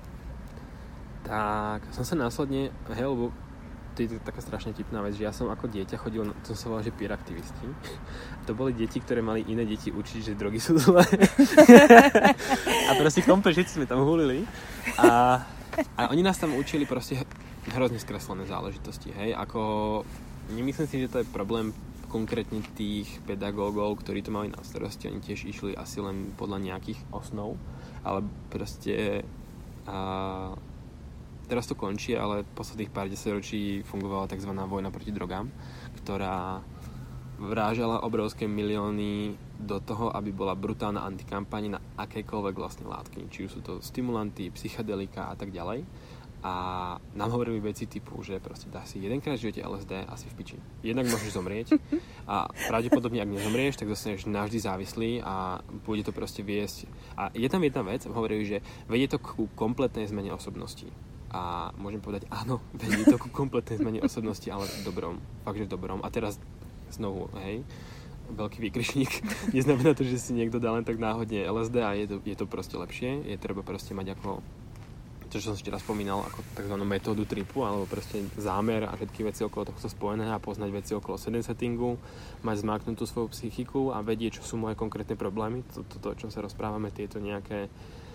tak som sa následne, hej, lebo to je taká strašne tipná vec, že ja som ako dieťa chodil, to som sa volal, že peer-aktivisti. To boli deti, ktoré mali iné deti učiť, že drogy sú zlé. A proste kompe, všetci sme tam hulili. A, a oni nás tam učili proste hrozne skreslené záležitosti, hej. Ako, nemyslím si, že to je problém konkrétne tých pedagógov, ktorí to mali na starosti. Oni tiež išli asi len podľa nejakých osnov, ale proste... A, teraz to končí, ale posledných pár desaťročí fungovala tzv. Vojna proti drogám, ktorá vrážala obrovské milióny do toho, aby bola brutálna antikampaň na akékoľvek vlastne látky. Či už sú to stimulanty, psychedelika a tak ďalej. a nám hovorili veci typu, že proste dá si jedenkrát v živote el es dé asi v piči. Jednak môžeš zomrieť a pravdepodobne, ak nezomrieš, tak zostaneš navždy závislý a bude to proste viesť. A je tam jedna vec, hovorili, že vedie to ku kompletnej zmene osobnosti. A môžem povedať, áno, vedie to ku kompletnej zmene osobnosti, ale v dobrom. Fakt, že v dobrom. A teraz znovu, hej, veľký výkričník. Neznamená to, že si niekto dá len tak náhodne el es dé a je to, je to proste lepšie. Je treba proste mať ako to, čo som ešte raz spomínal, ako takzvanú metódu tripu, alebo proste zámer a všetky veci okolo tohto spojené a poznať veci okolo sedem settingu, mať zmáknutú svoju psychiku a vedieť, čo sú moje konkrétne problémy. Toto, to, o čom sa rozprávame, tieto nejaké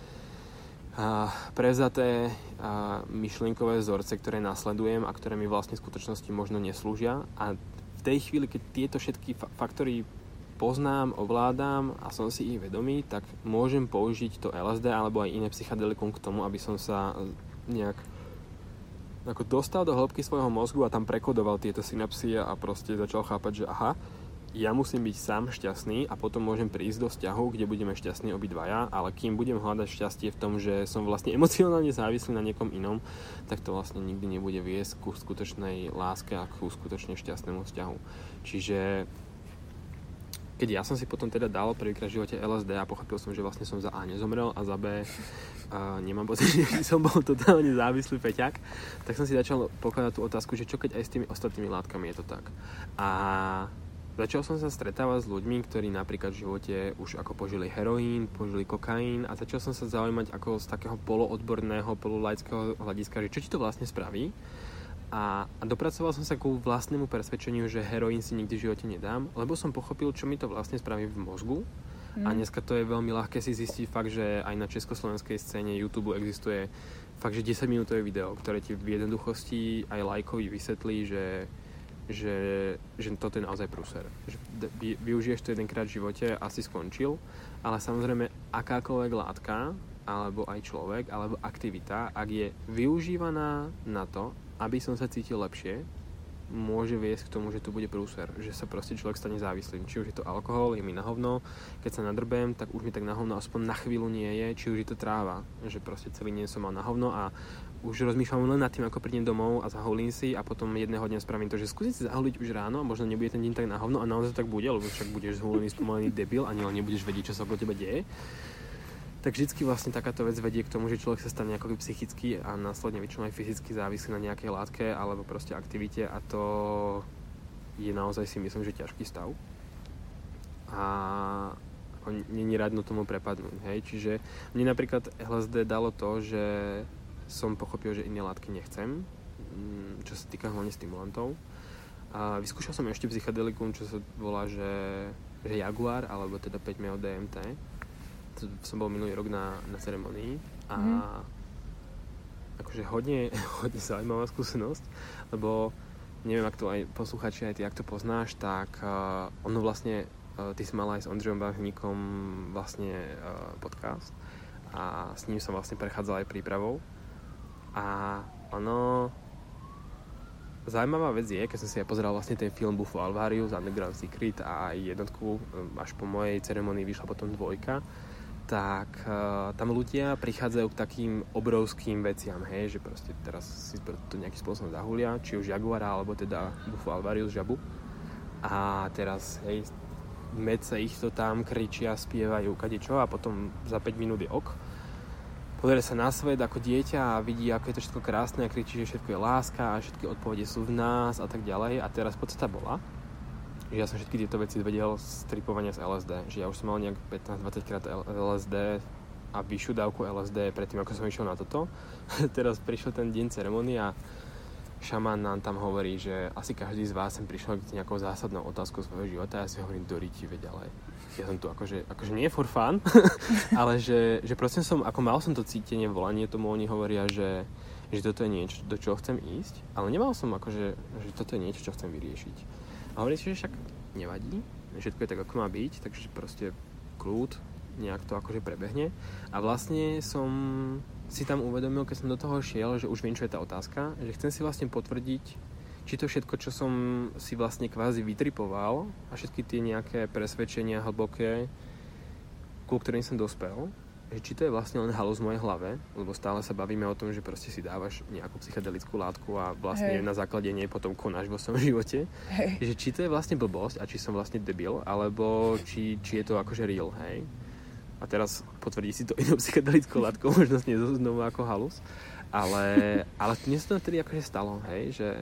a, prevzaté a, myšlienkové vzorce, ktoré nasledujem a ktoré mi vlastne v skutočnosti možno neslúžia. A v tej chvíli, keď tieto všetky fa- faktory poznám, ovládam a som si ich vedomý, tak môžem použiť to el es dé alebo aj iné psychedelikum k tomu, aby som sa nejak ako dostal do hĺbky svojho mozgu a tam prekodoval tieto synapsie a proste začal chápať, že aha, ja musím byť sám šťastný a potom môžem prísť do vzťahu, kde budeme šťastní obidvaja, ale kým budem hľadať šťastie v tom, že som vlastne emocionálne závislý na niekom inom, tak to vlastne nikdy nebude viesť ku skutočnej láske a ku skutočne šťastnému vzťahu. Čiže keď ja som si potom teda dal prvýkrát v živote el es dé a pochopil som, že vlastne som za A nezomrel a za B a nemám pocit, že som bol totálne závislý feťak, tak som si začal pokladať tú otázku, že čo keď aj s tými ostatnými látkami je to tak. A začal som sa stretávať s ľuďmi, ktorí napríklad v živote už ako požili heroín, požili kokain a začal som sa zaujímať ako z takého poloodborného, pololaického hľadiska, že čo ti to vlastne spraví. A, a dopracoval som sa ku vlastnému presvedčeniu, že heroín si nikdy v živote nedám, lebo som pochopil, čo mi to vlastne spraví v mozgu. Mm. A dneska to je veľmi ľahké si zistiť fakt, že aj na československej scéne YouTube existuje fakt, že desaťminútové video, ktoré ti v jednoduchosti aj lajkovi vysvetlí, že, že, že toto je naozaj prúser. Že využiješ to jedenkrát v živote a si skončil, ale samozrejme akákoľvek látka, alebo aj človek, alebo aktivita, ak je využívaná na to, aby som sa cítil lepšie, môže viesť k tomu, že to bude prúser, že sa proste človek stane závislým. Či už je to alkohol, je mi na hovno, keď sa nadrbem, tak už mi tak na hovno aspoň na chvíľu nie je, či už je to tráva, že proste celý deň som mal na hovno a už rozmýšľam len nad tým, ako prídem domov a zaholím si a potom jedného dňa spravím to, že skúsim si zaholiť už ráno a možno nebude ten deň tak na hovno a naozaj tak bude, lebo však budeš zholený, spomalený debil a nebudeš vedieť, čo sa okolo teba deje. Tak vždycky vlastne takáto vec vedie k tomu, že človek sa stane ako psychicky a následne väčšinou aj fyzicky závislý na nejakej látke alebo proste aktivite a to je naozaj si myslím, že ťažký stav. A není radno tomu prepadnúť, hej. Čiže mne napríklad el es dé dalo to, že som pochopil, že iné látky nechcem, čo sa týka hlavne stimulantov. A vyskúšal som ešte psychedelikum, čo sa volá, že, že Jaguar, alebo teda päť meo dé em té. Som bol minulý rok na, na ceremonii a mm. akože hodne, hodne zaujímavá skúsenosť, lebo neviem, ak to aj posluchači, aj ty, ak to poznáš, tak uh, ono vlastne, uh, ty si mal aj s Ondřejom Bahníkom vlastne uh, podcast a s ním som vlastne prechádzal aj prípravou a ono zaujímavá vec je, keď som si aj pozeral vlastne ten film Bufo Alvarius, Underground Secret a aj jednotku, až po mojej ceremonii vyšla potom dvojka, tak uh, tam ľudia prichádzajú k takým obrovským veciam, hej, že proste teraz si to nejakým spôsobom zahulia, či už Jaguara, alebo teda Bufo Alvarius žabu. A teraz, hej, med sa ich to tam kričia, spievajú, kadečo a potom za päť minút je ok. Pozrie sa na svet ako dieťa a vidí, ako je to všetko krásne a kričí, že všetko je láska a všetky odpovede sú v nás a tak ďalej. A teraz podstata bola, že ja som všetky tieto veci vedel z tripovania z el es dé. Že ja už som mal nejak pätnásť dvadsať krát el es dé a vyššiu dávku el es dé predtým, ako som išiel na toto. Teraz prišiel ten deň ceremonie a šamán nám tam hovorí, že asi každý z vás sem prišiel k nejakou zásadnou otázkou svojho života a ja si hovorím, do ríti, veď, ale ja som tu akože, akože nie for fun, ale že, že proste som, ako mal som to cítenie, volanie tomu, oni hovoria, že, že toto je niečo, do čoho chcem ísť, ale nemal som akože, že toto je niečo, čo chcem vyriešiť. A hovorí si, že však nevadí, všetko je tak, ako má byť, takže proste kľud, nejak to akože prebehne. A vlastne som si tam uvedomil, keď som do toho šiel, že už viem, čo je tá otázka, že chcem si vlastne potvrdiť, či to všetko, čo som si vlastne kvázi vytripoval a všetky tie nejaké presvedčenia hlboké, ku ktorým som dospel, že či to je vlastne len halus v mojej hlave, lebo stále sa bavíme o tom, že proste si dávaš nejakú psychedelickú látku a vlastne Hej. na základe nej potom konáš vo svojom živote. Hej. Že či to je vlastne blbosť a či som vlastne debil, alebo či, či je to akože real, hej. A teraz potvrdí si to inou psychedelickou látkou, možno nie znovu ako halus. Ale, ale mne sa to vtedy akože stalo, hej, že,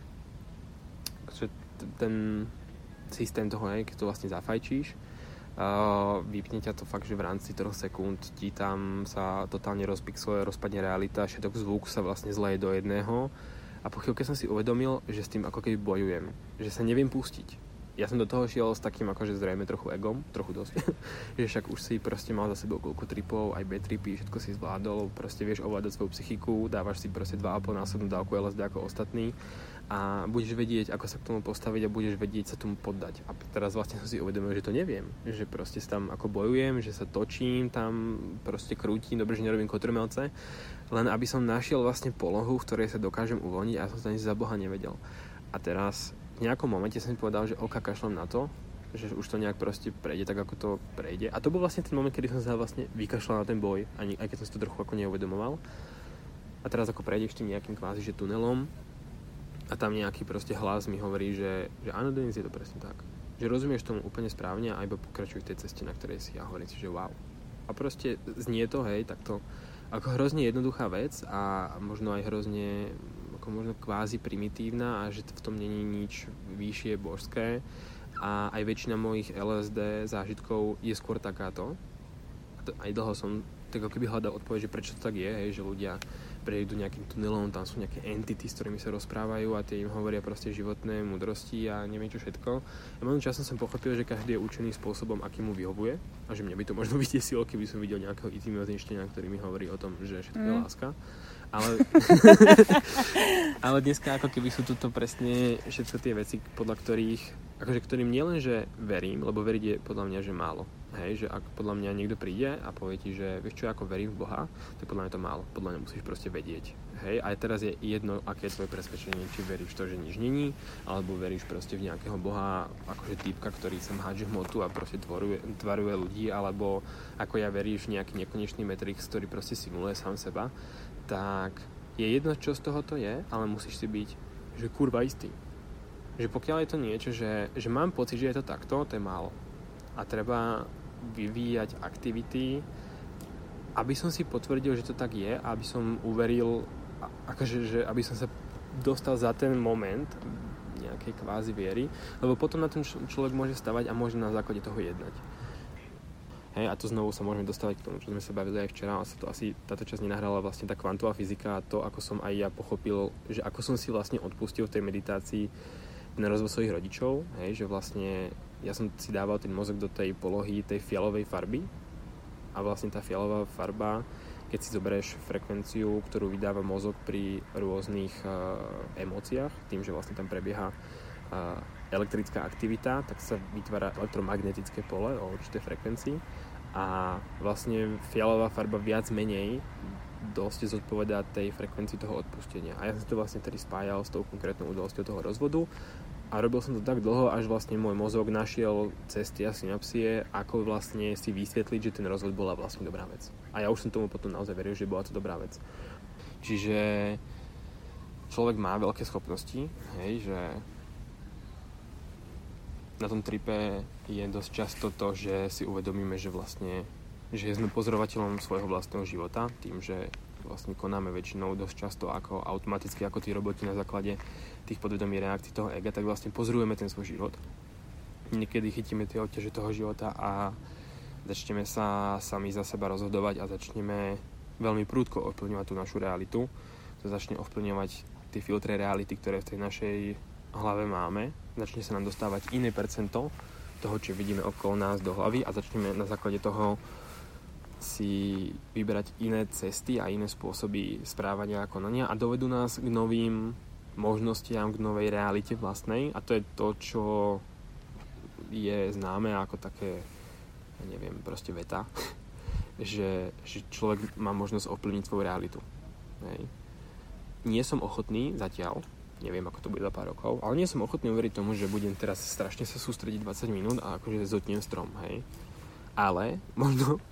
že ten systém toho, hej, keď to vlastne zafajčíš, Uh, vypne ťa to fakt, že v rámci troch sekúnd ti tam sa totálne rozpixeluje, rozpadne realita, všetok zvuk sa vlastne zleje do jedného a po chvíľke som si uvedomil, že s tým ako keby bojujem, že sa neviem pustiť. Ja som do toho šiel s takým akože zrejme trochu egom, trochu dosť, že však už si proste mal za sebou koľko tripov, aj B-tripy, všetko si zvládol, proste vieš ovládať svoju psychiku, dávaš si proste dva a pol násobnú dávku el es dé ako ostatní a budeš vedieť, ako sa k tomu postaviť a budeš vedieť sa tomu poddať. A teraz vlastne som si uvedomil, že to neviem, že proste tam ako bojujem, že sa točím, tam proste krútim, dobre, že nerobím kotrmelce, len aby som našiel vlastne polohu, v ktorej sa dokážem uvoľniť a ja som to ani za Boha nevedel. A teraz v nejakom momente som si povedal, že oka kašlem na to, že už to nejak proste prejde tak, ako to prejde. A to bol vlastne ten moment, kedy som sa vlastne vykašľal na ten boj, ani, aj keď som si to trochu ako neuvedomoval. A teraz ako prejdeš tým nejakým kvázi, že tunelom a tam nejaký proste hlas mi hovorí, že, že áno, Denis, je to presne tak. Že rozumieš tomu úplne správne a iba pokračuj v tej ceste, na ktorej si, a hovorím si, že wow. A proste znie to, hej, takto ako hrozne jednoduchá vec a možno aj hrozne ako možno kvázi primitívna a že v tom není nič vyššie božské a aj väčšina mojich el es dé zážitkov je skôr takáto. Aj dlho som tak ako keby hľadal odpoveď, že prečo to tak je, hej, že ľudia prejdú nejakým tunelom, tam sú nejaké entity, s ktorými sa rozprávajú a tie im hovoria proste životné múdrosti a neviem čo všetko. A možno časom som pochopil, že každý je učený spôsobom, aký mu vyhovuje a že mňa by to možno vytiesilo, keby som videl nejakého itimiozinštenia, ktorý mi hovorí o tom, že všetko je láska. Ale, ale dneska ako keby sú toto presne všetko tie veci, podľa ktorých, akože ktorým nielen, že verím, lebo veriť je podľa mňa, že málo. Hej, že ak podľa mňa niekto príde a povie ti, že vieš čo, ako verím v Boha, tak podľa mňa to málo. Podľa mňa musíš proste vedieť. Hej, aj teraz je jedno, aké je tvoje presvedčenie, či veríš to, že nič není, alebo veríš proste v nejakého Boha, akože týpka, ktorý sem hádže hmotu a proste tvoruje, tvaruje ľudí, alebo ako ja veríš v nejaký nekonečný Matrix, ktorý proste simuluje sám seba. Tak je jedno, čo z toho to je, ale musíš si byť, že kurva istý. Že pokiaľ je to niečo, že, že mám pocit, že je to takto, to je málo. A treba vyvíjať aktivity, aby som si potvrdil, že to tak je, aby som uveril, akože, že aby som sa dostal za ten moment nejakej kvázi viery, lebo potom na ten človek môže stavať a môže na základe toho jednať. Hej, a to znovu sa môžeme dostávať k tomu, čo sme sa bavili aj včera, a sa to asi táto časť nenahrala vlastne tá kvantová fyzika a to, ako som aj ja pochopil, že ako som si vlastne odpustil v tej meditácii na rozvoj svojich rodičov, hej, že vlastne ja som si dával ten mozog do tej polohy tej fialovej farby a vlastne tá fialová farba, keď si zoberieš frekvenciu, ktorú vydáva mozog pri rôznych uh, emóciách, tým, že vlastne tam prebieha uh, elektrická aktivita, tak sa vytvára elektromagnetické pole o určitej frekvencii a vlastne fialová farba viac menej dosť zodpovedá tej frekvencii toho odpustenia. A ja som to vlastne tedy spájal s tou konkrétnou udalosťou toho rozvodu a robil som to tak dlho, až vlastne môj mozog našiel cesty a synapsie, ako vlastne si vysvetliť, že ten rozvod bola vlastne dobrá vec. A ja už som tomu potom naozaj veril, že bola to dobrá vec. Čiže človek má veľké schopnosti, hej, že na tom tripe je dosť často to, že si uvedomíme, že vlastne že sme pozorovateľom svojho vlastného života, tým, že vlastne konáme väčšinou dosť často ako automaticky, ako tí roboti na základe tých podvedomých reakcií toho ega, tak vlastne pozorujeme ten svoj život. Niekedy chytíme tie odťaže toho života a začneme sa sami za seba rozhodovať a začneme veľmi prudko ovplyvňovať tú našu realitu. To začne ovplyvňovať tie filtre reality, ktoré v tej našej hlave máme. Začne sa nám dostávať iné percento toho, čo vidíme okolo nás do hlavy a začneme na základe toho si vyberať iné cesty a iné spôsoby správania a konania a dovedú nás k novým možnostiam, k novej realite vlastnej a to je to, čo je známe ako také, ja neviem, proste veta, že, že človek má možnosť ovplyvniť svoju realitu. Hej. Nie som ochotný zatiaľ, neviem, ako to bude za pár rokov, ale nie som ochotný uveriť tomu, že budem teraz strašne sa sústrediť dvadsať minút a akože zotnem strom, hej. Ale možno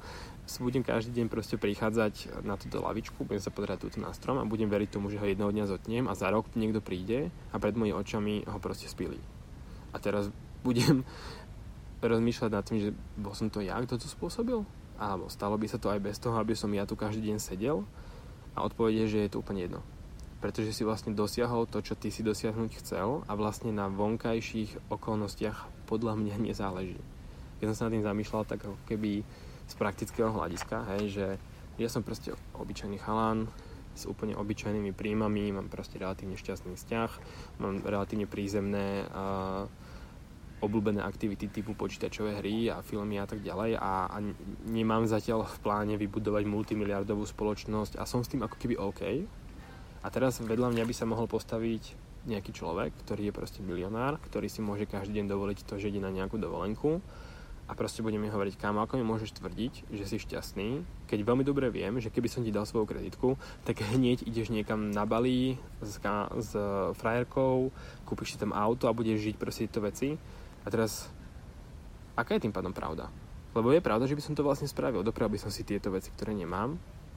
budem každý deň proste prichádzať na túto lavičku, budem sa pozerať túto na strom a budem veriť tomu, že ho jedného dňa zotnem a za rok niekto príde a pred mojimi očami ho proste spíli. A teraz budem rozmýšľať nad tým, že bol som to ja, kto to spôsobil? Alebo stalo by sa to aj bez toho, aby som ja tu každý deň sedel? A odpoveď je, že je to úplne jedno. Pretože si vlastne dosiahol to, čo ty si dosiahnuť chcel a vlastne na vonkajších okolnostiach podľa mňa nezáleží. Keď som sa nad tým zamýšľal, tak ako keby z praktického hľadiska, hej, že ja som proste obyčajný chalan s úplne obyčajnými príjmami, mám proste relatívne šťastný vzťah, mám relatívne prízemné a obľúbené aktivity typu počítačové hry a filmy a tak ďalej a, a nemám zatiaľ v pláne vybudovať multimiliardovú spoločnosť a som s tým ako keby OK. A teraz vedľa mňa by sa mohol postaviť nejaký človek, ktorý je proste milionár, ktorý si môže každý deň dovoliť to, že ide na nejakú dovolenku a proste budem mi hovoriť, kámo, ako mi môžeš tvrdiť, že si šťastný, keď veľmi dobre viem, že keby som ti dal svoju kreditku, tak hneď ideš niekam na Bali s, s frajerkou, kúpiš si tam auto a budeš žiť proste tieto veci. A teraz, aká je tým pádom pravda? Lebo je pravda, že by som to vlastne spravil. Doprial by som si tieto veci, ktoré nemám,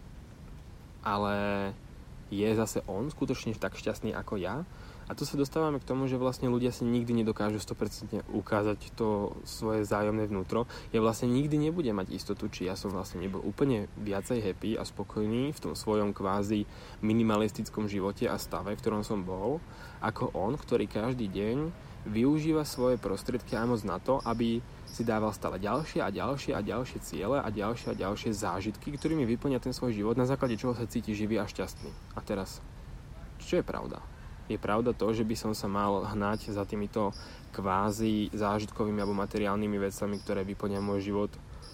ale je zase on skutočne tak šťastný ako ja? A tu sa dostávame k tomu, že vlastne ľudia si nikdy nedokážu sto percent ukázať to svoje vzájomné vnútro. Ja vlastne nikdy nebudem mať istotu, či ja som vlastne nebol úplne viacej happy a spokojný v tom svojom kvázi minimalistickom živote a stave, v ktorom som bol, ako on, ktorý každý deň využíva svoje prostriedky aj moc na to, aby si dával stále ďalšie a ďalšie a ďalšie ciele a ďalšie a ďalšie zážitky, ktorými vyplňa ten svoj život, na základe čoho sa cíti živý a šťastný. A teraz, čo je pravda? Je pravda to, že by som sa mal hnať za týmito kvázi zážitkovými alebo materiálnymi vecami, ktoré vyplňajú môj život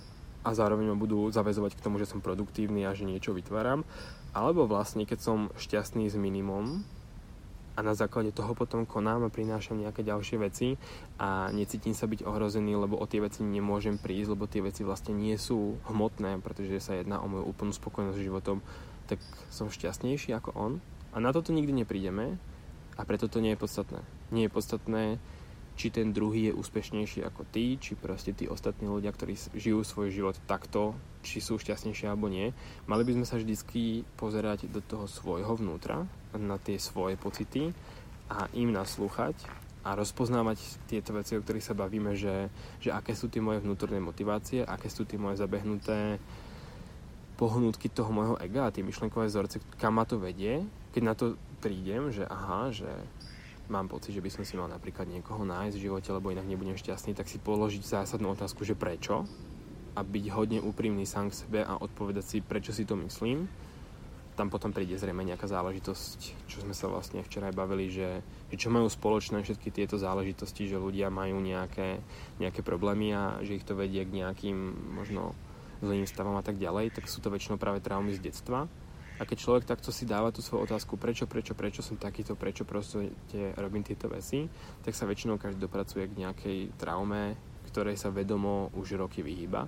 a zároveň ma budú zaväzovať k tomu, že som produktívny a že niečo vytváram, alebo vlastne keď som šťastný s minimum a na základe toho potom konám a prinášam nejaké ďalšie veci a necítim sa byť ohrozený, lebo o tie veci nemôžem prísť, lebo tie veci vlastne nie sú hmotné, pretože sa jedná o moju úplnú spokojnosť s životom, tak som šťastnejší ako on. A na toto nikdy neprídeme a preto to nie je podstatné. Nie je podstatné, či ten druhý je úspešnejší ako ty, či proste tí ostatní ľudia, ktorí žijú svoj život takto, či sú šťastnejší alebo nie. Mali by sme sa vždycky pozerať do toho svojho vnútra, na tie svoje pocity a im naslúchať a rozpoznávať tieto veci, o ktorých sa bavíme, že, že aké sú tie moje vnútorné motivácie, aké sú tie moje zabehnuté pohnútky toho môjho ega a tie myšlenkové vzorce, kam ma to vedie, keď na to prídem, že aha, že mám pocit, že by som si mal napríklad niekoho nájsť v živote, lebo inak nebudem šťastný, tak si položiť zásadnú otázku, že prečo a byť hodne úprimný sám k sebe a odpovedať si, prečo si to myslím. Tam potom príde zrejme nejaká záležitosť, čo sme sa vlastne včera aj bavili, že, že čo majú spoločné všetky tieto záležitosti, že ľudia majú nejaké, nejaké problémy a že ich to vedie k nejakým možno zlým stavom a tak ďalej, tak sú to väčšinou práve traumy z detstva. A keď človek takto si dáva tú svoju otázku, prečo, prečo, prečo som takýto, prečo proste robím tieto veci, tak sa väčšinou každý dopracuje k nejakej traume, ktorej sa vedomo už roky vyhýba.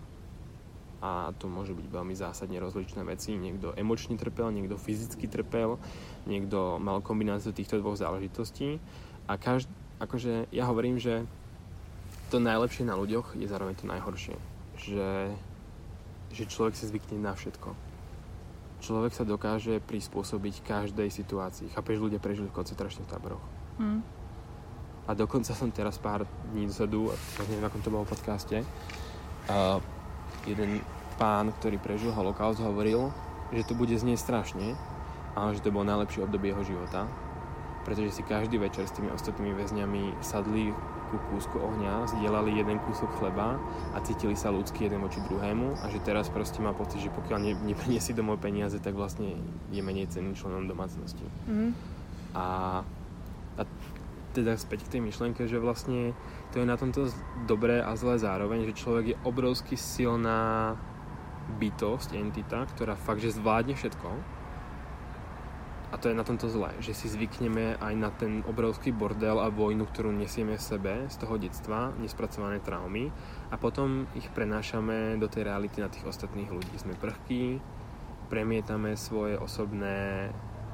A to môže byť veľmi zásadne rozličné veci. Niekto emočne trpel, niekto fyzicky trpel, niekto mal kombináciu týchto dvoch záležitostí. A každý, akože ja hovorím, že to najlepšie na ľuďoch je zároveň to najhoršie. Že, že človek sa zvykne na všetko. Človek sa dokáže prispôsobiť každej situácii. Chápeš, ľudia prežili v koncentračných táboroch. Hmm. A dokonca som teraz pár dní dozadu, a neviem, akom to bolo v podcaste, uh, jeden pán, ktorý prežil holokaust, hovoril, že to bude znieť strašne, ale že to bolo najlepšie obdobie jeho života, pretože si každý večer s tými ostatnými väzňami sadli ku kúsku ohňa, zdieľali jeden kúsok chleba a cítili sa ľudsky jeden voči druhému a že teraz proste má pocit, že pokiaľ ne, nepriniesie domov peniaze, tak vlastne je menej cenným členom domácnosti. Mm. A, a teda späť k tej myšlienke, že vlastne to je na tomto dobré a zlé zároveň, že človek je obrovsky silná bytosť, entita, ktorá fakt, že zvládne všetko. A to je na tomto zlé, že si zvykneme aj na ten obrovský bordel a vojnu, ktorú nesieme v sebe z toho detstva, nespracované traumy a potom ich prenášame do tej reality na tých ostatných ľudí. Sme prchkí, premietame svoje osobné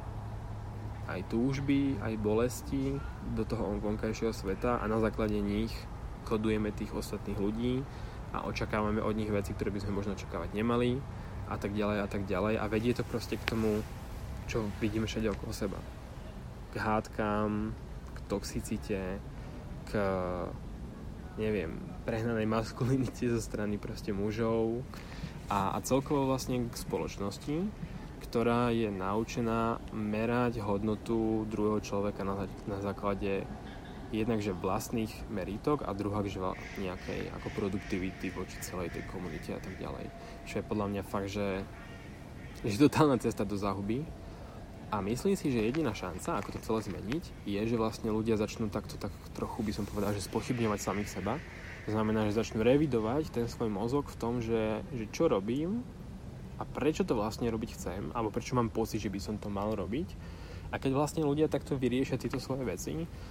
aj túžby, aj bolesti do toho vonkajšieho sveta a na základe nich kodujeme tých ostatných ľudí, a očakávame od nich veci, ktoré by sme možno očakávať nemali a tak ďalej a tak ďalej a vedie to proste k tomu, čo vidíme všade okolo seba. K hádkam, k toxicite, k neviem, prehnanej maskulinite zo strany proste mužov a, a celkovo vlastne k spoločnosti, ktorá je naučená merať hodnotu druhého človeka na, na základe jednak, že vlastných merítok a druhá, že nejakej ako produktivity voči celej tej komunite a tak ďalej. Čo je podľa mňa fakt, že, že totálna cesta do záhuby. A myslím si, že jediná šanca, ako to celé zmeniť, je, že vlastne ľudia začnú takto tak trochu, by som povedal, že spochybňovať samých seba. To znamená, že začnú revidovať ten svoj mozog v tom, že, že čo robím a prečo to vlastne robiť chcem, alebo prečo mám pocit, že by som to mal robiť. A keď vlastne ľudia takto vyriešia tieto svoje veci,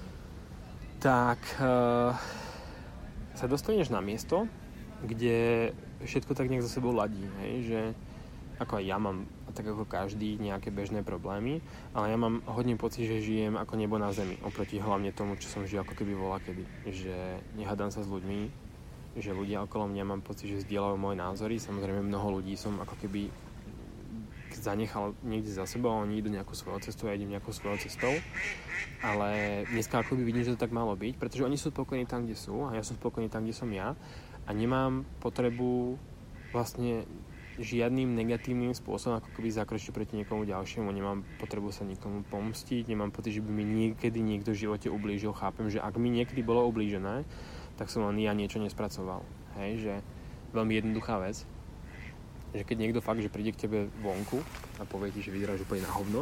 tak uh, sa dostaneš na miesto, kde všetko tak nejak za sebou ladí, hej? Že ako aj ja mám, tak ako každý, nejaké bežné problémy, ale ja mám hodne pocit, že žijem ako nebo na zemi, oproti hlavne tomu, čo som žil ako keby volá kedy, že nehádam sa s ľuďmi, že ľudia okolo mňa mám pocit, že zdieľajú moje názory, samozrejme mnoho ľudí som ako keby zanechal niekde za sebou, oni idú nejakú svojou cestou, ja idem nejakou svojou cestou. Ale dneska akoby vidím, že to tak malo byť, pretože oni sú spokojní tam, kde sú a ja som spokojný tam, kde som ja a nemám potrebu vlastne žiadnym negatívnym spôsobom ako keby zakročiť proti niekomu ďalšiemu, nemám potrebu sa nikomu pomstiť, nemám pocit, že by mi niekedy niekto v živote ublížil, chápem, že ak mi niekedy bolo ublížené, tak som len ja niečo nespracoval. Hej, že veľmi jednoduchá vec, že keď niekto fakt, že príde k tebe vonku a povie ti, že vyzeráš úplne na hovno,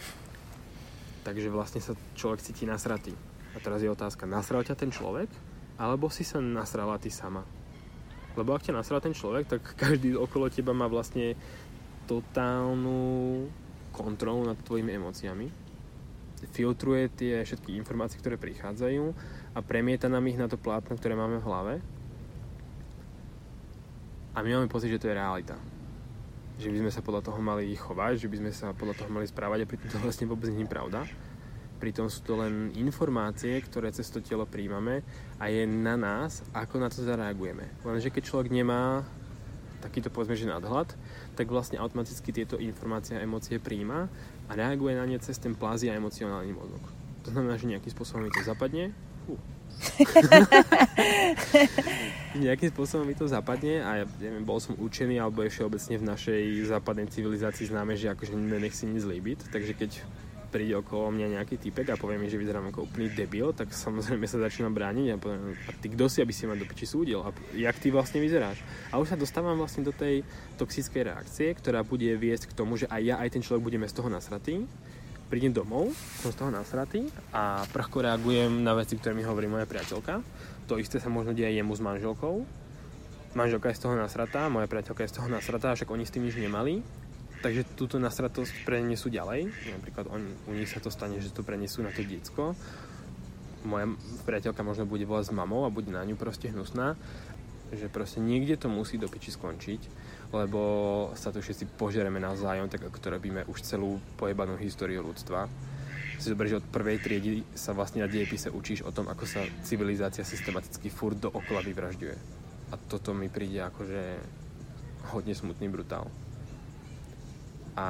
takže vlastne sa človek cíti nasratý. A teraz je otázka, nasral ťa ten človek, alebo si sa nasrala ty sama? Lebo ak ťa nasral ten človek, tak každý okolo teba má vlastne totálnu kontrolu nad tvojimi emóciami. Filtruje tie všetky informácie, ktoré prichádzajú a premieta nám ich na to plátno, ktoré máme v hlave. A my máme pocit, že to je realita. Že by sme sa podľa toho mali chovať, že by sme sa podľa toho mali správať a pritom to vlastne vôbec nie je pravda. Pritom sú to len informácie, ktoré cez to telo príjmame a je na nás, ako na to zareagujeme. Lenže keď človek nemá takýto, povedzme, že nadhľad, tak vlastne automaticky tieto informácie a emócie príjma a reaguje na ne cez ten plazí a emocionálny mozog. To znamená, že nejakým spôsobom mi to zapadne. Uh. nejakým spôsobom mi to zapadne a ja neviem, bol som učený alebo je všeobecne v našej západnej civilizácii známe, že akože nech si nič zlíbiť, takže keď príde okolo mňa nejaký typek a povie mi, že vyzerám ako úplný debil, tak samozrejme sa začínam brániť a poviem, a ty kto si, aby si ma do piči súdil a jak ty vlastne vyzeráš. A už sa dostávam vlastne do tej toxickej reakcie, ktorá bude viesť k tomu, že aj ja, aj ten človek budeme z toho nasratý. Prídem domov, som z toho nasratý a prchko reagujem na veci, ktoré mi hovorí moja priateľka. To isté sa možno deje jemu s manželkou. Manželka je z toho nasratá, moja priateľka je z toho nasratá, však oni s tým nič nemali. Takže túto nasratosť prenesú ďalej. Napríklad on, u nich sa to stane, že to prenesú na to decko. Moja priateľka možno bude volať s mamou a bude na ňu proste hnusná. Že proste niekde to musí do piči skončiť, lebo sa tu všetci požereme navzájom, tak ako to robíme už celú pojebanú históriu ľudstva. Si zober, že od prvej triedy sa vlastne na dejepise učíš o tom, ako sa civilizácia systematicky furt dookola vyvražďuje. A toto mi príde akože hodne smutný brutál. A...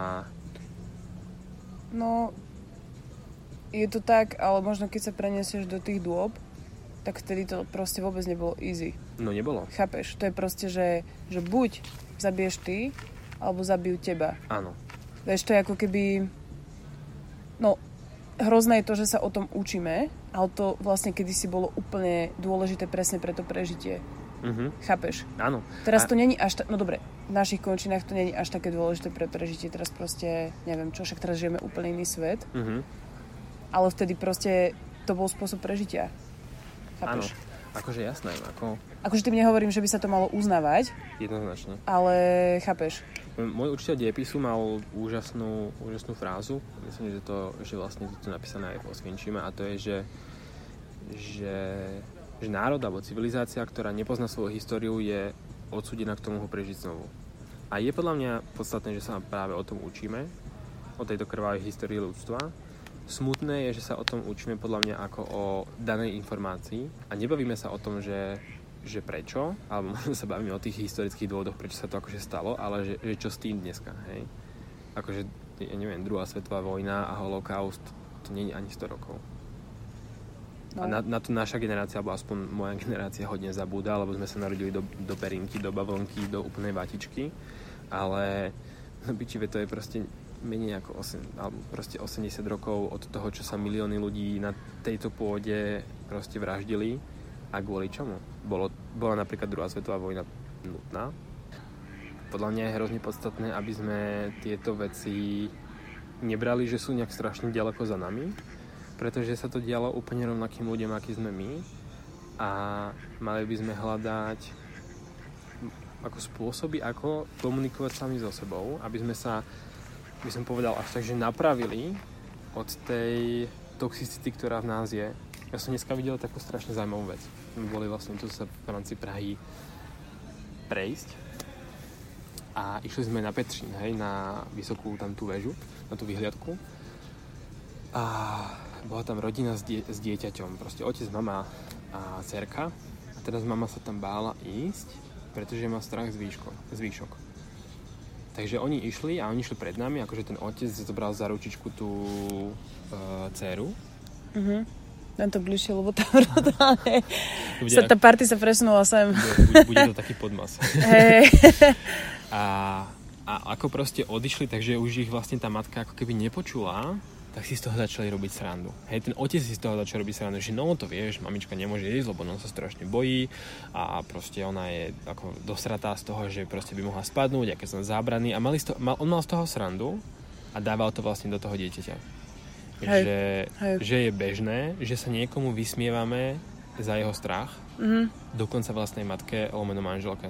No, je to tak, ale možno keď sa preniesieš do tých dôb, tak vtedy to proste vôbec nebolo easy. No nebolo. Chápeš? To je proste, že, že buď zabiješ ty, alebo zabijú teba. Áno. Vieš, to je ako keby... No, hrozné je to, že sa o tom učíme, ale to vlastne kedysi bolo úplne dôležité presne pre to prežitie. Uh-huh. Chápeš? Áno. Teraz A... to není až tak... No dobre, v našich končinách to není až také dôležité pre prežitie. Teraz proste, neviem čo, však teraz žijeme úplne iný svet. Uh-huh. Ale vtedy proste to bol spôsob prežitia. Chápeš? Áno. Akože jasné, ako... Akože tým nehovorím, že by sa to malo uznávať. Jednoznačne. Ale chápeš? Môj učiteľ dejepisu mal úžasnú, úžasnú frázu. Myslím, že to, že vlastne to je napísané aj po Svinčime a to je, že, že, že národ alebo civilizácia, ktorá nepozná svoju históriu, je odsúdená k tomu ho prežiť znovu. A je podľa mňa podstatné, že sa práve o tom učíme, o tejto krvavej histórii ľudstva. Smutné je, že sa o tom učíme podľa mňa ako o danej informácii a nebavíme sa o tom, že že prečo, alebo možno sa bavíme o tých historických dôvodoch, prečo sa to akože stalo, ale že, že čo s tým dneska, hej. Akože, ja neviem, druhá svetová vojna a holokaust, to nie je ani sto rokov. No. A na, na to naša generácia, alebo aspoň moja generácia hodne zabúda, lebo sme sa narodili do, do perinky, do bavlnky, do úplnej vatičky, ale no bičive, to je proste menej ako osem, alebo proste osemdesiat rokov od toho, čo sa milióny ľudí na tejto pôde proste vraždili. A kvôli čomu? Bolo, bola napríklad druhá svetová vojna nutná. Podľa mňa je hrozne podstatné, aby sme tieto veci nebrali, že sú nejak strašne ďaleko za nami, pretože sa to dialo úplne rovnakým ľuďom, aký sme my, a mali by sme hľadať ako spôsoby, ako komunikovať sami so sebou, aby sme sa, by som povedal, až tak, že napravili od tej toxicity, ktorá v nás je. Ja som dneska videl takú strašne zaujímavú vec. My boli vlastne tu sa v rámci Prahy prejsť a išli sme na Petřín, hej, na vysokú tam tú väžu, na tú vyhliadku. A bola tam rodina s, die- s dieťaťom, proste otec, mama a dcerka. A teraz mama sa tam bála ísť, pretože má strach z, výško, z výšok. Takže oni išli a oni išli pred nami, akože ten otec zobral za ručičku tú uh, dceru. Mhm. Dám to bližšie, lebo tam brutálne sa tá party sa presunula sem. Bude, bude to taký podmas. Hej. a, a ako proste odišli, takže už ich vlastne tá matka ako keby nepočula, tak si z toho začali robiť srandu. Hej, ten otec si z toho začal robiť srandu, že no to vieš, mamička nemôže ísť, lebo on sa strašne bojí a proste ona je ako dosratá z toho, že proste by mohla spadnúť, aké sú zábrany, a mali z toho, mal, on mal z toho srandu a dával to vlastne do toho dieťaťa. Hej. Že, Hej. že je bežné, že sa niekomu vysmievame za jeho strach, mm-hmm. dokonca vlastnej matke, lomeno manželke.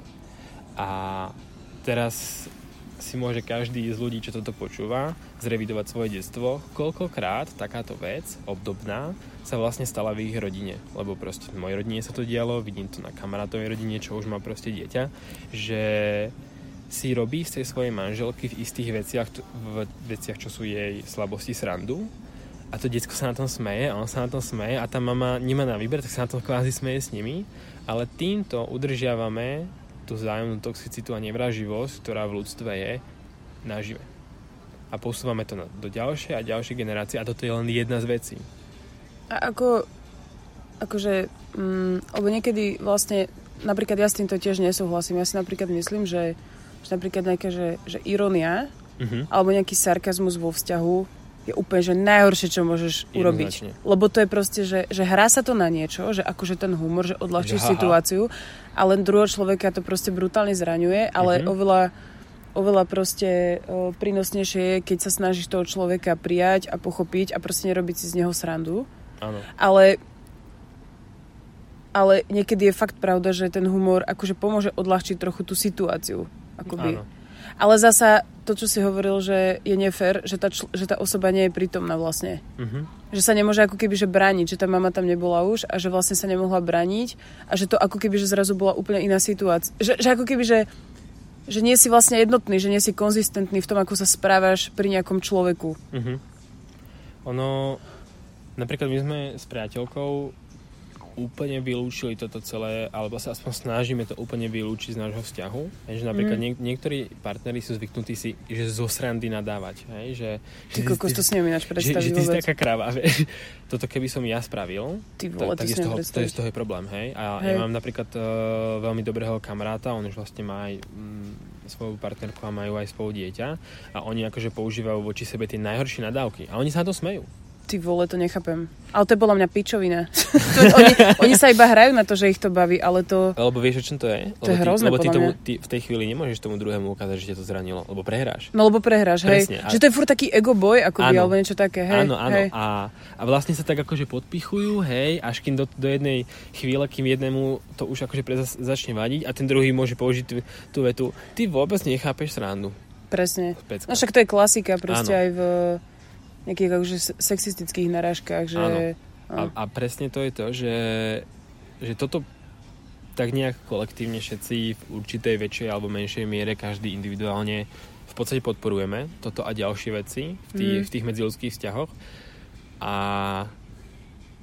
A teraz si môže každý z ľudí, čo toto počúva, zrevidovať svoje detstvo, koľkokrát takáto vec, obdobná, sa vlastne stala v ich rodine. Lebo proste v mojej rodine sa to dialo, vidím to na kamarátovej rodine, čo už má proste dieťa, že si robí z tej svojej manželky v istých veciach, v veciach, čo sú jej slabosti, srandu. A to decko sa na tom smeje, a on sa na tom smeje, a tá mama nemá na výber, tak sa na tom kvázi smeje s nimi. Ale týmto udržiavame tú vzájomnú toxicitu a nevraživosť, ktorá v ľudstve je, nažive. A posúvame to na, do ďalšej a ďalšej generácie, a toto je len jedna z vecí. A ako, akože, mm, lebo niekedy vlastne, napríklad ja s týmto tiež nesúhlasím. Ja si napríklad myslím, že, že napríklad nejaká, že, že irónia, uh-huh. alebo nejaký sarkazmus vo vzťahu je úplne, že najhoršie, čo môžeš urobiť. Lebo to je proste, že, že hrá sa to na niečo, že akože ten humor, že odľahčíš situáciu, a len druhého človeka to proste brutálne zraňuje, ale mm-hmm. oveľa, oveľa proste o, prínosnejšie je, keď sa snažíš toho človeka prijať a pochopiť a proste nerobiť si z neho srandu. Áno. Ale, ale niekedy je fakt pravda, že ten humor akože pomôže odľahčiť trochu tú situáciu. Akoby. Áno. Ale zasa to, čo si hovoril, že je nefér, že tá, čl- že tá osoba nie je prítomná vlastne. Uh-huh. Že sa nemôže ako keby že brániť, že tá mama tam nebola už a že vlastne sa nemohla brániť a že to ako keby že zrazu bola úplne iná situácia. Že, že ako keby, že, že nie si vlastne jednotný, že nie si konzistentný v tom, ako sa správaš pri nejakom človeku. Uh-huh. Ono, napríklad my sme s priateľkou úplne vylúčili toto celé, alebo sa aspoň snažíme to úplne vylúčiť z nášho vzťahu. Hej, že napríklad mm. niek- niektorí partneri sú zvyknutí si, že zo srandy nadávať. Hej, že, ty kokos, to si neviem ináč predstaviť že, že ty si taká kráva. Toto keby som ja spravil, ty vole, tak, tak je z toho, to je z toho je problém. Hej? A hej. Ja mám napríklad uh, veľmi dobrého kamaráta, on už vlastne má aj mm, svoju partnerku a majú aj spolu dieťa, a oni akože používajú voči sebe tie najhoršie nadávky. A oni sa na to smejú. Ty vole, to nechápem. Ale to je podľa mňa pičovina. oni, oni sa iba hrajú na to, že ich to baví, ale to... Lebo vieš, o čom to je? To lebo je hrozné, ty, lebo ty, tomu, mňa. ty v tej chvíli nemôžeš tomu druhému ukázať, že ťa to zranilo, lebo prehráš. No lebo prehráš, hej. Presne. Že to je furt taký ego boj, akoby, alebo niečo také, hej. Áno, áno. Hej. A, a vlastne sa tak akože podpichujú, hej, až kým do, do jednej chvíle, kým jednému to už akože pre, začne vadiť, a ten druhý môže použiť tú, tú vetu, ty vôbec nechápeš srandu. Presne. Pecka. No však to je klasika, proste áno. Aj v nejakých akože sexistických narážkach, že... Áno. A, a presne to je to, že, že toto tak nejak kolektívne všetci v určitej väčšej alebo menšej miere, každý individuálne v podstate podporujeme toto a ďalšie veci v tých, mm. v tých medziľudských vzťahoch. A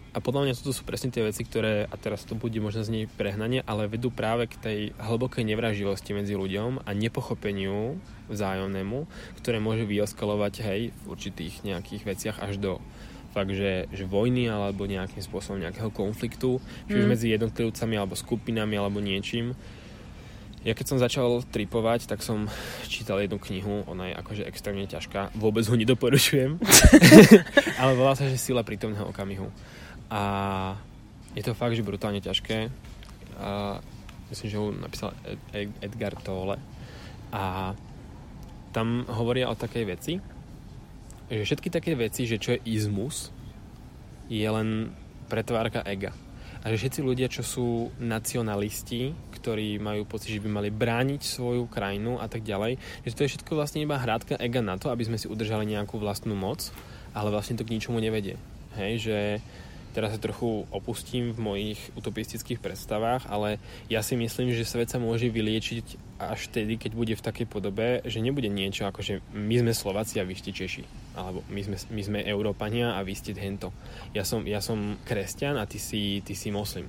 A podľa mňa toto sú presne tie veci, ktoré, a teraz to bude možno znieť prehnanie, ale vedú práve k tej hlbokej nevraživosti medzi ľuďom a nepochopeniu vzájomnému, ktoré môže vyeskalovať, hej, v určitých nejakých veciach až do fakt, že, že vojny alebo nejakým spôsobom nejakého konfliktu, či už mm. medzi jednotlivcami alebo skupinami alebo niečím. Ja keď som začal tripovať, tak som čítal jednu knihu, ona je akože extrémne ťažká, vôbec ho nedoporučujem, ale volá sa, že Sila prítomného okamihu. A je to fakt, že brutálne ťažké. A myslím, že ho napísal Ed- Edgar Tolle. A tam hovoria o takej veci, že všetky také veci, že čo je izmus, je len pretvárka ega. A že všetci ľudia, čo sú nacionalisti, ktorí majú pocit, že by mali brániť svoju krajinu a tak ďalej, že to je všetko vlastne iba hrátka ega na to, aby sme si udržali nejakú vlastnú moc, ale vlastne to k ničomu nevedie. Hej, že teraz sa trochu opustím v mojich utopistických predstavách, ale ja si myslím, že svet sa môže vyliečiť až vtedy, keď bude v takej podobe, že nebude niečo ako, že my sme Slováci a vy ste Češi. Alebo my sme, my sme Európania a vy ste hento. Ja som, ja som kresťan a ty si, ty si moslim.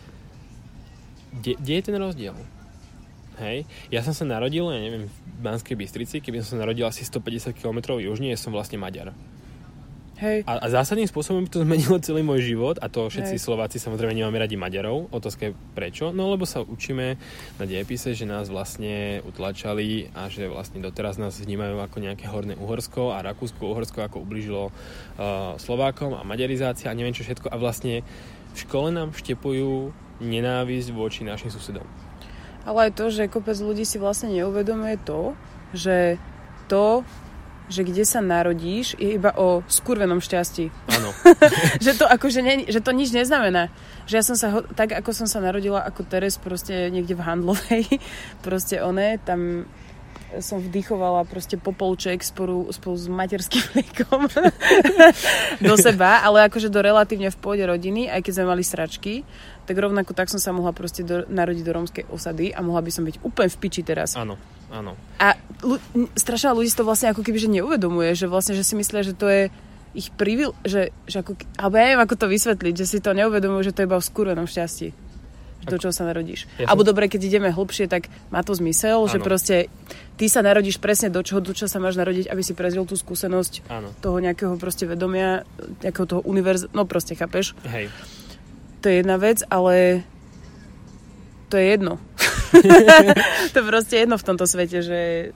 Kde je ten rozdiel? Hej? Ja som sa narodil, ja neviem, v Banskej Bystrici, keby som sa narodil asi stopäťdesiat kilometrov južne, ja som vlastne Maďar. Hej. A, a zásadným spôsobom by to zmenilo celý môj život a to všetci Hej. Slováci samozrejme nemáme radi Maďarov. Otázka je prečo? No lebo sa učíme na dejepise, že nás vlastne utlačali a že vlastne doteraz nás vnímajú ako nejaké Horné Uhorsko a Rakúsko-Uhorsko ako ublížilo uh, Slovákom a maďarizácia a neviem čo všetko a vlastne v škole nám vštepujú nenávisť voči našim susedom. Ale aj to, že kopec ľudí si vlastne neuvedomuje to, že to že kde sa narodíš, je iba o skurvenom šťastí. Áno. že to akože ne, že to nič neznamená. Že ja som sa, ho, tak ako som sa narodila ako Teres proste niekde v Handlovej, proste one, tam som vdychovala proste popolček spolu, spolu s materským mliekom do seba, ale akože do relatívne v pôde rodiny, aj keď sme mali sračky, tak rovnako tak som sa mohla proste do, narodiť do rómskej osady a mohla by som byť úplne v piči teraz. Áno, áno. A ľu, strašne ľudí to vlastne ako keby že neuvedomuje, že vlastne, že si myslia, že to je ich privil, že, že ako, alebo ja neviem, ako to vysvetliť, že si to neuvedomujú, že to je iba v skurvenom šťastí. Do čoho sa narodíš. Ja Alebo som... dobre, keď ideme hlbšie, tak má to zmysel, ano. Že proste ty sa narodíš presne do čoho, do čoho sa máš narodiť, aby si prežil tú skúsenosť ano. Toho nejakého proste vedomia, nejakého toho univerza, no proste, chápeš? Hej. To je jedna vec, ale to je jedno. To je proste jedno v tomto svete, že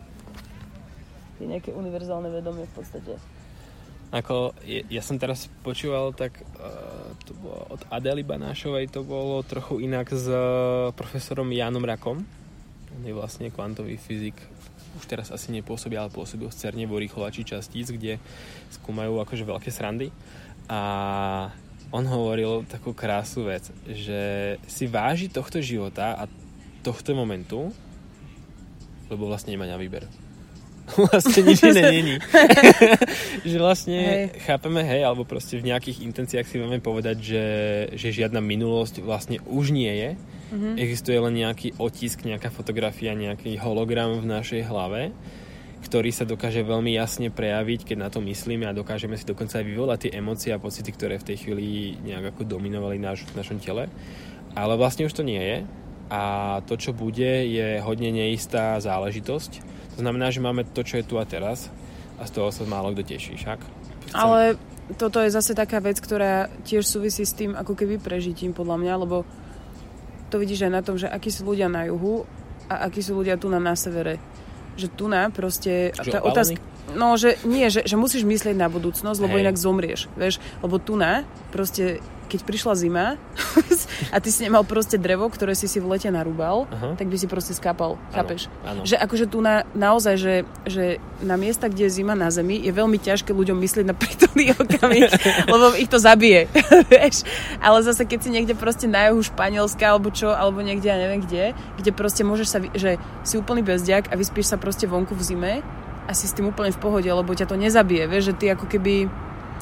je nejaké univerzálne vedomie v podstate. Ako, ja, ja som teraz počúval, tak uh, to bolo od Adely Banášovej, to bolo trochu inak s uh, profesorom Jánom Rakom. On je vlastne kvantový fyzik. Už teraz asi nepôsobí, ale pôsobil v CERNe vo rýchlovači častíc, kde skúmajú akože veľké srandy. A on hovoril takú krásnu vec, že si váži tohto života a tohto momentu, lebo vlastne nemá na výber. Vlastne nič iné není. Že vlastne hej. chápeme, hej, alebo proste v nejakých intenciách si máme povedať, že, že žiadna minulosť vlastne už nie je. Mm-hmm. Existuje len nejaký otisk, nejaká fotografia, nejaký hologram v našej hlave, ktorý sa dokáže veľmi jasne prejaviť, keď na to myslíme a dokážeme si dokonca aj vyvolať tie emócie a pocity, ktoré v tej chvíli nejak ako dominovali náš, v našom tele. Ale vlastne už to nie je. A to, čo bude, je hodne neistá záležitosť. To znamená, že máme to, čo je tu a teraz a z toho sa málo kto teší, však? Chcem... Ale toto je zase taká vec, ktorá tiež súvisí s tým ako keby prežitím podľa mňa, lebo to vidíš aj na tom, že akí sú ľudia na juhu a akí sú ľudia tu na, na severe. Že tu na proste... Že tá otázka, no, že nie, že, že musíš myslieť na budúcnosť, lebo hej. inak zomrieš, vieš? Lebo tu na proste... Keď prišla zima a ty si nemal proste drevo, ktoré si si v lete narúbal, uh-huh. tak by si proste skápal, chápeš? Áno. Že akože tu na, naozaj, že, že na miesta, kde je zima na zemi, je veľmi ťažké ľuďom myslieť na prítomný okamih, lebo ich to zabije, vieš? Ale zase, keď si niekde proste na juhu Španielska, alebo čo, alebo niekde, ja neviem kde, kde proste môžeš sa, že si úplný bezďak a vyspíš sa proste vonku v zime a si s tým úplne v pohode, lebo ťa to nezabije, vieš? Že ty ako keby...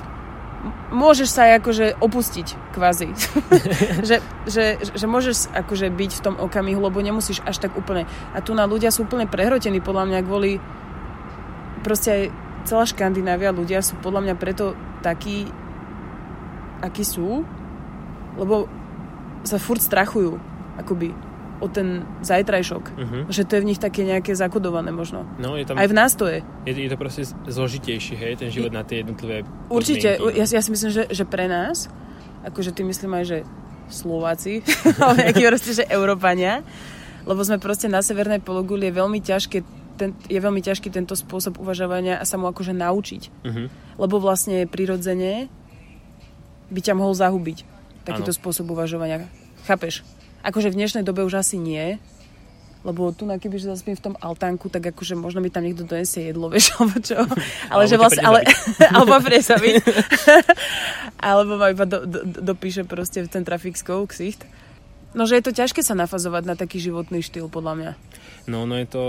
môžeš sa aj akože opustiť kvázi. že, že, že môžeš akože byť v tom okamihu, lebo nemusíš až tak úplne. A tu na ľudia sú úplne prehrotení podľa mňa kvôli proste aj celá Škandinávia ľudia sú podľa mňa preto takí akí sú, Lebo sa furt strachujú, akoby, o ten zajtrajšok. Uh-huh. Že to je v nich také nejaké zakodované možno. No, je tam, aj v nás to je. Je, je to proste zložitejší, hej, ten život na tie jednotlivé Určite, podmienky. ja, ja si myslím, že, že pre nás, akože ty myslím aj, že Slováci, ale nejaký proste, že Európania, lebo sme proste na severnej pologuli, je veľmi ťažké ten, je veľmi ťažký tento spôsob uvažovania a sa mu akože naučiť. Uh-huh. Lebo vlastne prirodzene by ťa mohol zahubiť takýto ano. Spôsob uvažovania. Chápeš? Akože v dnešnej dobe už asi nie, lebo tu na kebyže zaspím v tom altánku, tak akože možno mi tam niekto donesie jedlo, vieš, alebo čo. Ale že vlastne, ale, alebo presaviť. Alebo ma iba do, do, dopíše proste ten trafikskou ksicht. No, že je to ťažké sa nafazovať na taký životný štýl, podľa mňa. No, no je to...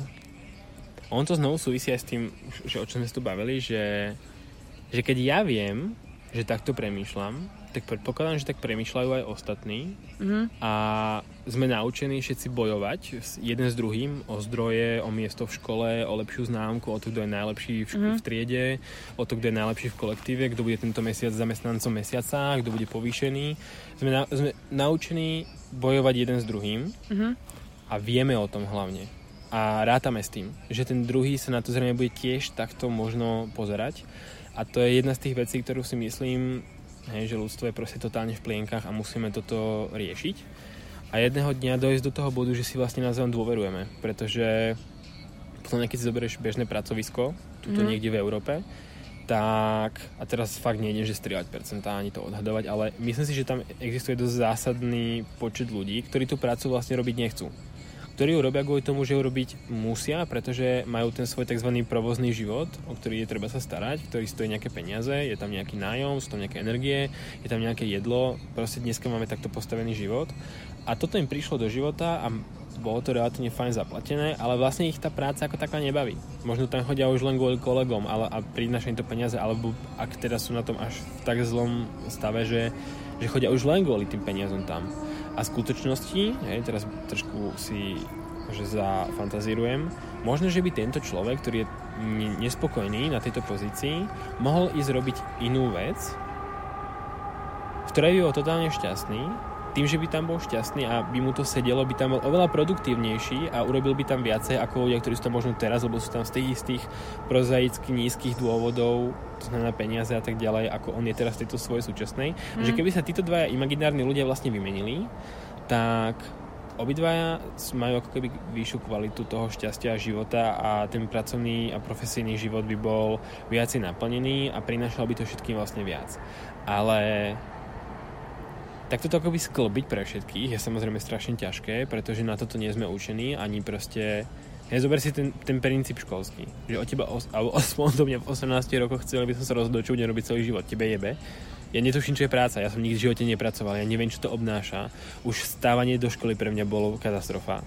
On to znovu súvisí aj s tým, že o čom sme tu bavili, že, že keď ja viem, že takto premýšľam, tak predpokladám, že tak premýšľajú aj ostatní mm-hmm. a sme naučení všetci bojovať jeden s druhým o zdroje, o miesto v škole, o lepšiu známku, o to, kto je najlepší v, šk- mm-hmm. v triede, o to, kto je najlepší v kolektíve, kto bude tento mesiac zamestnancom mesiaca, kto bude povýšený. Sme, na- sme naučení bojovať jeden s druhým mm-hmm. a vieme o tom hlavne. A rátame s tým, že ten druhý sa na to zrejme bude tiež takto možno pozerať. A to je jedna z tých vecí, ktorú si myslím, hej, že ľudstvo je proste totálne v plienkach a musíme toto riešiť. A jedného dňa dojsť do toho bodu, že si vlastne navzájom dôverujeme. Pretože potom, keď si zoberieš bežné pracovisko, tuto mm. niekde v Európe, tak, a teraz fakt nie je, že strieľať percentá, ani to odhadovať, ale myslím si, že tam existuje dosť zásadný počet ľudí, ktorí tú prácu vlastne robiť nechcú. Ktorí ju robia kvôli tomu, že ju robiť musia, pretože majú ten svoj tzv. Provozný život, o ktorý je treba sa starať, ktorý stojí nejaké peniaze, je tam nejaký nájom, sú tam nejaké energie, je tam nejaké jedlo, proste dneska máme takto postavený život. A toto im prišlo do života a bolo to relatívne fajn zaplatené, ale vlastne ich tá práca ako taká nebaví. Možno tam chodia už len kvôli kolegom ale, a prinášajú to peniaze, alebo ak teda sú na tom až v tak zlom stave, že, že chodia už len kvôli tým peniazom tam. A v skutočnosti, hej, teraz trošku si že zafantazírujem, možno, že by tento človek, ktorý je nespokojný na tejto pozícii, mohol ísť robiť inú vec, v ktorej by bol totálne šťastný, tým, že by tam bol šťastný a by mu to sedelo, by tam bol oveľa produktívnejší a urobil by tam viacej ako ľudia, ktorí sú tam možno teraz, lebo sú tam z tých istých prozaicky nízkych dôvodov, to znamená peniaze a tak ďalej, ako on je teraz v tejto svojej súčasnej. Mm. Že keby sa títo dvaja imaginárni ľudia vlastne vymenili, tak obidvaja majú ako keby vyššiu kvalitu toho šťastia života a ten pracovný a profesijný život by bol viacej naplnený a prinášal by to všetkým vlastne viac. Ale tak toto akoby sklbiť pre všetkých je samozrejme strašne ťažké, pretože na toto nie sme učení, ani proste... Ja zober si ten, ten princíp školský, že od teba, os, alebo aspoň do mňa v osemnástich rokoch chcel by som sa rozhodol, čo budem robiť celý život, tebe jebe. Ja netuším, čo je práca, ja som nikdy v živote nepracoval, ja neviem, čo to obnáša. Už stávanie do školy pre mňa bolo katastrofa.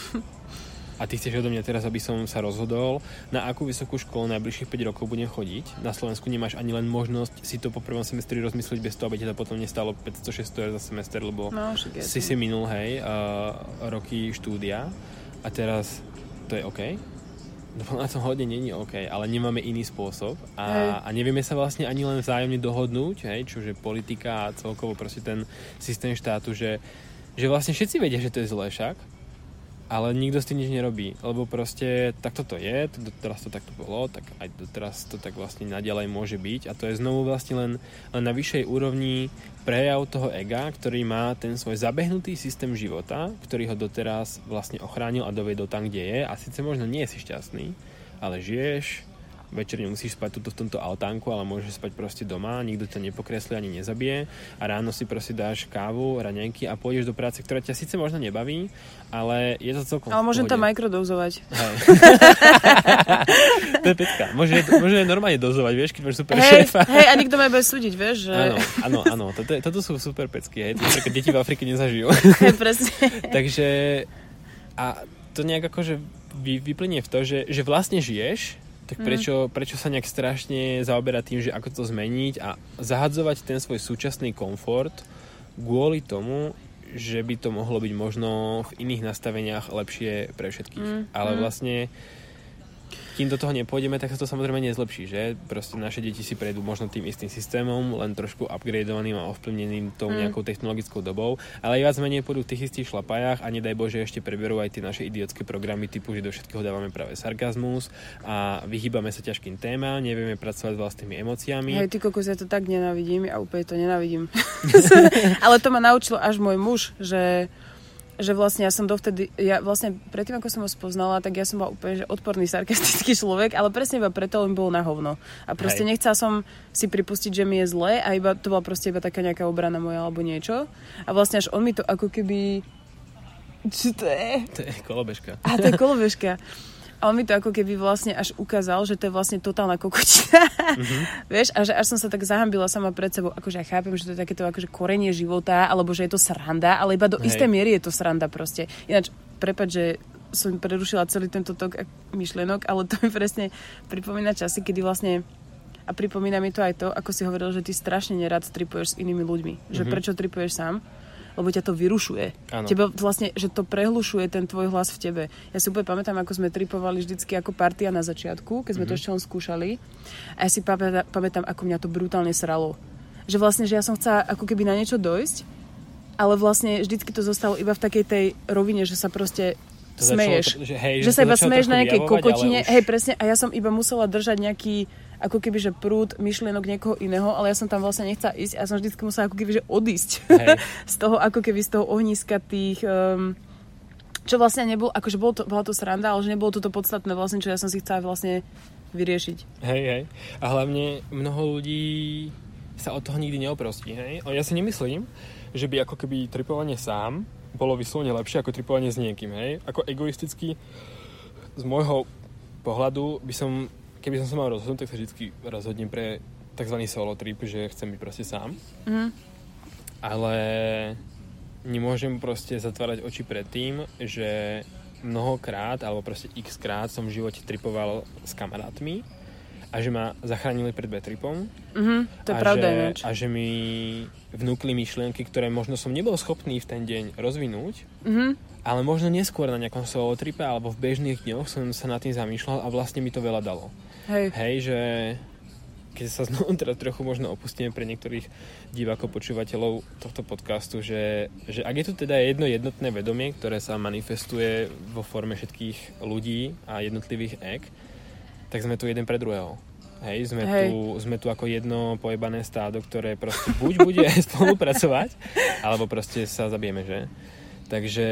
A ty chceš odo mňa teraz, aby som sa rozhodol, na akú vysokú školu najbližších päť rokov budem chodiť. Na Slovensku nemáš ani len možnosť si to po prvom semestri rozmyslieť bez toho, aby ťa to potom nestalo päťsto šesťsto eur za semester, lebo no, si si minul, hej, uh, roky štúdia a teraz to je OK. No na tom hodne nie je OK, ale nemáme iný spôsob a, a nevieme sa vlastne ani len vzájomne dohodnúť, hej, čože politika a celkovo proste ten systém štátu, že, že vlastne všetci vedia, že to je zlé však, ale nikto s tým nič nerobí, lebo proste takto to je, doteraz to takto bolo, tak aj doteraz to tak vlastne naďalej môže byť a to je znovu vlastne len, len na vyššej úrovni prejav toho ega, ktorý má ten svoj zabehnutý systém života, ktorý ho doteraz vlastne ochránil a dovedol tam, kde je a síce možno nie si šťastný, ale žiješ, večer nemusíš spať tuto v tomto altánku, ale môžeš spať proste doma, nikto ťa nepokreslí ani nezabije a ráno si proste dáš kávu, raňajky a pôjdeš do práce, ktorá ťa síce možno nebaví, ale je to celkom ale môžem tam mikrodozovať. Hej. To je pecka. Môže, môže normálne dozovať, vieš, keď máš super hej, šéfa. Hej, a nikto ma bude súdiť, vieš, že... Áno, áno, áno. Toto, toto sú super pecky, hej. To napríklad deti v Afrike nezažijú. Hej, presne. Takže a to nejak akože vy, vyplynie v to, že, že vlastne žiješ, tak prečo, prečo sa nejak strašne zaoberať tým, že ako to zmeniť a zahadzovať ten svoj súčasný komfort kvôli tomu, že by to mohlo byť možno v iných nastaveniach lepšie pre všetkých. Mm. Ale vlastne kým do toho nepôjdeme, tak sa to samozrejme nezlepší, že? Proste naše deti si prejdú možno tým istým systémom, len trošku upgradeovaným a ovplyvneným tou nejakou technologickou dobou, ale aj viac menej pôjdu v tých istých šlapajách a nedaj Bože ešte preberú aj tie naše idiotské programy typu, že do všetkého dávame práve sarkazmus a vyhýbame sa ťažkým témam, nevieme pracovať s vlastnými emóciami. Hej, ty kokos, ja to tak nenávidím a úplne to nenávidím. Ale to ma naučil až môj muž, že že vlastne ja som dovtedy, ja vlastne predtým, ako som ho spoznala, tak ja som bola úplne že odporný, sarkastický človek, ale presne iba preto, len bol na hovno. A proste Hej. nechcela som si pripustiť, že mi je zle a iba, to bola proste iba taká nejaká obrana moja alebo niečo. A vlastne až on mi to ako keby... Čo to je? To je kolobežka. A to je kolobežka. A on mi to ako keby vlastne až ukázal, že to je vlastne totálna kokotina. Mm-hmm. Vieš, a že až som sa tak zahambila sama pred sebou, akože ja chápem, že to je takéto akože korenie života, alebo že je to sranda, ale iba do Hej. istej miery je to sranda proste. Ináč, prepáč, že som prerušila celý tento tok myšlienok, ale to mi presne pripomína časy, kedy vlastne, a pripomína mi to aj to, ako si hovoril, že ty strašne nerad tripuješ s inými ľuďmi. Mm-hmm. Že prečo tripuješ sám? Lebo ťa to vyrušuje. Tebe vlastne, že to prehlušuje ten tvoj hlas v tebe. Ja si úplne pamätám, ako sme tripovali vždycky ako partia na začiatku, keď sme mm-hmm. to ešte len skúšali. A ja si pamätám, pamätám, ako mňa to brutálne sralo. Že vlastne, že ja som chcela ako keby na niečo dojsť, ale vlastne vždycky to zostalo iba v takej tej rovine, že sa proste to smeješ. Začalo, že, hej, že, že sa iba smeješ na nejakej vyjavovať, kokotine. Už... Hej, presne. A ja som iba musela držať nejaký ako keby, že prúd myšlienok niekoho iného, ale ja som tam vlastne nechcela ísť a ja som vždycky musela ako keby, že odísť z toho, ako keby z toho ohniska tých, um, čo vlastne nebol, akože bol to, bola to sranda, ale že nebolo toto podstatné vlastne, čo ja som si chcela vlastne vyriešiť. Hej, hej. A hlavne mnoho ľudí sa od toho nikdy neoprostí, hej. A ja si nemyslím, že by ako keby tripovanie sám bolo vyslovene lepšie ako tripovanie s niekým, hej. Ako egoisticky z môjho pohľadu by som keby som sa mal rozhodnúť, tak sa vždy rozhodnem pre tzv. Solo trip, že chcem byť proste sám. Mm. Ale nemôžem proste zatvárať oči pred tým, že mnohokrát, alebo proste x krát som v živote tripoval s kamarátmi a že ma zachránili pred bad tripom. Mm-hmm, to je a pravda. Že, a že mi vnúkli myšlienky, ktoré možno som nebol schopný v ten deň rozvinúť, mm-hmm. ale možno neskôr na nejakom solo tripe alebo v bežných dňoch som sa nad tým zamýšľal a vlastne mi to veľa dalo. Hej. Hej, že keď sa znovu teda trochu možno opustíme pre niektorých divákov, počúvateľov tohto podcastu, že, že ak je tu teda jedno jednotné vedomie, ktoré sa manifestuje vo forme všetkých ľudí a jednotlivých ek, tak sme tu jeden pre druhého. Hej, sme, Hej. Tu, sme tu ako jedno pojebané stádo, ktoré proste buď bude spolupracovať, alebo proste sa zabijeme, že? Takže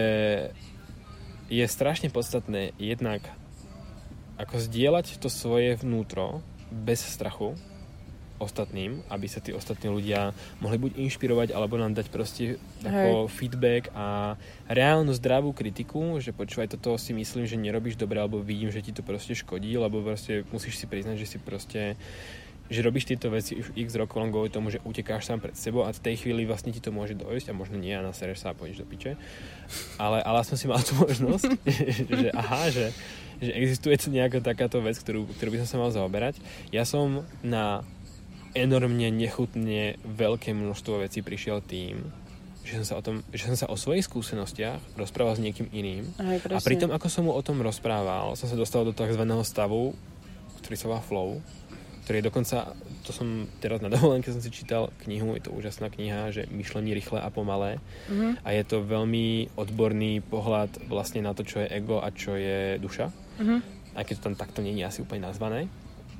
je strašne podstatné jednak ako zdieľať to svoje vnútro bez strachu ostatným, aby sa tí ostatní ľudia mohli buď inšpirovať, alebo nám dať proste ako feedback a reálnu zdravú kritiku, že počúvaj, toto si myslím, že nerobíš dobre, alebo vidím, že ti to proste škodí, lebo proste musíš si priznať, že si proste že robíš tieto veci už x rokov len kvôli tomu, že utekáš sám pred sebou a v tej chvíli vlastne ti to môže dojsť a možno nie a nasereš sa a pôjdeš do piče. Ale, ale som si mal tú možnosť, že aha, že, že existuje tu nejaká takáto vec, ktorú, ktorú by som sa mal zaoberať. Ja som na enormne nechutne veľké množstvo vecí prišiel tým, že som sa o tom, že som sa o svojich skúsenostiach rozprával s niekým iným. Aj, a pri tom, ako som mu o tom rozprával, som sa dostal do takzvaného stavu, ktorý sa volá flow, ktorý je dokonca, to som teraz na dovolenke som si čítal knihu, je to úžasná kniha, že myšlenie rýchle a pomalé. Mm-hmm. A je to veľmi odborný pohľad vlastne na to, čo je ego a čo je duša. Mm-hmm. Aj keď to tam takto nie je asi úplne nazvané.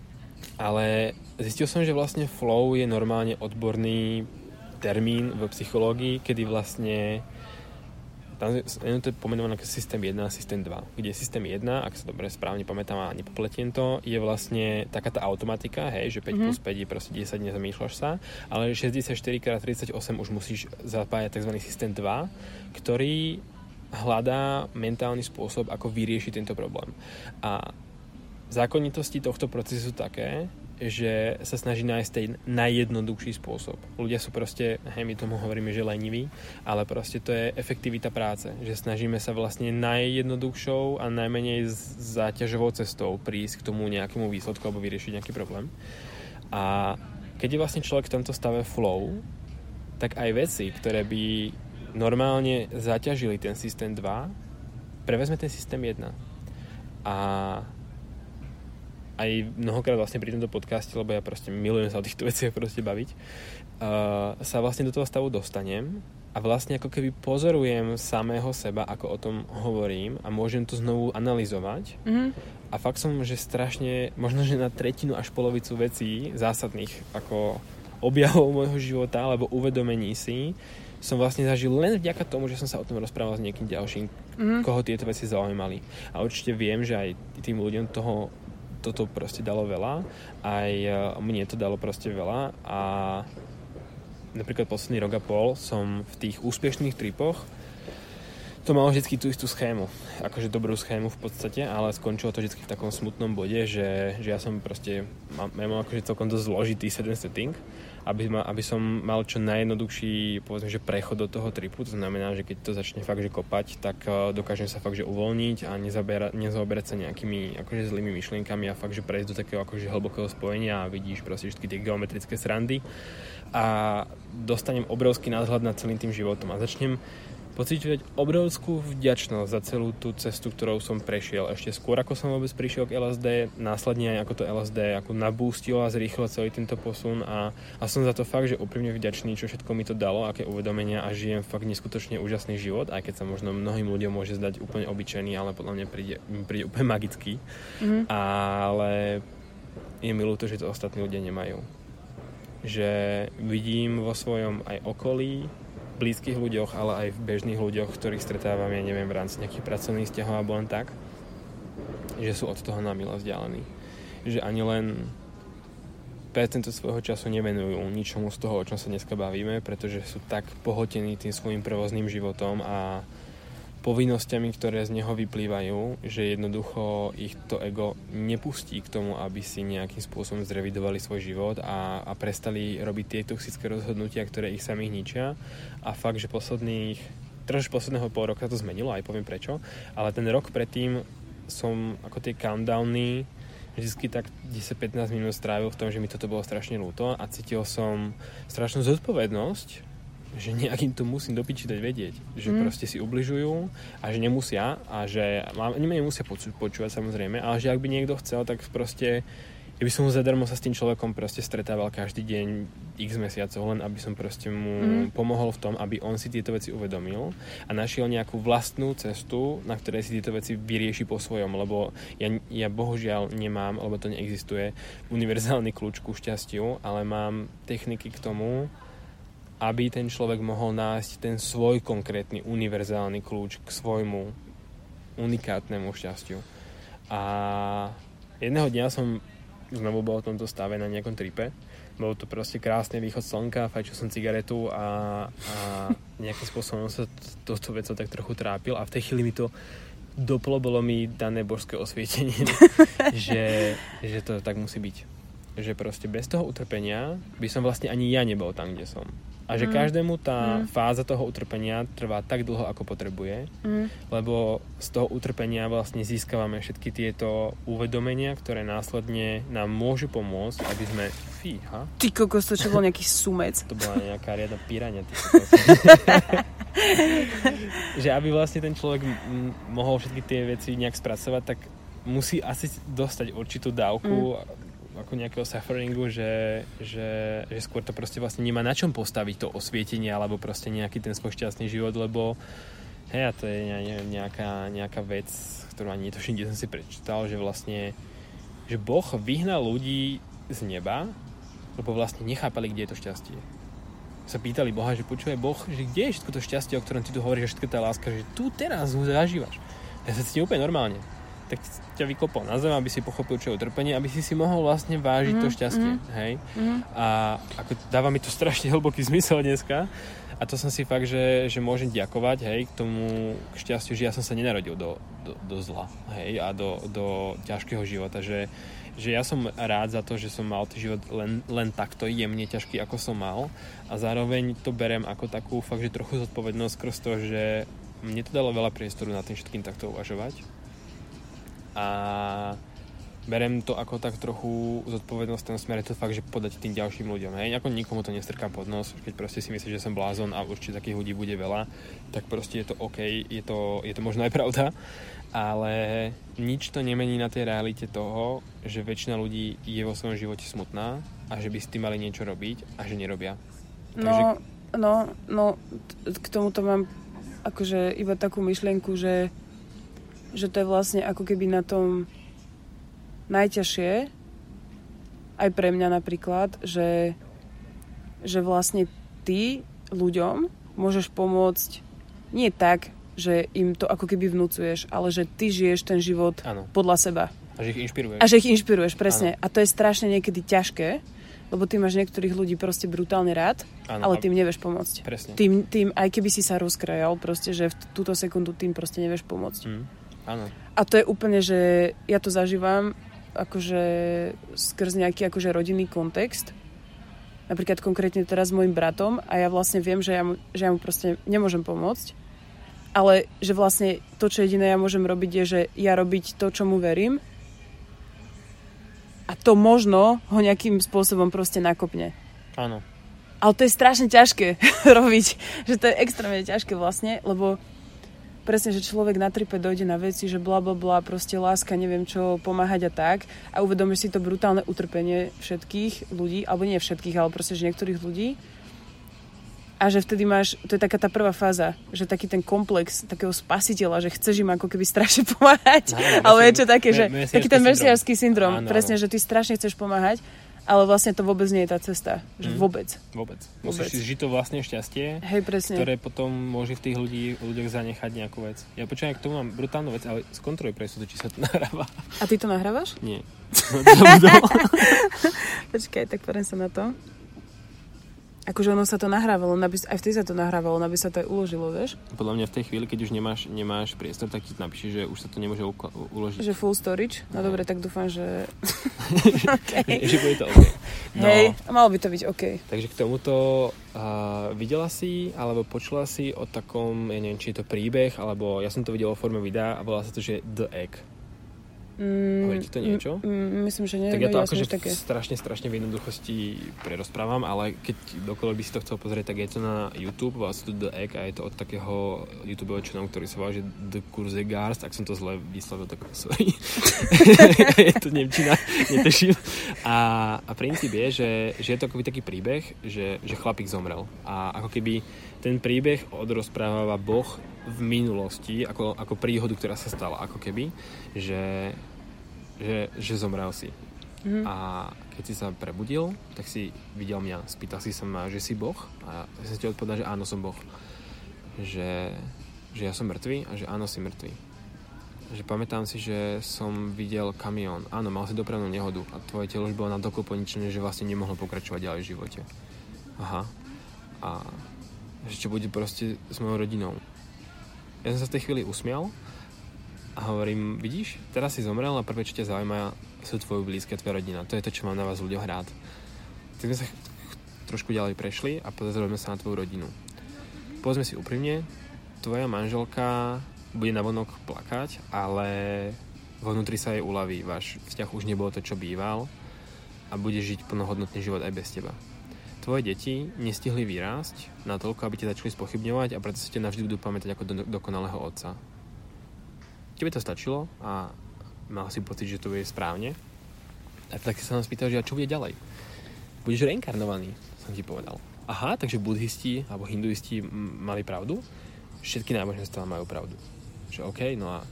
Ale zistil som, že vlastne flow je normálne odborný termín v psychológii, kedy vlastne tam je to pomenované ako systém jeden a systém dva. Kde systém jeden, ak sa dobre správne pamätám a nepopletiem to, je vlastne taká tá automatika, hej, že päť mm-hmm. plus päť je proste desať, nezamýšľaš sa, ale šesťdesiatštyri krát tridsaťosem už musíš zapájať tzv. Systém dva, ktorý hľadá mentálny spôsob, ako vyriešiť tento problém. A zákonitosti tohto procesu sú také, že sa snaží nájsť ten najjednoduchší spôsob. Ľudia sú proste, hej, my tomu hovoríme, že leniví, ale proste to je efektivita práce. Že snažíme sa vlastne najjednoduchšou a najmenej záťažovou cestou prísť k tomu nejakému výsledku alebo vyriešiť nejaký problém. A keď je vlastne človek v tomto stave flow, tak aj veci, ktoré by normálne zaťažili ten systém dva, prevezme ten systém jeden. A aj mnohokrát vlastne pri tomto podcaste, lebo ja proste milujem sa o týchto veciach proste baviť, uh, sa vlastne do toho stavu dostanem a vlastne ako keby pozorujem samého seba, ako o tom hovorím a môžem to znovu analyzovať. Mm-hmm. A fakt som, že strašne, možno, že na tretinu až polovicu vecí zásadných ako objavov môjho života alebo uvedomení si som vlastne zažil len vďaka tomu, že som sa o tom rozprával s niekým ďalším, mm-hmm. koho tieto veci zaujímali. A určite viem, že aj tým ľuďom toho, toto proste dalo veľa. Aj mne to dalo proste veľa. A napríklad posledný rok a pol som v tých úspešných tripoch to malo vždycky tú istú schému. Akože dobrú schému v podstate, ale skončilo to vždycky v takom smutnom bode, že, že ja som proste mám, mám akože celkom dosť zložitý sedem setting, aby, ma, aby som mal čo najjednoduchší, povedzme, že prechod do toho tripu. To znamená, že keď to začne fakt, že kopať, tak uh, dokážem sa fakt, že uvoľniť a nezaoberať sa nejakými akože zlými myšlienkami a fakt, že prejsť do takého akože hlbokého spojenia a vidíš proste všetky tie geometrické srandy a dostanem obrovský nadhľad nad celým tým životom a začnem pociťovať obrovskú vďačnosť za celú tú cestu, ktorou som prešiel. Ešte skôr, ako som vôbec prišiel k el es dé, následne aj ako to el es dé ako nabústilo a zrýchlilo celý tento posun a, a som za to fakt, že úprimne vďačný, čo všetko mi to dalo, aké uvedomenia a žijem fakt neskutočne úžasný život, aj keď sa možno mnohým ľuďom môže zdať úplne obyčajný, ale podľa mňa príde, príde úplne magický. Mm-hmm. Ale je mi ľúto, že to ostatní ľudia nemajú. Že vidím vo svojom aj okolí, blízkych ľuďoch, ale aj v bežných ľuďoch, ktorých stretávam, ja neviem, v rámci nejakých pracovných vzťahov alebo len tak, že sú od toho na milo vzdialení. Že ani len percento svojho času nevenujú ničomu z toho, o čom sa dneska bavíme, pretože sú tak pohotení tým svojim prevozným životom a povinnosťami, ktoré z neho vyplývajú, že jednoducho ich to ego nepustí k tomu, aby si nejakým spôsobom zrevidovali svoj život a, a prestali robiť tie toxické rozhodnutia, ktoré ich samých ničia. A fakt, že posledných, trošku posledného pol roka to zmenilo, aj poviem prečo, ale ten rok predtým som ako tie countdowny vždycky tak desať pätnásť minút strávil v tom, že mi toto bolo strašne ľúto a cítil som strašnú zodpovednosť, že nejakým to musím do piči dať vedieť, že mm. proste si ubližujú a že nemusia a že ani ma nemusia poču, počúvať samozrejme, ale že ak by niekto chcel, tak proste ja by som mu zadarmo sa s tým človekom proste stretával každý deň x mesiacov, len aby som proste mu mm. pomohol v tom, aby on si tieto veci uvedomil a našiel nejakú vlastnú cestu, na ktorej si tieto veci vyrieši po svojom, lebo ja, ja bohužiaľ nemám, lebo to neexistuje, univerzálny kľúč ku šťastiu, ale mám techniky k tomu, aby ten človek mohol nájsť ten svoj konkrétny univerzálny kľúč k svojmu unikátnemu šťastiu. A jedného dňa som znovu bol v tomto stave na nejakom tripe. Bol to proste krásny východ slnka, fajčil som cigaretu a, a nejakým spôsobom sa toto vecou tak trochu trápil a v tej chvíli mi to doplo, bolo mi dané božské osvietenie, že, že to tak musí byť. Že proste bez toho utrpenia by som vlastne ani ja nebol tam, kde som. A že mm. každému tá mm. fáza toho utrpenia trvá tak dlho, ako potrebuje, mm. lebo z toho utrpenia vlastne získavame všetky tieto uvedomenia, ktoré následne nám môžu pomôcť, aby sme... Fíha. Ty kokos, to čo bol nejaký sumec. To bola nejaká riadna piraňa. Že aby vlastne ten človek m- mohol všetky tie veci nejak spracovať, tak musí asi dostať určitú dávku mm. ako nejakého sufferingu, že, že, že skôr to proste vlastne nemá na čom postaviť to osvietenie alebo proste nejaký ten svoj šťastný život, lebo hej, a to je neviem, nejaká, nejaká vec, ktorú ani netuším, kde som si prečítal, že vlastne že Boh vyhnal ľudí z neba, lebo vlastne nechápali, kde je to šťastie. Sa pýtali Boha, že počúvaj Boh, že kde je všetko to šťastie, o ktorom ty tu hovoríš, že všetko tá láska, že tu teraz ho zažívaš. Ja sa cítim úplne normálne. Tak ťa vykopol na zem, aby si pochopil, čo je utrpenie, aby si si mohol vlastne vážiť mm, to šťastie. Mm, hej? Mm. A ako dáva mi to strašne hlboký zmysel dneska. A to som si fakt, že, že môžem ďakovať, hej, k tomu k šťastiu, že ja som sa nenarodil do, do, do zla, hej, a do, do ťažkého života. Že, že ja som rád za to, že som mal ten život len, len takto jemne ťažký, ako som mal. A zároveň to berem ako takú fakt, že trochu zodpovednosť skrz to, že mne to dalo veľa priestoru na tým všetkým takto uvažovať. A berem to ako tak trochu zodpovednosť v tom smere, to fakt, že podať tým ďalším ľuďom, hej, ako nikomu to nestrkám pod nos, keď proste si myslíš, že som blázon a určite takých ľudí bude veľa, tak proste je to OK, je to, je to možno aj pravda, ale nič to nemení na tej realite toho, že väčšina ľudí je vo svojom živote smutná a že by s tým mali niečo robiť a že nerobia. Takže... No, no, no, t- k tomuto mám akože iba takú myšlienku, že, že to je vlastne ako keby na tom najťažšie, aj pre mňa napríklad, že, že vlastne ty ľuďom môžeš pomôcť nie tak, že im to ako keby vnúcuješ, ale že ty žiješ ten život ano. Podľa seba. A že ich inšpiruješ. A že ich inšpiruješ, presne. Ano. A to je strašne niekedy ťažké, lebo ty máš niektorých ľudí proste brutálne rád, ano, ale tým nevieš pomôcť. Presne. Tým, tým, aj keby si sa rozkrajal, proste, že v túto sekundu tým proste nevieš pomôcť. Mm. Áno. A to je úplne, že ja to zažívam akože skrz nejaký akože rodinný kontext. Napríklad konkrétne teraz s mojim bratom a ja vlastne viem, že ja mu, že ja mu proste nemôžem pomôcť. Ale že vlastne to, čo jediné ja môžem robiť, je, že ja robiť to, čo mu verím. A to možno ho nejakým spôsobom proste nakopne. Áno. Ale to je strašne ťažké robiť. Že to je extrémne ťažké vlastne, lebo presne, že človek na tripe dojde na veci, že bla bla bla, proste láska, neviem čo, pomáhať a tak. A uvedomíš si to brutálne utrpenie všetkých ľudí, alebo nie všetkých, ale proste, že niektorých ľudí. A že vtedy máš, to je taká tá prvá fáza, že taký ten komplex takého spasiteľa, že chceš im ako keby strašne pomáhať. No, ale je čo také, že me, taký ten mesiarský syndrom. Áno, presne, áno. Že ty strašne chceš pomáhať, ale vlastne to vôbec nie je tá cesta. Že mm. vôbec. Vôbec. Musíš si žiť to vlastne šťastie, hej, presne. Ktoré potom môže v tých ľudí, ľuďoch zanechať nejakú vec. Ja počujem, k tomu mám brutálnu vec, ale skontroluj presne, či sa to nahráva. A ty to nahrávaš? Nie. Počkaj, tak poďme sa na to. Akože ono sa to nahrávalo, aby, aj vtedy sa to nahrávalo, aby sa to aj uložilo, vieš? Podľa mňa v tej chvíli, keď už nemáš, nemáš priestor, tak ti napíši, že už sa to nemôže u- uložiť. Že full storage? No, no dobre, tak dúfam, že... okay. že bude to OK. No. Hej, malo by to byť OK. Takže k tomuto uh, videla si, alebo počula si o takom, ja neviem, či je to príbeh, alebo ja som to videl vo forme videa a volá sa to, že The Egg. Mm, Hovorí ti to niečo? Mm, myslím, že nie. Tak ja to akože také. strašne, strašne v jednoduchosti prerozprávam, ale keď dokoľvek by si to chcel pozrieť, tak je to na YouTube, volá sa to The Egg a je to od takého YouTubeového channelu, ktorý sa volá, že The Kurzegast, ak som to zle vyslovil, tak sorry. Je to nemčina, neteším. A, a princíp je, že, že je to akoby taký príbeh, že, že chlapík zomrel. A ako keby ten príbeh odrozpráva Boh v minulosti, ako, ako príhodu, ktorá sa stala, ako keby, že Že, že zomrel si. Mm. A keď si sa prebudil, tak si videl mňa. Spýtal si sa ma, že si Boh? A ja som ti odpovedal, že áno, som Boh. Že, že ja som mŕtvý a že áno, si mŕtvý. Že pamätám si, že som videl kamión. Áno, mal si dopravnú nehodu a tvoje telo už bolo natoľko poničené, že vlastne nemohlo pokračovať ďalej v živote. Aha. A že čo bude proste s mojou rodinou. Ja som sa v tej chvíli usmial a hovorím, vidíš, teraz si zomrel a prvé, čo ťa zaujíma, sú tvoje blízke, tvoja rodina. To je to, čo mám na vás ľuďoch rád. Tak sme sa trošku ďalej prešli a pozreli sa na tvoju rodinu. Povedzme si úprimne, tvoja manželka bude navonok plakať, ale vo vnútri sa jej uľaví. Váš vzťah už nebolo to, čo býval a bude žiť plnohodnotný život aj bez teba. Tvoje deti nestihli vyrásť natoľko, aby ťa začali spochybňovať a preto si ťa navždy budú pamätať ako do- dokonalého otca. Tebe to stačilo a mal si pocit, že to je správne. A tak si sa nám spýtal, že a čo bude ďalej? Budeš reinkarnovaný, som ti povedal. Aha, takže budhisti alebo hinduisti m- mali pravdu? Všetky náboženstvá majú pravdu. Že okej, okay, no a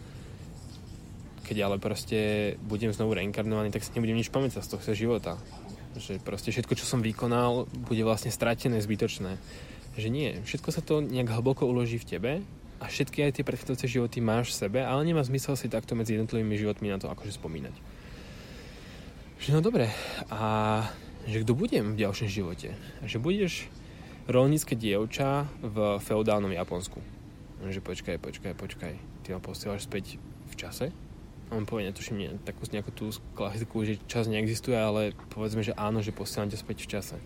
keď ale proste budem znovu reinkarnovaný, tak si nebudem nič pamätať z toho života. Že proste všetko, čo som vykonal, bude vlastne stratené, zbytočné. Že nie, všetko sa to nejak hlboko uloží v tebe a všetky aj tie predchádzajúce životy máš v sebe, ale nemá zmysel si takto medzi jednotlivými životmi na to akože spomínať. Že no dobre, a že kto budem v ďalšom živote? Že budeš rolnícke dievča v feudálnom Japonsku. Že počkaj, počkaj, počkaj, ty ma posielaš späť v čase? A on povie, netuším, nie, takú nejakú tú klasiku, že čas neexistuje, ale povedzme, že áno, že posielam ťa späť v čase.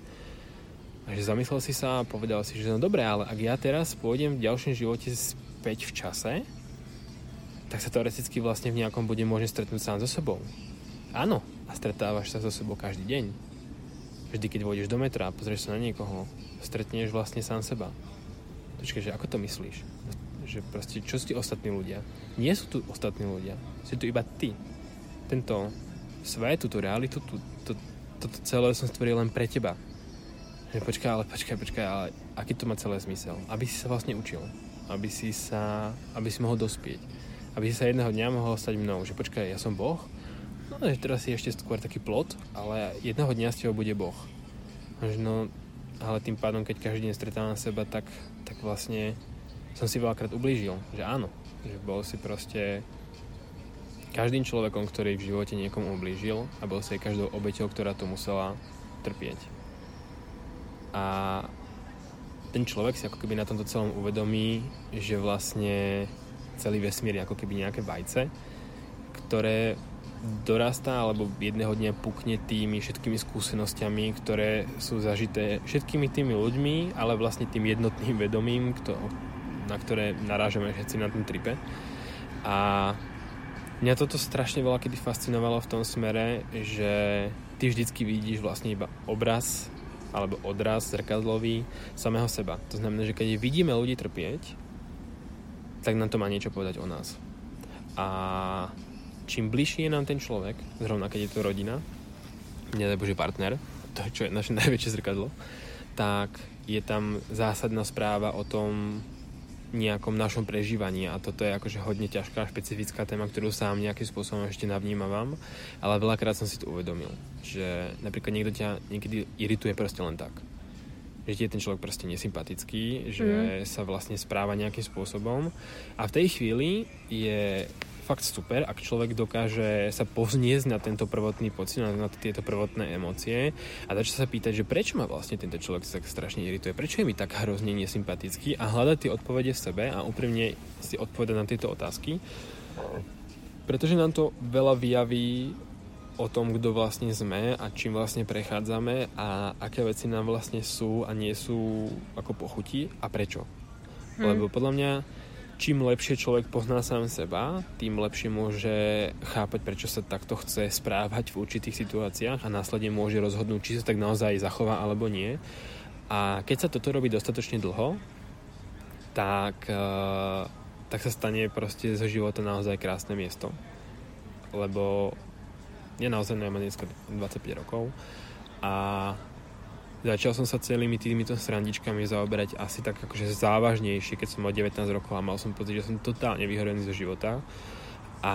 A že zamyslel si sa a povedal si, že no dobre, ale ak ja teraz pôjdem v ďalšom živote späť v čase, tak sa teoreticky vlastne v nejakom bode môžem stretnúť sám so sebou. Áno, a stretávaš sa so sebou každý deň. Vždy, keď vôjdeš do metra a pozrieš sa na niekoho, stretneš vlastne sám seba. Počkaj, že ako to myslíš? Že proste, čo sú tí ostatní ľudia? Nie sú tu ostatní ľudia. Si tu iba ty. Tento svet, túto realitu, tú, to, toto celé som stvoril len pre teba. Že počkaj, ale počkaj, počkaj, ale aký to má celé zmysel? Aby si sa vlastne učil. Aby si sa, aby si mohol dospieť. Aby si sa jedného dňa mohol stať mnou. Že počkaj, ja som Boh? No, že teraz si ešte skôr taký plot, ale jedného dňa z teba bude Boh. No, ale tým pádom, keď každý deň stretávam seba, tak, tak vlastne som si veľakrát ublížil. Že áno. Že bol si proste každým človekom, ktorý v živote niekomu ublížil a bol si aj každou obeťou, ktorá to musela trpieť. A ten človek si ako keby na tomto celom uvedomí, že vlastne celý vesmír je ako keby nejaké vajce, ktoré dorastá alebo jedného dňa pukne tými všetkými skúsenosťami, ktoré sú zažité všetkými tými ľuďmi, ale vlastne tým jednotným vedomím, kto, na ktoré narážame všetci na tom tripe. A mňa toto strašne veľa kedy fascinovalo v tom smere, že ty vždycky vidíš vlastne iba obraz alebo odraz zrkadlový samého seba. To znamená, že keď vidíme ľudí trpieť, tak nám to má niečo povedať o nás. A čím bližší je nám ten človek, zrovna keď je to rodina, nedaj Bože partner, to čo je naše najväčšie zrkadlo, tak je tam zásadná správa o tom nejakom našom prežívaní a toto je akože hodne ťažká špecifická téma, ktorú sám nejakým spôsobom ešte navnímavam, ale veľakrát som si to uvedomil, že napríklad niekto ťa niekedy irituje proste len tak. Že ti je ten človek proste nesympatický, že mm. sa vlastne správa nejakým spôsobom a v tej chvíli je fakt super, ak človek dokáže sa povzniesť na tento prvotný pocit, na, na tieto prvotné emócie a začne sa pýtať, že prečo ma vlastne tento človek tak strašne irituje, prečo je mi tak hrozne nesympatický a hľadať tie odpovede v sebe a úprimne si odpovedať na tieto otázky, pretože nám to veľa vyjaví o tom, kto vlastne sme a čím vlastne prechádzame a aké veci nám vlastne sú a nie sú ako pochutí a prečo. Hmm. Lebo podľa mňa čím lepšie človek pozná sám seba, tým lepšie môže chápať, prečo sa takto chce správať v určitých situáciách a následne môže rozhodnúť, či sa tak naozaj zachová alebo nie. A keď sa toto robí dostatočne dlho, tak, tak sa stane proste zo života naozaj krásne miesto. Lebo ja naozaj mám dneska dvadsaťpäť rokov a začal som sa celými týmito srandičkami zaoberať asi tak akože závažnejšie, keď som mal devätnásť rokov a mal som pocit, že som totálne vyhorený zo života a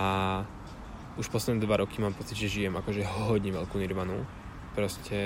už posledné dva roky mám pocit, že žijem akože hodne veľkú nirvanu. Proste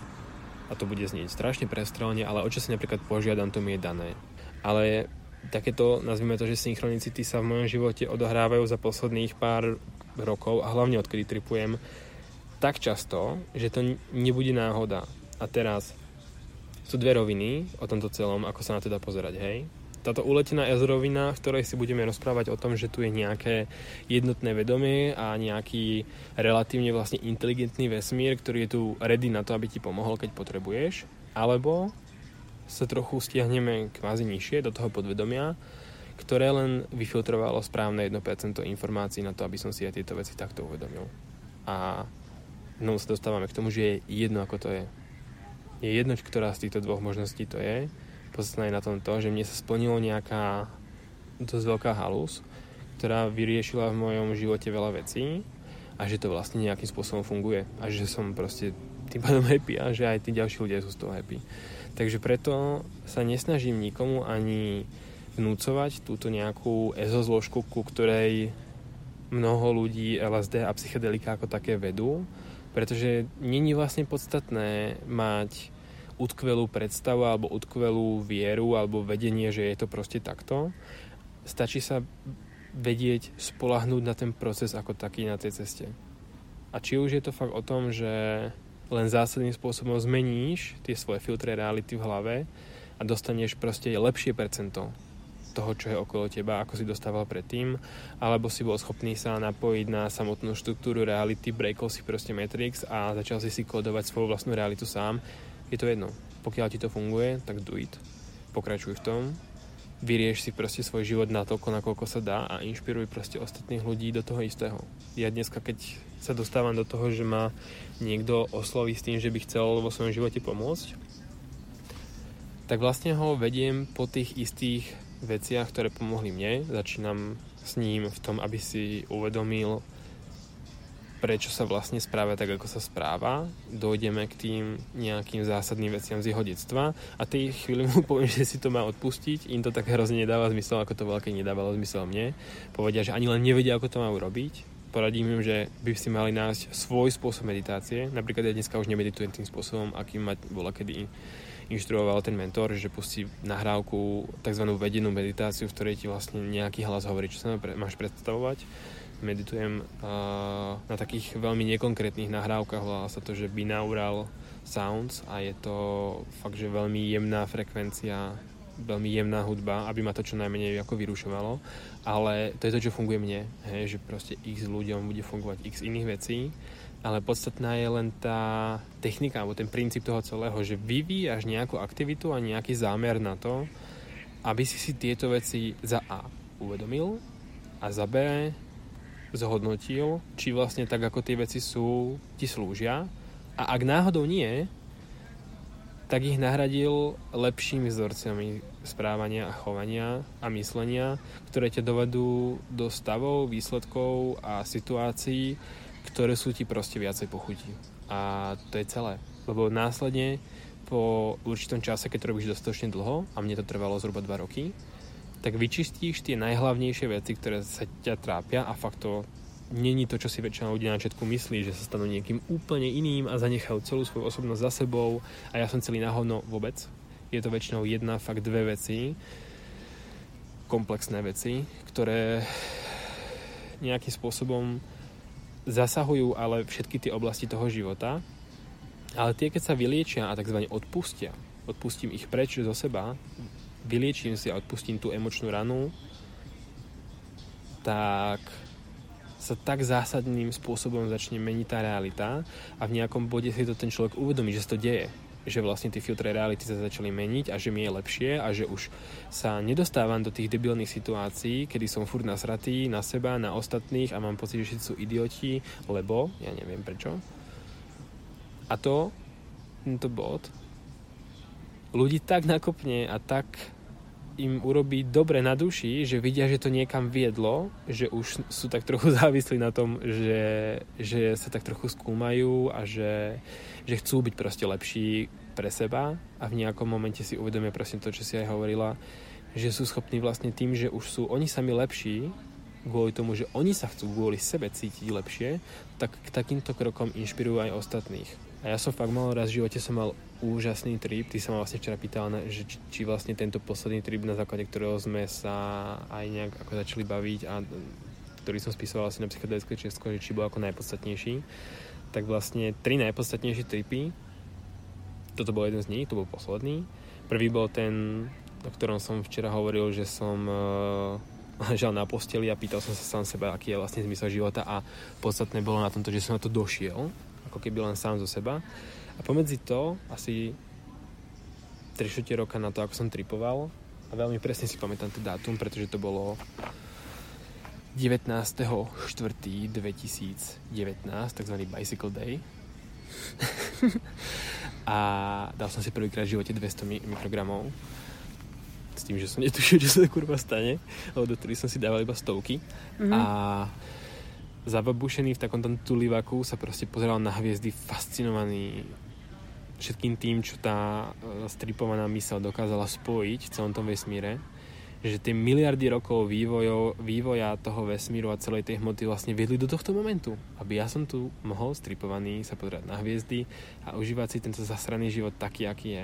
a to bude znieť strašne prestrelne, ale o čo si napríklad požiadam, to mi je dané. Ale takéto, nazvime to, že synchronicity sa v mojom živote odohrávajú za posledných pár rokov a hlavne odkedy tripujem tak často, že to nebude náhoda. A teraz sú dve roviny o tomto celom, ako sa na to dá pozerať, hej. Táto uletená rovina, v ktorej si budeme rozprávať o tom, že tu je nejaké jednotné vedomie a nejaký relatívne vlastne inteligentný vesmír, ktorý je tu ready na to, aby ti pomohol, keď potrebuješ. Alebo sa trochu stiahneme kvázi nižšie do toho podvedomia, ktoré len vyfiltrovalo správne jedno percento informácií na to, aby som si aj tieto veci takto uvedomil. A no sa dostávame k tomu, že je jedno, ako to je. Je jedno, ktorá z týchto dvoch možností to je. Podstatné je na tom to, že mne sa splnilo nejaká dosť veľká halus, ktorá vyriešila v mojom živote veľa vecí a že to vlastne nejakým spôsobom funguje. A že som proste tým pádom happy a že aj tí ďalší ľudia sú z toho happy. Takže preto sa nesnažím nikomu ani vnúcovať túto nejakú ezozložku, ku ktorej mnoho ľudí el es dé a psychedelika ako také vedú, pretože není vlastne podstatné mať utkvelú predstavu alebo utkvelú vieru alebo vedenie, že je to proste takto. Stačí sa vedieť spoľahnúť na ten proces ako taký na tej ceste. A či už je to fakt o tom, že len zásadným spôsobom zmeníš tie svoje filtre reality v hlave a dostaneš proste lepšie percento toho, čo je okolo teba, ako si dostával predtým, alebo si bol schopný sa napojiť na samotnú štruktúru reality, breakol si proste Matrix a začal si si kodovať svoju vlastnú realitu sám. Je to jedno. Pokiaľ ti to funguje, tak do it. Pokračuj v tom vyrieš si proste svoj život natoľko, nakoľko sa dá a inšpiruj proste ostatných ľudí do toho istého. Ja dneska, keď sa dostávam do toho, že ma niekto osloví s tým, že by chcel vo svojom živote pomôcť, tak vlastne ho vediem po tých istých veciach, ktoré pomohli mne. Začínam s ním v tom, aby si uvedomil, prečo sa vlastne správa tak, ako sa správa. Dojdeme k tým nejakým zásadným veciam z jeho detstva a tej chvíli mu poviem, že si to má odpustiť. Im to tak hrozne nedáva zmysel, ako to veľké nedávalo zmysel mne. Povedia, že ani len nevedia, ako to majú robiť. Poradím im, že by si mali nájsť svoj spôsob meditácie. Napríklad ja dneska už nemeditujem tým spôsobom, akým ma bola kedy inštruoval ten mentor, že pustí nahrávku, takzvanú vedenú meditáciu, v ktorej ti vlastne nejaký hlas hovorí, čo sa máš predstavovať. Meditujem uh, na takých veľmi nekonkrétnych nahrávkach, volá sa to, že binaural sounds a je to fakt, že veľmi jemná frekvencia, veľmi jemná hudba, aby ma to čo najmenej ako vyrušovalo, ale to je to, čo funguje mne, hej, že proste x ľuďom bude fungovať x iných vecí, ale podstatná je len tá technika, alebo ten princíp toho celého, že vyvíjaš nejakú aktivitu a nejaký zámer na to, aby si si tieto veci za A uvedomil a za B zhodnotil, či vlastne tak, ako tie veci sú, ti slúžia. A ak náhodou nie, tak ich nahradil lepšími vzorcami správania a chovania a myslenia, ktoré ťa dovedú do stavov, výsledkov a situácií, ktoré sú ti proste viacej pochutí. A to je celé. Lebo následne po určitom čase, keď to robíš dostatočne dlho, a mne to trvalo zhruba dva roky, tak vyčistíš tie najhlavnejšie veci, ktoré sa ťa trápia a fakt to není to, čo si väčšina ľudí na začiatku myslí, že sa stanú niekým úplne iným a zanechajú celú svoju osobnosť za sebou a ja som celý na hovno vôbec. Je to väčšinou jedna, fakt dve veci, komplexné veci, ktoré nejakým spôsobom zasahujú ale všetky tie oblasti toho života, ale tie, keď sa vyliečia a takzvané odpustia, odpustím ich preč zo seba, vyliečím si a odpustím tú emočnú ranu, tak sa tak zásadným spôsobom začne meniť tá realita a v nejakom bode si to ten človek uvedomí, že sa to deje. Že vlastne tie filtre reality sa začali meniť a že mi je lepšie a že už sa nedostávam do tých debilných situácií, kedy som furt nasratý na seba, na ostatných a mám pocit, že všetci sú idioti, lebo ja neviem prečo. A to, tento bod, ľudí tak nakopne a tak im urobí dobre na duši, že vidia, že to niekam viedlo, že už sú tak trochu závislí na tom, že, že sa tak trochu skúmajú a že, že chcú byť proste lepší pre seba a v nejakom momente si uvedomia presne to, čo si aj hovorila, že sú schopní vlastne tým, že už sú oni sami lepší, kvôli tomu, že oni sa chcú kvôli sebe cítiť lepšie, tak k takýmto krokom inšpirujú aj ostatných. A ja som fakt mal raz v živote som mal úžasný trip. Ty sa ma vlastne včera pýtala, že či, či vlastne tento posledný trip, na základe ktorého sme sa aj nejak ako začali baviť a ktorý som spisoval asi na psychedelické Česko, že či bol ako najpodstatnejší. Tak vlastne tri najpodstatnejšie tripy. Toto bol jeden z nich, to bol posledný. Prvý bol ten, o ktorom som včera hovoril, že som uh, ležal na posteli a pýtal som sa sám seba, aký je vlastne zmysel života a podstatné bolo na tomto, že som na to došiel, ako keby len sám zo seba. A pomedzi to asi tri štyri roka na to, ako som tripoval, a veľmi presne si pamätám ten dátum, pretože to bolo devätnásteho štvrtého dvetisícdevätnásť, takzvaný Bicycle Day. A dal som si prvýkrát v živote dvesto mikrogramov. S tým, že som netušil, že sa to kurva stane, lebo do ktorých som si dával iba stovky. Mm-hmm. A zababušený v takomto tulivaku sa proste pozeral na hviezdy, fascinovaný všetkým tým, čo tá stripovaná myseľ dokázala spojiť v celom tom vesmíre. Že tie miliardy rokov vývojo, vývoja toho vesmíru a celej tej hmoty vlastne viedli do tohto momentu. Aby ja som tu mohol stripovaný sa pozerať na hviezdy a užívať si tento zasraný život taký, aký je.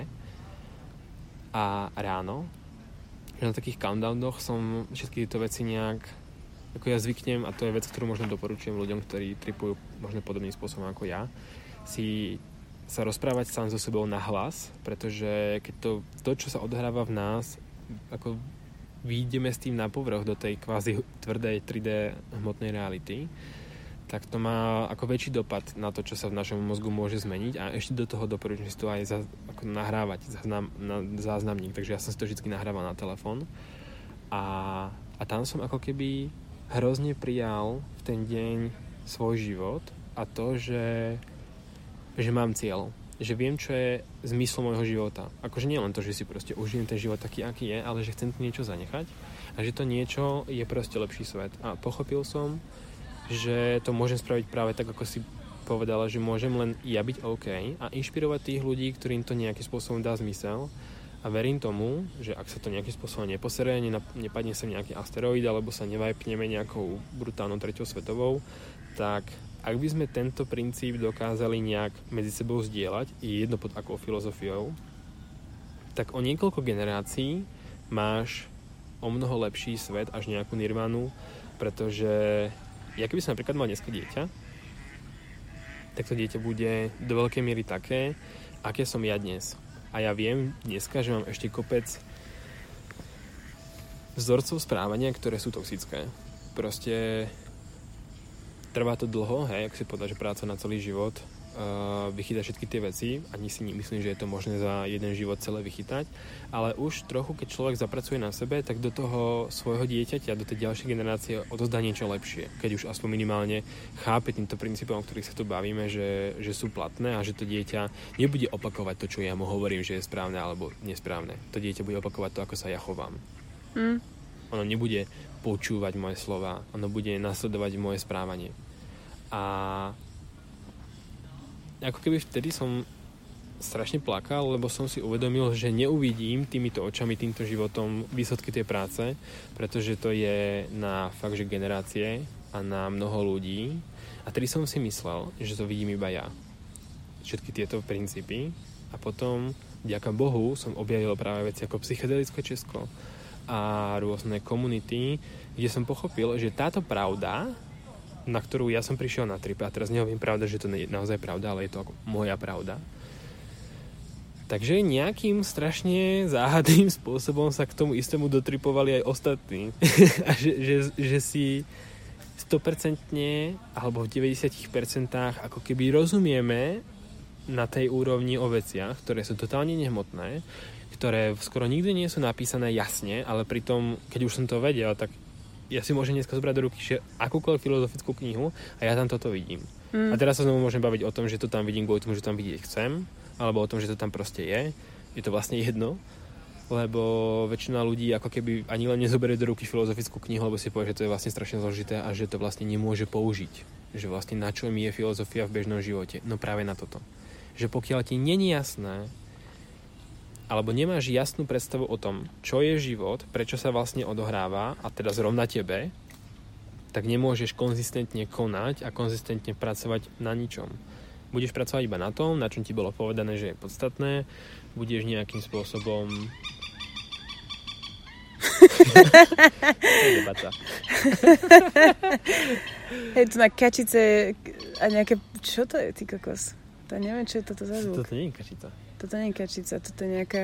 A ráno, že na takých countdownoch som všetky tieto veci nejak ako ja zvyknem, a to je vec, ktorú možno doporučujem ľuďom, ktorí tripujú možno podobným spôsobom ako ja, si sa rozprávať sám so sebou na hlas, pretože keď to, to, čo sa odhráva v nás, ako výjdeme s tým na povrch do tej kvázi tvrdej tri dé hmotnej reality, tak to má ako väčší dopad na to, čo sa v našom mozgu môže zmeniť a ešte do toho doporučujem si to aj za, ako nahrávať záznam, na záznamník, takže ja som si to vždy nahrával na telefón A, a tam som ako keby hrozne prijal v ten deň svoj život a to, že, že mám cieľ. Že viem, čo je zmyslom môjho života. Akože nie len to, že si proste užijem ten život taký, aký je, ale že chcem tu niečo zanechať a že to niečo je proste lepší svet. A pochopil som, že to môžem spraviť práve tak, ako si povedala, že môžem len ja byť OK a inšpirovať tých ľudí, ktorým to nejakým spôsobom dá zmysel. A verím tomu, že ak sa to nejakým spôsobom neposerie, nepadne sa nejaký asteroid alebo sa nevajpneme nejakou brutálnou treťou svetovou, tak ak by sme tento princíp dokázali nejak medzi sebou zdieľať, je jedno pod akou filozofiou, tak o niekoľko generácií máš o mnoho lepší svet až nejakú nirvanu, pretože ja keby som napríklad mal dneska dieťa, tak to dieťa bude do veľkej miery také, aké som ja dnes. A ja viem dneska, že mám ešte kopec vzorcov správania, ktoré sú toxické. Proste trvá to dlho, hej, ak si povedal, že práca na celý život, uh, vychytať všetky tie veci, ani si nemyslím, že je to možné za jeden život celé vychytať, ale už trochu, keď človek zapracuje na sebe, tak do toho svojho dieťaťa, do tej ďalšej generácie odozdá niečo lepšie, keď už aspoň minimálne chápe týmto princípom, o ktorých sa tu bavíme, že, že sú platné a že to dieťa nebude opakovať to, čo ja mu hovorím, že je správne alebo nesprávne. To dieťa bude opakovať to, ako sa ja chovám. Mm. Ono nebude počúvať moje slova, ono bude nasledovať moje správanie. A ako keby vtedy som strašne plakal, lebo som si uvedomil, že neuvidím týmito očami, týmto životom výsledky tej práce, pretože to je na fakt, že generácie a na mnoho ľudí. A tedy som si myslel, že to vidím iba ja. Všetky tieto princípy. A potom, vďaka Bohu, som objavil práve veci ako Psychedelické Česko a rôzne komunity, kde som pochopil, že táto pravda, na ktorú ja som prišiel na trip, a teraz nehovím pravda, že to je naozaj pravda, ale je to ako moja pravda. Takže nejakým strašne záhadným spôsobom sa k tomu istému dotripovali aj ostatní. A že, že, že si sto percent alebo v deväťdesiat percent ako keby rozumieme na tej úrovni o veciach, ktoré sú totálne nehmotné, ktoré skoro nikdy nie sú napísané jasne, ale pritom, keď už som to vedel, tak ja si môžem dneska zobrať do ruky akúkoľvek filozofickú knihu a ja tam toto vidím. Mm. A teraz sa znovu môžem baviť o tom, že to tam vidím kvôli tomu, že tam vidieť chcem, alebo o tom, že to tam proste je. Je to vlastne jedno, lebo väčšina ľudí ako keby ani len nezoberie do ruky filozofickú knihu, lebo si povie, že to je vlastne strašne zložité a že to vlastne nemôže použiť. Že vlastne na čo mi je filozofia v bežnom živote? No práve na toto. Že pokiaľ ti nie je jasné, alebo nemáš jasnú predstavu o tom, čo je život, prečo sa vlastne odohráva, a teda zrovna tebe, tak nemôžeš konzistentne konať a konzistentne pracovať na ničom. Budeš pracovať iba na tom, na čom ti bolo povedané, že je podstatné, budeš nejakým spôsobom... To je debata. Hej, tu na kačice a nejaké... Čo to je, ty kokos? To neviem, čo je toto za zvuk. Toto nie je kačica. Toto nie je kačica, toto je nejaká...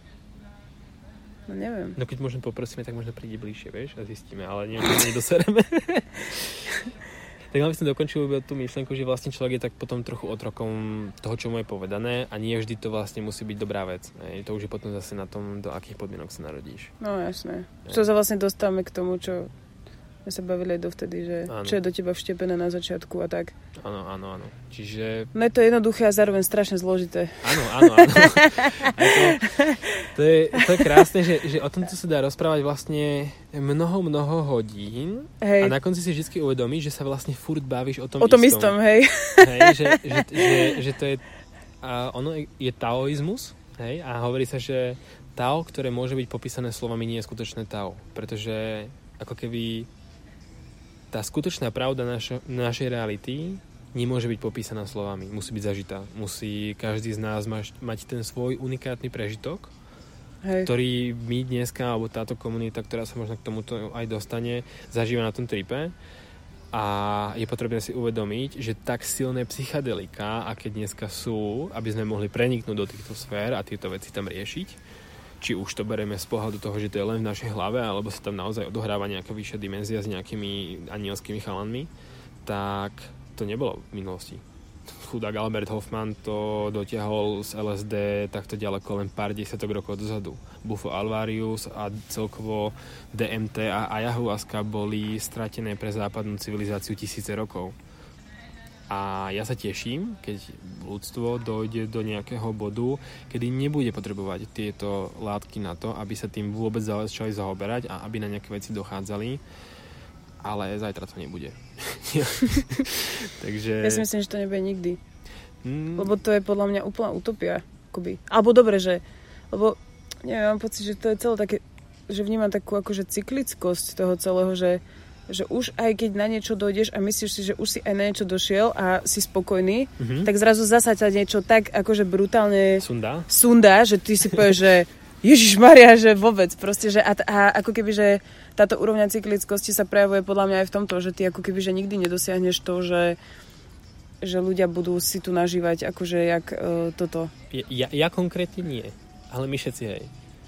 No neviem. No keď možno poprosíme, tak možno príde bližšie, vieš, a zistíme, ale neviem, že nedosereme. Tak len by som dokončil tú myšlenku, že vlastne človek je tak potom trochu otrokom toho, čo mu je povedané a nie vždy to vlastne musí byť dobrá vec. Ne? To už je potom zase na tom, do akých podmienok sa narodíš. No jasné. Čo sa vlastne dostávame k tomu, čo sme sa bavili aj dovtedy, že áno. Čo je do teba vštepené na začiatku a tak. Áno, áno, áno. Čiže... No je to jednoduché a zároveň strašne zložité. Áno, áno, áno. to, to, je, to je krásne, že, že o tomto sa dá rozprávať vlastne mnoho, mnoho hodín. Hej. A na konci si vždy uvedomíš, že sa vlastne furt bavíš o tom istom. O tom istom, istom hej. Hej, že, že, že, že to je... A ono je taoizmus, hej, a hovorí sa, že tao, ktoré môže byť popísané slovami, nie je skutočné tao. Pretože ako keby... Tá skutočná pravda našo, našej reality nemôže byť popísaná slovami. Musí byť zažitá. Musí každý z nás mať, mať ten svoj unikátny prežitok, hej, ktorý my dneska, alebo táto komunita, ktorá sa možno k tomuto aj dostane, zažíva na tom tripe. A je potrebné si uvedomiť, že tak silné psychedelika, aké dneska sú, aby sme mohli preniknúť do týchto sfér a tieto veci tam riešiť, či už to bereme z pohľadu toho, že to je len v našej hlave, alebo sa tam naozaj odohráva nejaká vyššia dimenzia s nejakými anielskými chalanmi, tak to nebolo v minulosti. chudák Albert Hoffman to dotiahol z el es dé takto ďaleko len pár desiatok rokov dozadu. Bufo alvarius a celkovo dé em té a ayahuasca boli stratené pre západnú civilizáciu tisíce rokov. A ja sa teším, keď ľudstvo dojde do nejakého bodu, kedy nebude potrebovať tieto látky na to, aby sa tým vôbec začali zaoberať a aby na nejaké veci dochádzali. Ale zajtra to nebude. Takže... Ja si myslím, že to nebude nikdy. Hmm. Lebo to je podľa mňa úplná utopia. Akoby. Alebo dobre, že... Lebo, neviem, mám pocit, že to je celé také... Že vnímam takú akože cyklickosť toho celého, že že už aj keď na niečo dojdeš a myslíš si, že už si aj na niečo došiel a si spokojný, mm-hmm. tak zrazu zasa ťa niečo tak akože brutálne sundá, sundá že ty si povieš, že Ježišmaria, že vôbec proste, že a, a ako keby, že táto úrovňa cyklickosti sa prejavuje podľa mňa aj v tomto, že ty ako keby, že nikdy nedosiahneš to, že že ľudia budú si tu nažívať akože jak uh, toto. Ja, ja konkrétne nie, ale my všetci hej.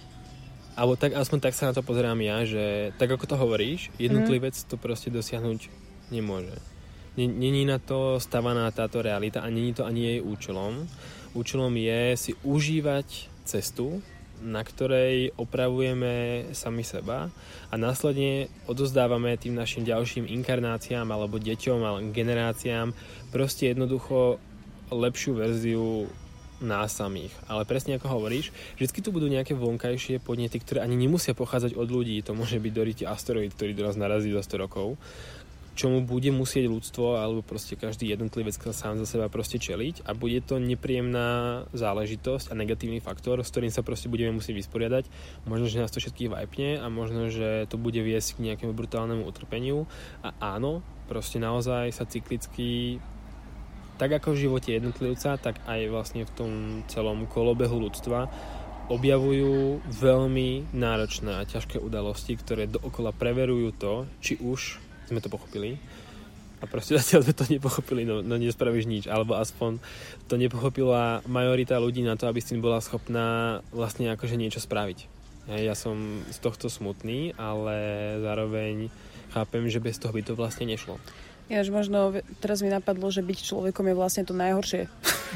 Alebo tak, aspoň tak sa na to pozerám ja, že tak ako to hovoríš, jednotlivec to proste dosiahnuť nemôže. Není na to stavaná táto realita a není to ani jej účelom. Účelom je si užívať cestu, na ktorej opravujeme sami seba a následne odozdávame tým našim ďalším inkarnáciám alebo deťom alebo generáciám proste jednoducho lepšiu verziu nás samých. Ale presne ako hovoríš, vždycky tu budú nejaké vonkajšie podnety, ktoré ani nemusia pochádzať od ľudí. To môže byť doriti asteroid, ktorý do nás narazí za sto rokov, čomu bude musieť ľudstvo alebo proste každý jednotlivec sám za seba proste čeliť a bude to nepríjemná záležitosť a negatívny faktor, s ktorým sa proste budeme musieť vysporiadať. Možno, že nás to všetkých vajpne a možno, že to bude viesť k nejakému brutálnemu utrpeniu a áno, proste naozaj sa cyklicky tak ako v živote jednotlivca, tak aj vlastne v tom celom kolobehu ľudstva objavujú veľmi náročné a ťažké udalosti, ktoré dookola preverujú to, či už sme to pochopili a proste zatiaľ sme to nepochopili, no, no nespravíš nič, alebo aspoň to nepochopila majorita ľudí na to, aby s tým bola schopná vlastne akože niečo spraviť. Ja, ja som z tohto smutný, ale zároveň chápem, že bez toho by to vlastne nešlo. Ináč možno teraz mi napadlo, že byť človekom je vlastne to najhoršie.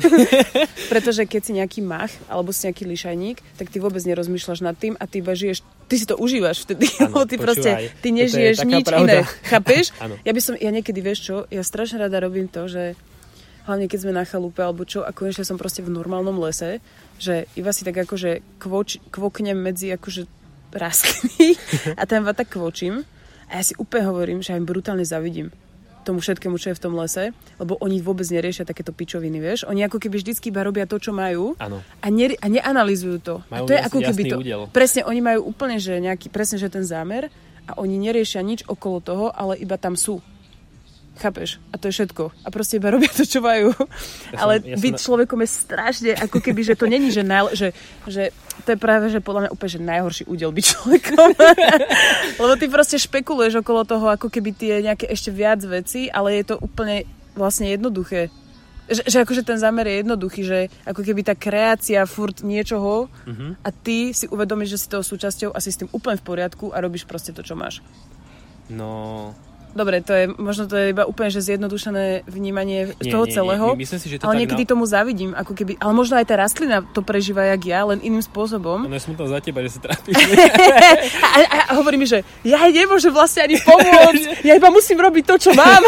Pretože keď si nejaký mach alebo si nejaký lišajník, tak ty vôbec nerozmýšľaš nad tým a ty iba žiješ, ty si to užívaš vtedy. Ano, ty počúvaj, proste, ty nežiješ nič pravda. iné. Chápeš? Ano. Ja by som, ja niekedy, vieš čo, ja strašne rada robím to, že hlavne keď sme na chalupe alebo čo a konečne som proste v normálnom lese, že iba si tak akože kvoč, kvoknem medzi akože rastliny a tam iba tak kvočím a ja si úplne hovorím, že ja im brutálne zavidím tomu všetkému, čo je v tom lese, lebo oni vôbec neriešia takéto pičoviny, vieš. Oni ako keby vždycky iba robia to, čo majú a, ne, a neanalýzujú to. Majú a to je jasný, ako keby to. Údel. Presne, oni majú úplne, že nejaký, presne, že ten zámer a oni neriešia nič okolo toho, ale iba tam sú. Chápeš? A to je všetko. A proste iba robia to, čo majú. Ja ale som, ja byť na... človekom je strašne, ako keby, že to není, že, najle, že, že to je práve, že podľa mňa úplne, že najhorší údel byť človekom. Lebo ty proste špekuluješ okolo toho, ako keby tie nejaké ešte viac veci, ale je to úplne vlastne jednoduché. Že, že akože ten zámer je jednoduchý, že ako keby tá kreácia furt niečoho mm-hmm. a ty si uvedomíš, že si toho súčasťou a si s tým úplne v poriadku a robíš proste to, čo máš. No... Dobre, to je, možno to je iba úplne že zjednodušené vnímanie nie, toho nie, celého, nie, myslím si, že to ale tak niekedy na... tomu závidím, ako keby, ale možno aj tá rastlina to prežíva jak ja, len iným spôsobom. Ono je smutno za teba, že sa trápiš. a, a, a hovorí mi, že ja nemôžem vlastne ani pomôcť, ja iba musím robiť to, čo mám.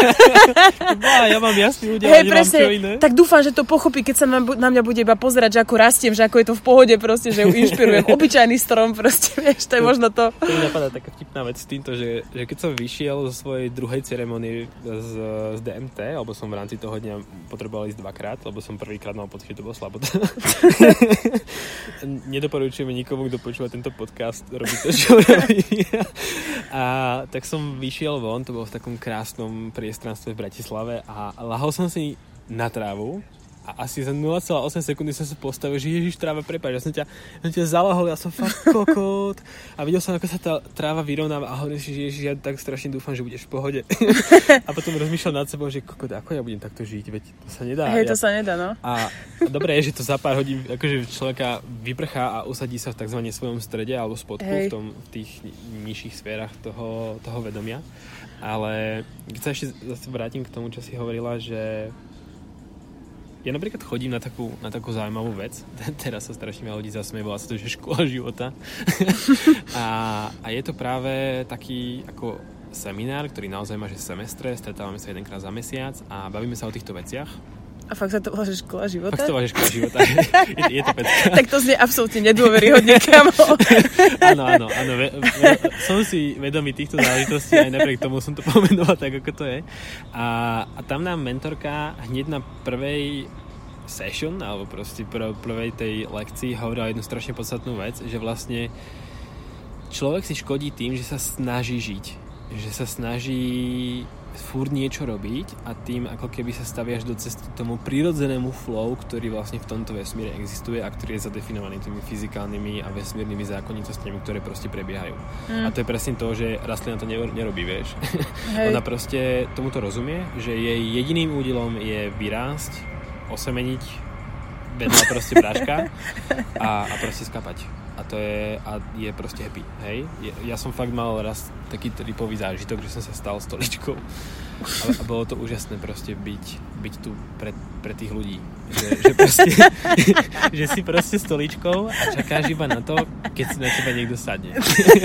Bá, ja mám jasný údel, hey, nemám presne, čo iné. Tak dúfam, že to pochopí, keď sa na, na mňa bude iba pozerať, že ako rastiem, že ako je to v pohode, proste, že ju inšpirujem. Obyčajný strom, proste, vieš, to je možno to. To mi napadá taká vtipná vec s týmto, že, že keď som vyšiel zo svojej druhej ceremonie z, z dé em té, alebo som v rámci toho dňa potreboval ísť dvakrát, lebo som prvýkrát mal pocit, že to bolo slabota. Nedoporučujeme nikomu, kto počúva tento podcast, robiť to, čo robí. A tak som vyšiel von, to bolo v takom krásnom priestranstve v Bratislave a lahol som si na trávu a asi za nula celá osem sekundy som sa postavil, že ježiš, tráva, prepáč, ja som ťa, ja som ťa zalahol, ja som fakt kokot a videl som, ako sa tá tráva vyrovnáva a hovorím si, že ježiš, ja tak strašne dúfam, že budeš v pohode. A potom rozmýšľal nad sebou, že kokot, ako ja budem takto žiť, veď to sa nedá. Hej, to ja... sa nedá, no. A, a dobré je, že to za pár hodín akože človeka vyprchá a usadí sa v tzv. Svojom strede alebo spodku, v, tom, v tých nižších sférach toho, toho vedomia. Ale keď sa ešte zase vrátim k tomu, čo si hovorila, že ja napríklad chodím na takú, na takú zaujímavú vec. Teraz sa strašne veľa ľudí zasmeje, volá sa to, že škola života. a, a je to práve taký ako seminár, ktorý naozaj má že semestre, stretávame sa jedenkrát za mesiac a bavíme sa o týchto veciach. A fakt sa to volá, že škola života? Fakt to volá, že škola života. je, je to pecka. Tak to znie absolútne nedôveryhodne, kamo. Áno, áno, áno. Ve, ve, som si vedomý týchto záležitostí, aj napriek tomu som to pomenoval tak, ako to je. A, a tam nám mentorka hneď na prvej session, alebo proste prv, prvej tej lekcii hovorila jednu strašne podstatnú vec, že vlastne človek si škodí tým, že sa snaží žiť. Že sa snaží furt niečo robiť a tým ako keby sa staviaš do cesty tomu prirodzenému flow, ktorý vlastne v tomto vesmíre existuje a ktorý je zadefinovaný tými fyzikálnymi a vesmírnymi zákonitostiami, ktoré proste prebiehajú. Mm. A to je presne to, že rastlina to nerobí, vieš. Hej. Ona proste tomuto rozumie, že jej jediným údelom je vyrásť, osemeniť, vedľa proste práška a, a proste skapať. A to je, a je proste happy, hej? Ja som fakt mal raz taký tripový zážitok, že som sa stal stoličkou a, a bolo to úžasné proste byť, byť tu pre, pre tých ľudí. Že, že, proste, že si proste stoličkou a čakáš iba na to, keď si na teba niekto sadne.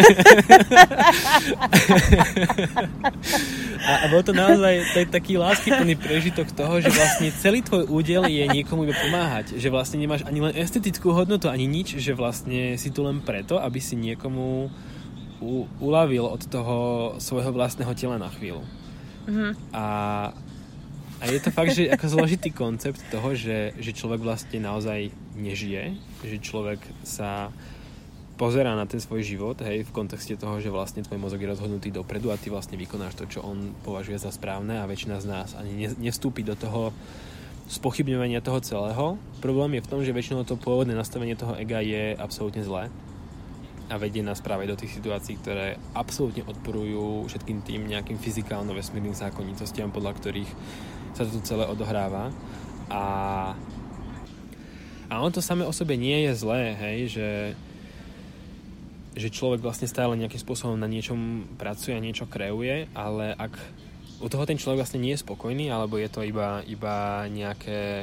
A, a bol to naozaj t- taký láskyplný prežitok toho, že vlastne celý tvoj údel je niekomu iba pomáhať. Že vlastne nemáš ani len estetickú hodnotu, ani nič, že vlastne si tu len preto, aby si niekomu u- uľavil od toho svojho vlastného tela na chvíľu. Mm-hmm. A, a je to fakt, že ako zložitý koncept toho, že, že človek vlastne naozaj nežije, že človek sa pozerá na ten svoj život, hej, v kontexte toho, že vlastne tvoj mozog je rozhodnutý dopredu a ty vlastne vykonáš to, čo on považuje za správne a väčšina z nás ani nevstúpi do toho spochybňovania toho celého. Problém je v tom, že väčšinou to pôvodné nastavenie toho ega je absolútne zlé a vedie nás práve do tých situácií, ktoré absolútne odporujú všetkým tým nejakým fyzikálno-vesmírnym zákonitostiam, podľa ktorých sa to celé odohráva. A, a on to samé o sebe nie je zlé, hej, že že človek vlastne stále nejakým spôsobom na niečom pracuje a niečo kreuje, ale ak u toho ten človek vlastne nie je spokojný, alebo je to iba, iba nejaké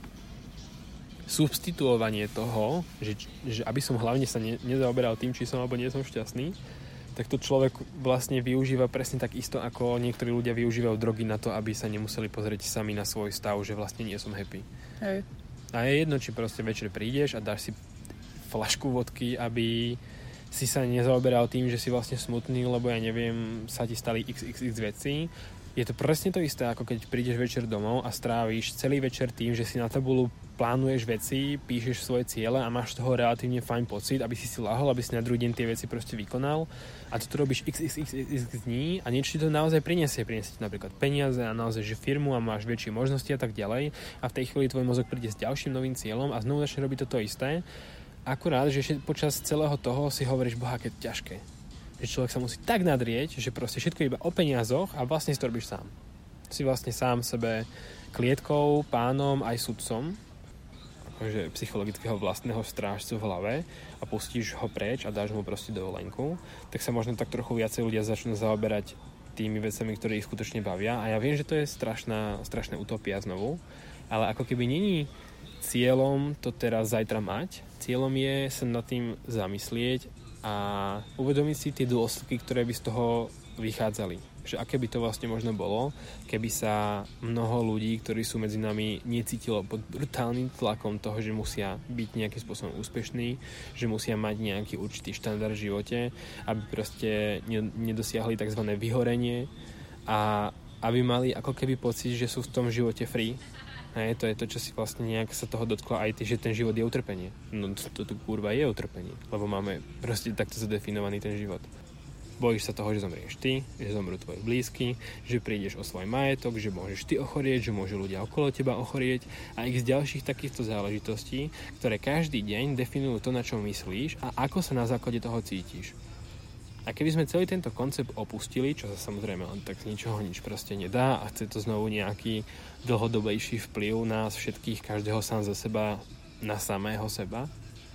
substituovanie toho, že, že aby som hlavne sa ne, nezaoberal tým, či som alebo nie som šťastný, tak to človek vlastne využíva presne tak isto, ako niektorí ľudia využívajú drogy na to, aby sa nemuseli pozrieť sami na svoj stav, že vlastne nie som happy. Hej. A je jedno, či proste večer prídeš a dáš si flašku vodky, aby si sa nezaoberal tým, že si vlastne smutný, lebo ja neviem, sa ti stali iks iks iks vecí. Je to presne to isté, ako keď prídeš večer domov a stráviš celý večer tým, že si na tabulu plánuješ veci, píšeš svoje ciele a máš z toho relatívne fajn pocit, aby si si lahol, aby si na druhý deň tie veci proste vykonal. A toto robíš iks iks iks iks dní a niečo ti to naozaj prinesie. Prinesie ti napríklad peniaze a naozaj že firmu a máš väčšie možnosti a tak ďalej. A v tej chvíli tvoj mozog príde s ďalším novým cieľom a znovu začne robiť toto isté. Akurát, že počas celého toho si hovoríš, boha, keď ťažké. Že človek sa musí tak nadrieť, že proste všetko je iba o peniazoch a vlastne si to robíš sám. Si vlastne sám sebe klietkou, pánom, aj sudcom, akože psychologického vlastného strážcu v hlave a pustíš ho preč a dáš mu proste dovolenku, tak sa možno tak trochu viacej ľudia začnú zaoberať tými vecami, ktoré ich skutočne bavia. A ja viem, že to je strašná, strašná utopia znovu, ale ako keby není cieľom to teraz zajtra mať. Cieľom je sa nad tým zamyslieť a uvedomiť si tie dôsledky, ktoré by z toho vychádzali. Že aké by to vlastne možno bolo, keby sa mnoho ľudí, ktorí sú medzi nami, necítilo pod brutálnym tlakom toho, že musia byť nejakým spôsobom úspešní, že musia mať nejaký určitý štandard v živote, aby proste nedosiahli tzv. Vyhorenie a aby mali ako keby pocit, že sú v tom živote free. Hej, to je to, čo si vlastne nejak sa toho dotklo aj ty, že ten život je utrpenie. No to tu kurva je utrpenie, lebo máme proste takto zadefinovaný ten život. Bojíš sa toho, že zomrieš ty, že zomrú tvoji blízky, že prídeš o svoj majetok, že môžeš ty ochorieť, že môžu ľudia okolo teba ochorieť a x ďalších takýchto záležitostí, ktoré každý deň definujú to, na čo myslíš a ako sa na základe toho cítiš. A keby sme celý tento koncept opustili, čo sa samozrejme len tak z ničoho nič proste nedá a chce to znovu nejaký dlhodobejší vplyv nás všetkých, každého sám za seba, na samého seba,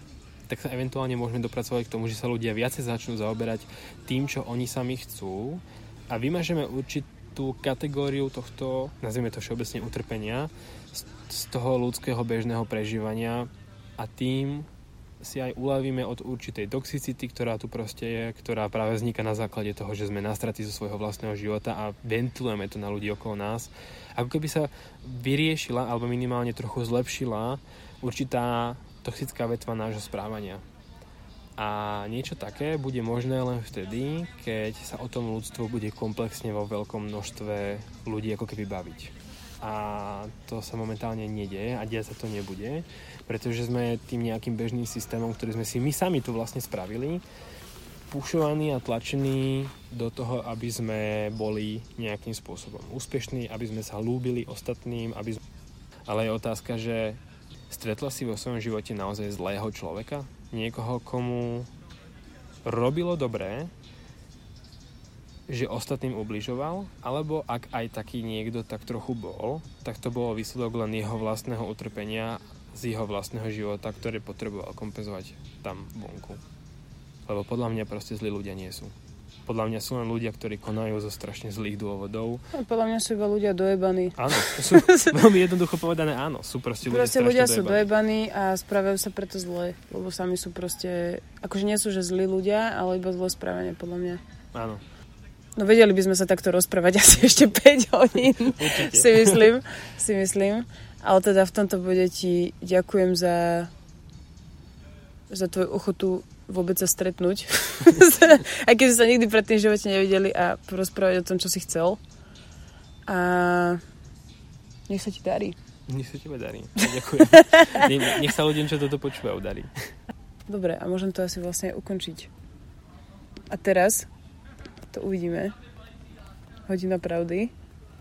tak sa eventuálne môžeme dopracovať k tomu, že sa ľudia viacej začnú zaoberať tým, čo oni sami chcú a vymažeme určitú tú kategóriu tohto, nazvime to všeobecne utrpenia, z, z toho ľudského bežného prežívania a tým si aj uľavíme od určitej toxicity, ktorá tu proste je, ktorá práve vzniká na základe toho, že sme na straty zo svojho vlastného života a ventilujeme to na ľudí okolo nás. Ako keby sa vyriešila alebo minimálne trochu zlepšila určitá toxická vetva nášho správania. A niečo také bude možné len vtedy, keď sa o tom ľudstvo bude komplexne vo veľkom množstve ľudí ako keby baviť. A to sa momentálne nedieje a diať sa to nebude, pretože sme tým nejakým bežným systémom, ktorý sme si my sami tu vlastne spravili, pušovaní a tlačení do toho, aby sme boli nejakým spôsobom úspešní, aby sme sa ľúbili ostatným, aby sme... Ale je otázka, že stretla si vo svojom živote naozaj zlého človeka? Niekoho, komu robilo dobré, že ostatným ubližoval, alebo ak aj taký niekto tak trochu bol, tak to bolo výsledok len jeho vlastného utrpenia z jeho vlastného života, ktoré potreboval kompenzovať tam vonku. Lebo podľa mňa proste zlí ľudia nie sú. Podľa mňa sú len ľudia, ktorí konajú zo strašne zlých dôvodov. A podľa mňa sú iba ľudia dojebaní. Áno, sú veľmi jednoducho povedané áno. Sú proste ľudia proste strašne ľudia dojebaní. sú dojebaní a správajú sa preto zle, lebo sami sú proste, akože nie sú že zlí ľudia, ale iba zlé správanie podľa mňa. Áno. No vedeli by sme sa takto rozprávať asi ešte päť hodín, si myslím, si myslím. Ale teda v tomto bode ti ďakujem za, za tvoju ochotu vôbec sa stretnúť. Aj keď sme sa nikdy predtým v živote nevideli a porozprávať o tom, čo si chcel. A nech sa ti darí. Nech sa tebe darí. Ďakujem. Nech sa ľuďom, čo toto počúvajú, darí. Dobre, a môžem to asi vlastne ukončiť. A teraz to uvidíme. Hodina pravdy.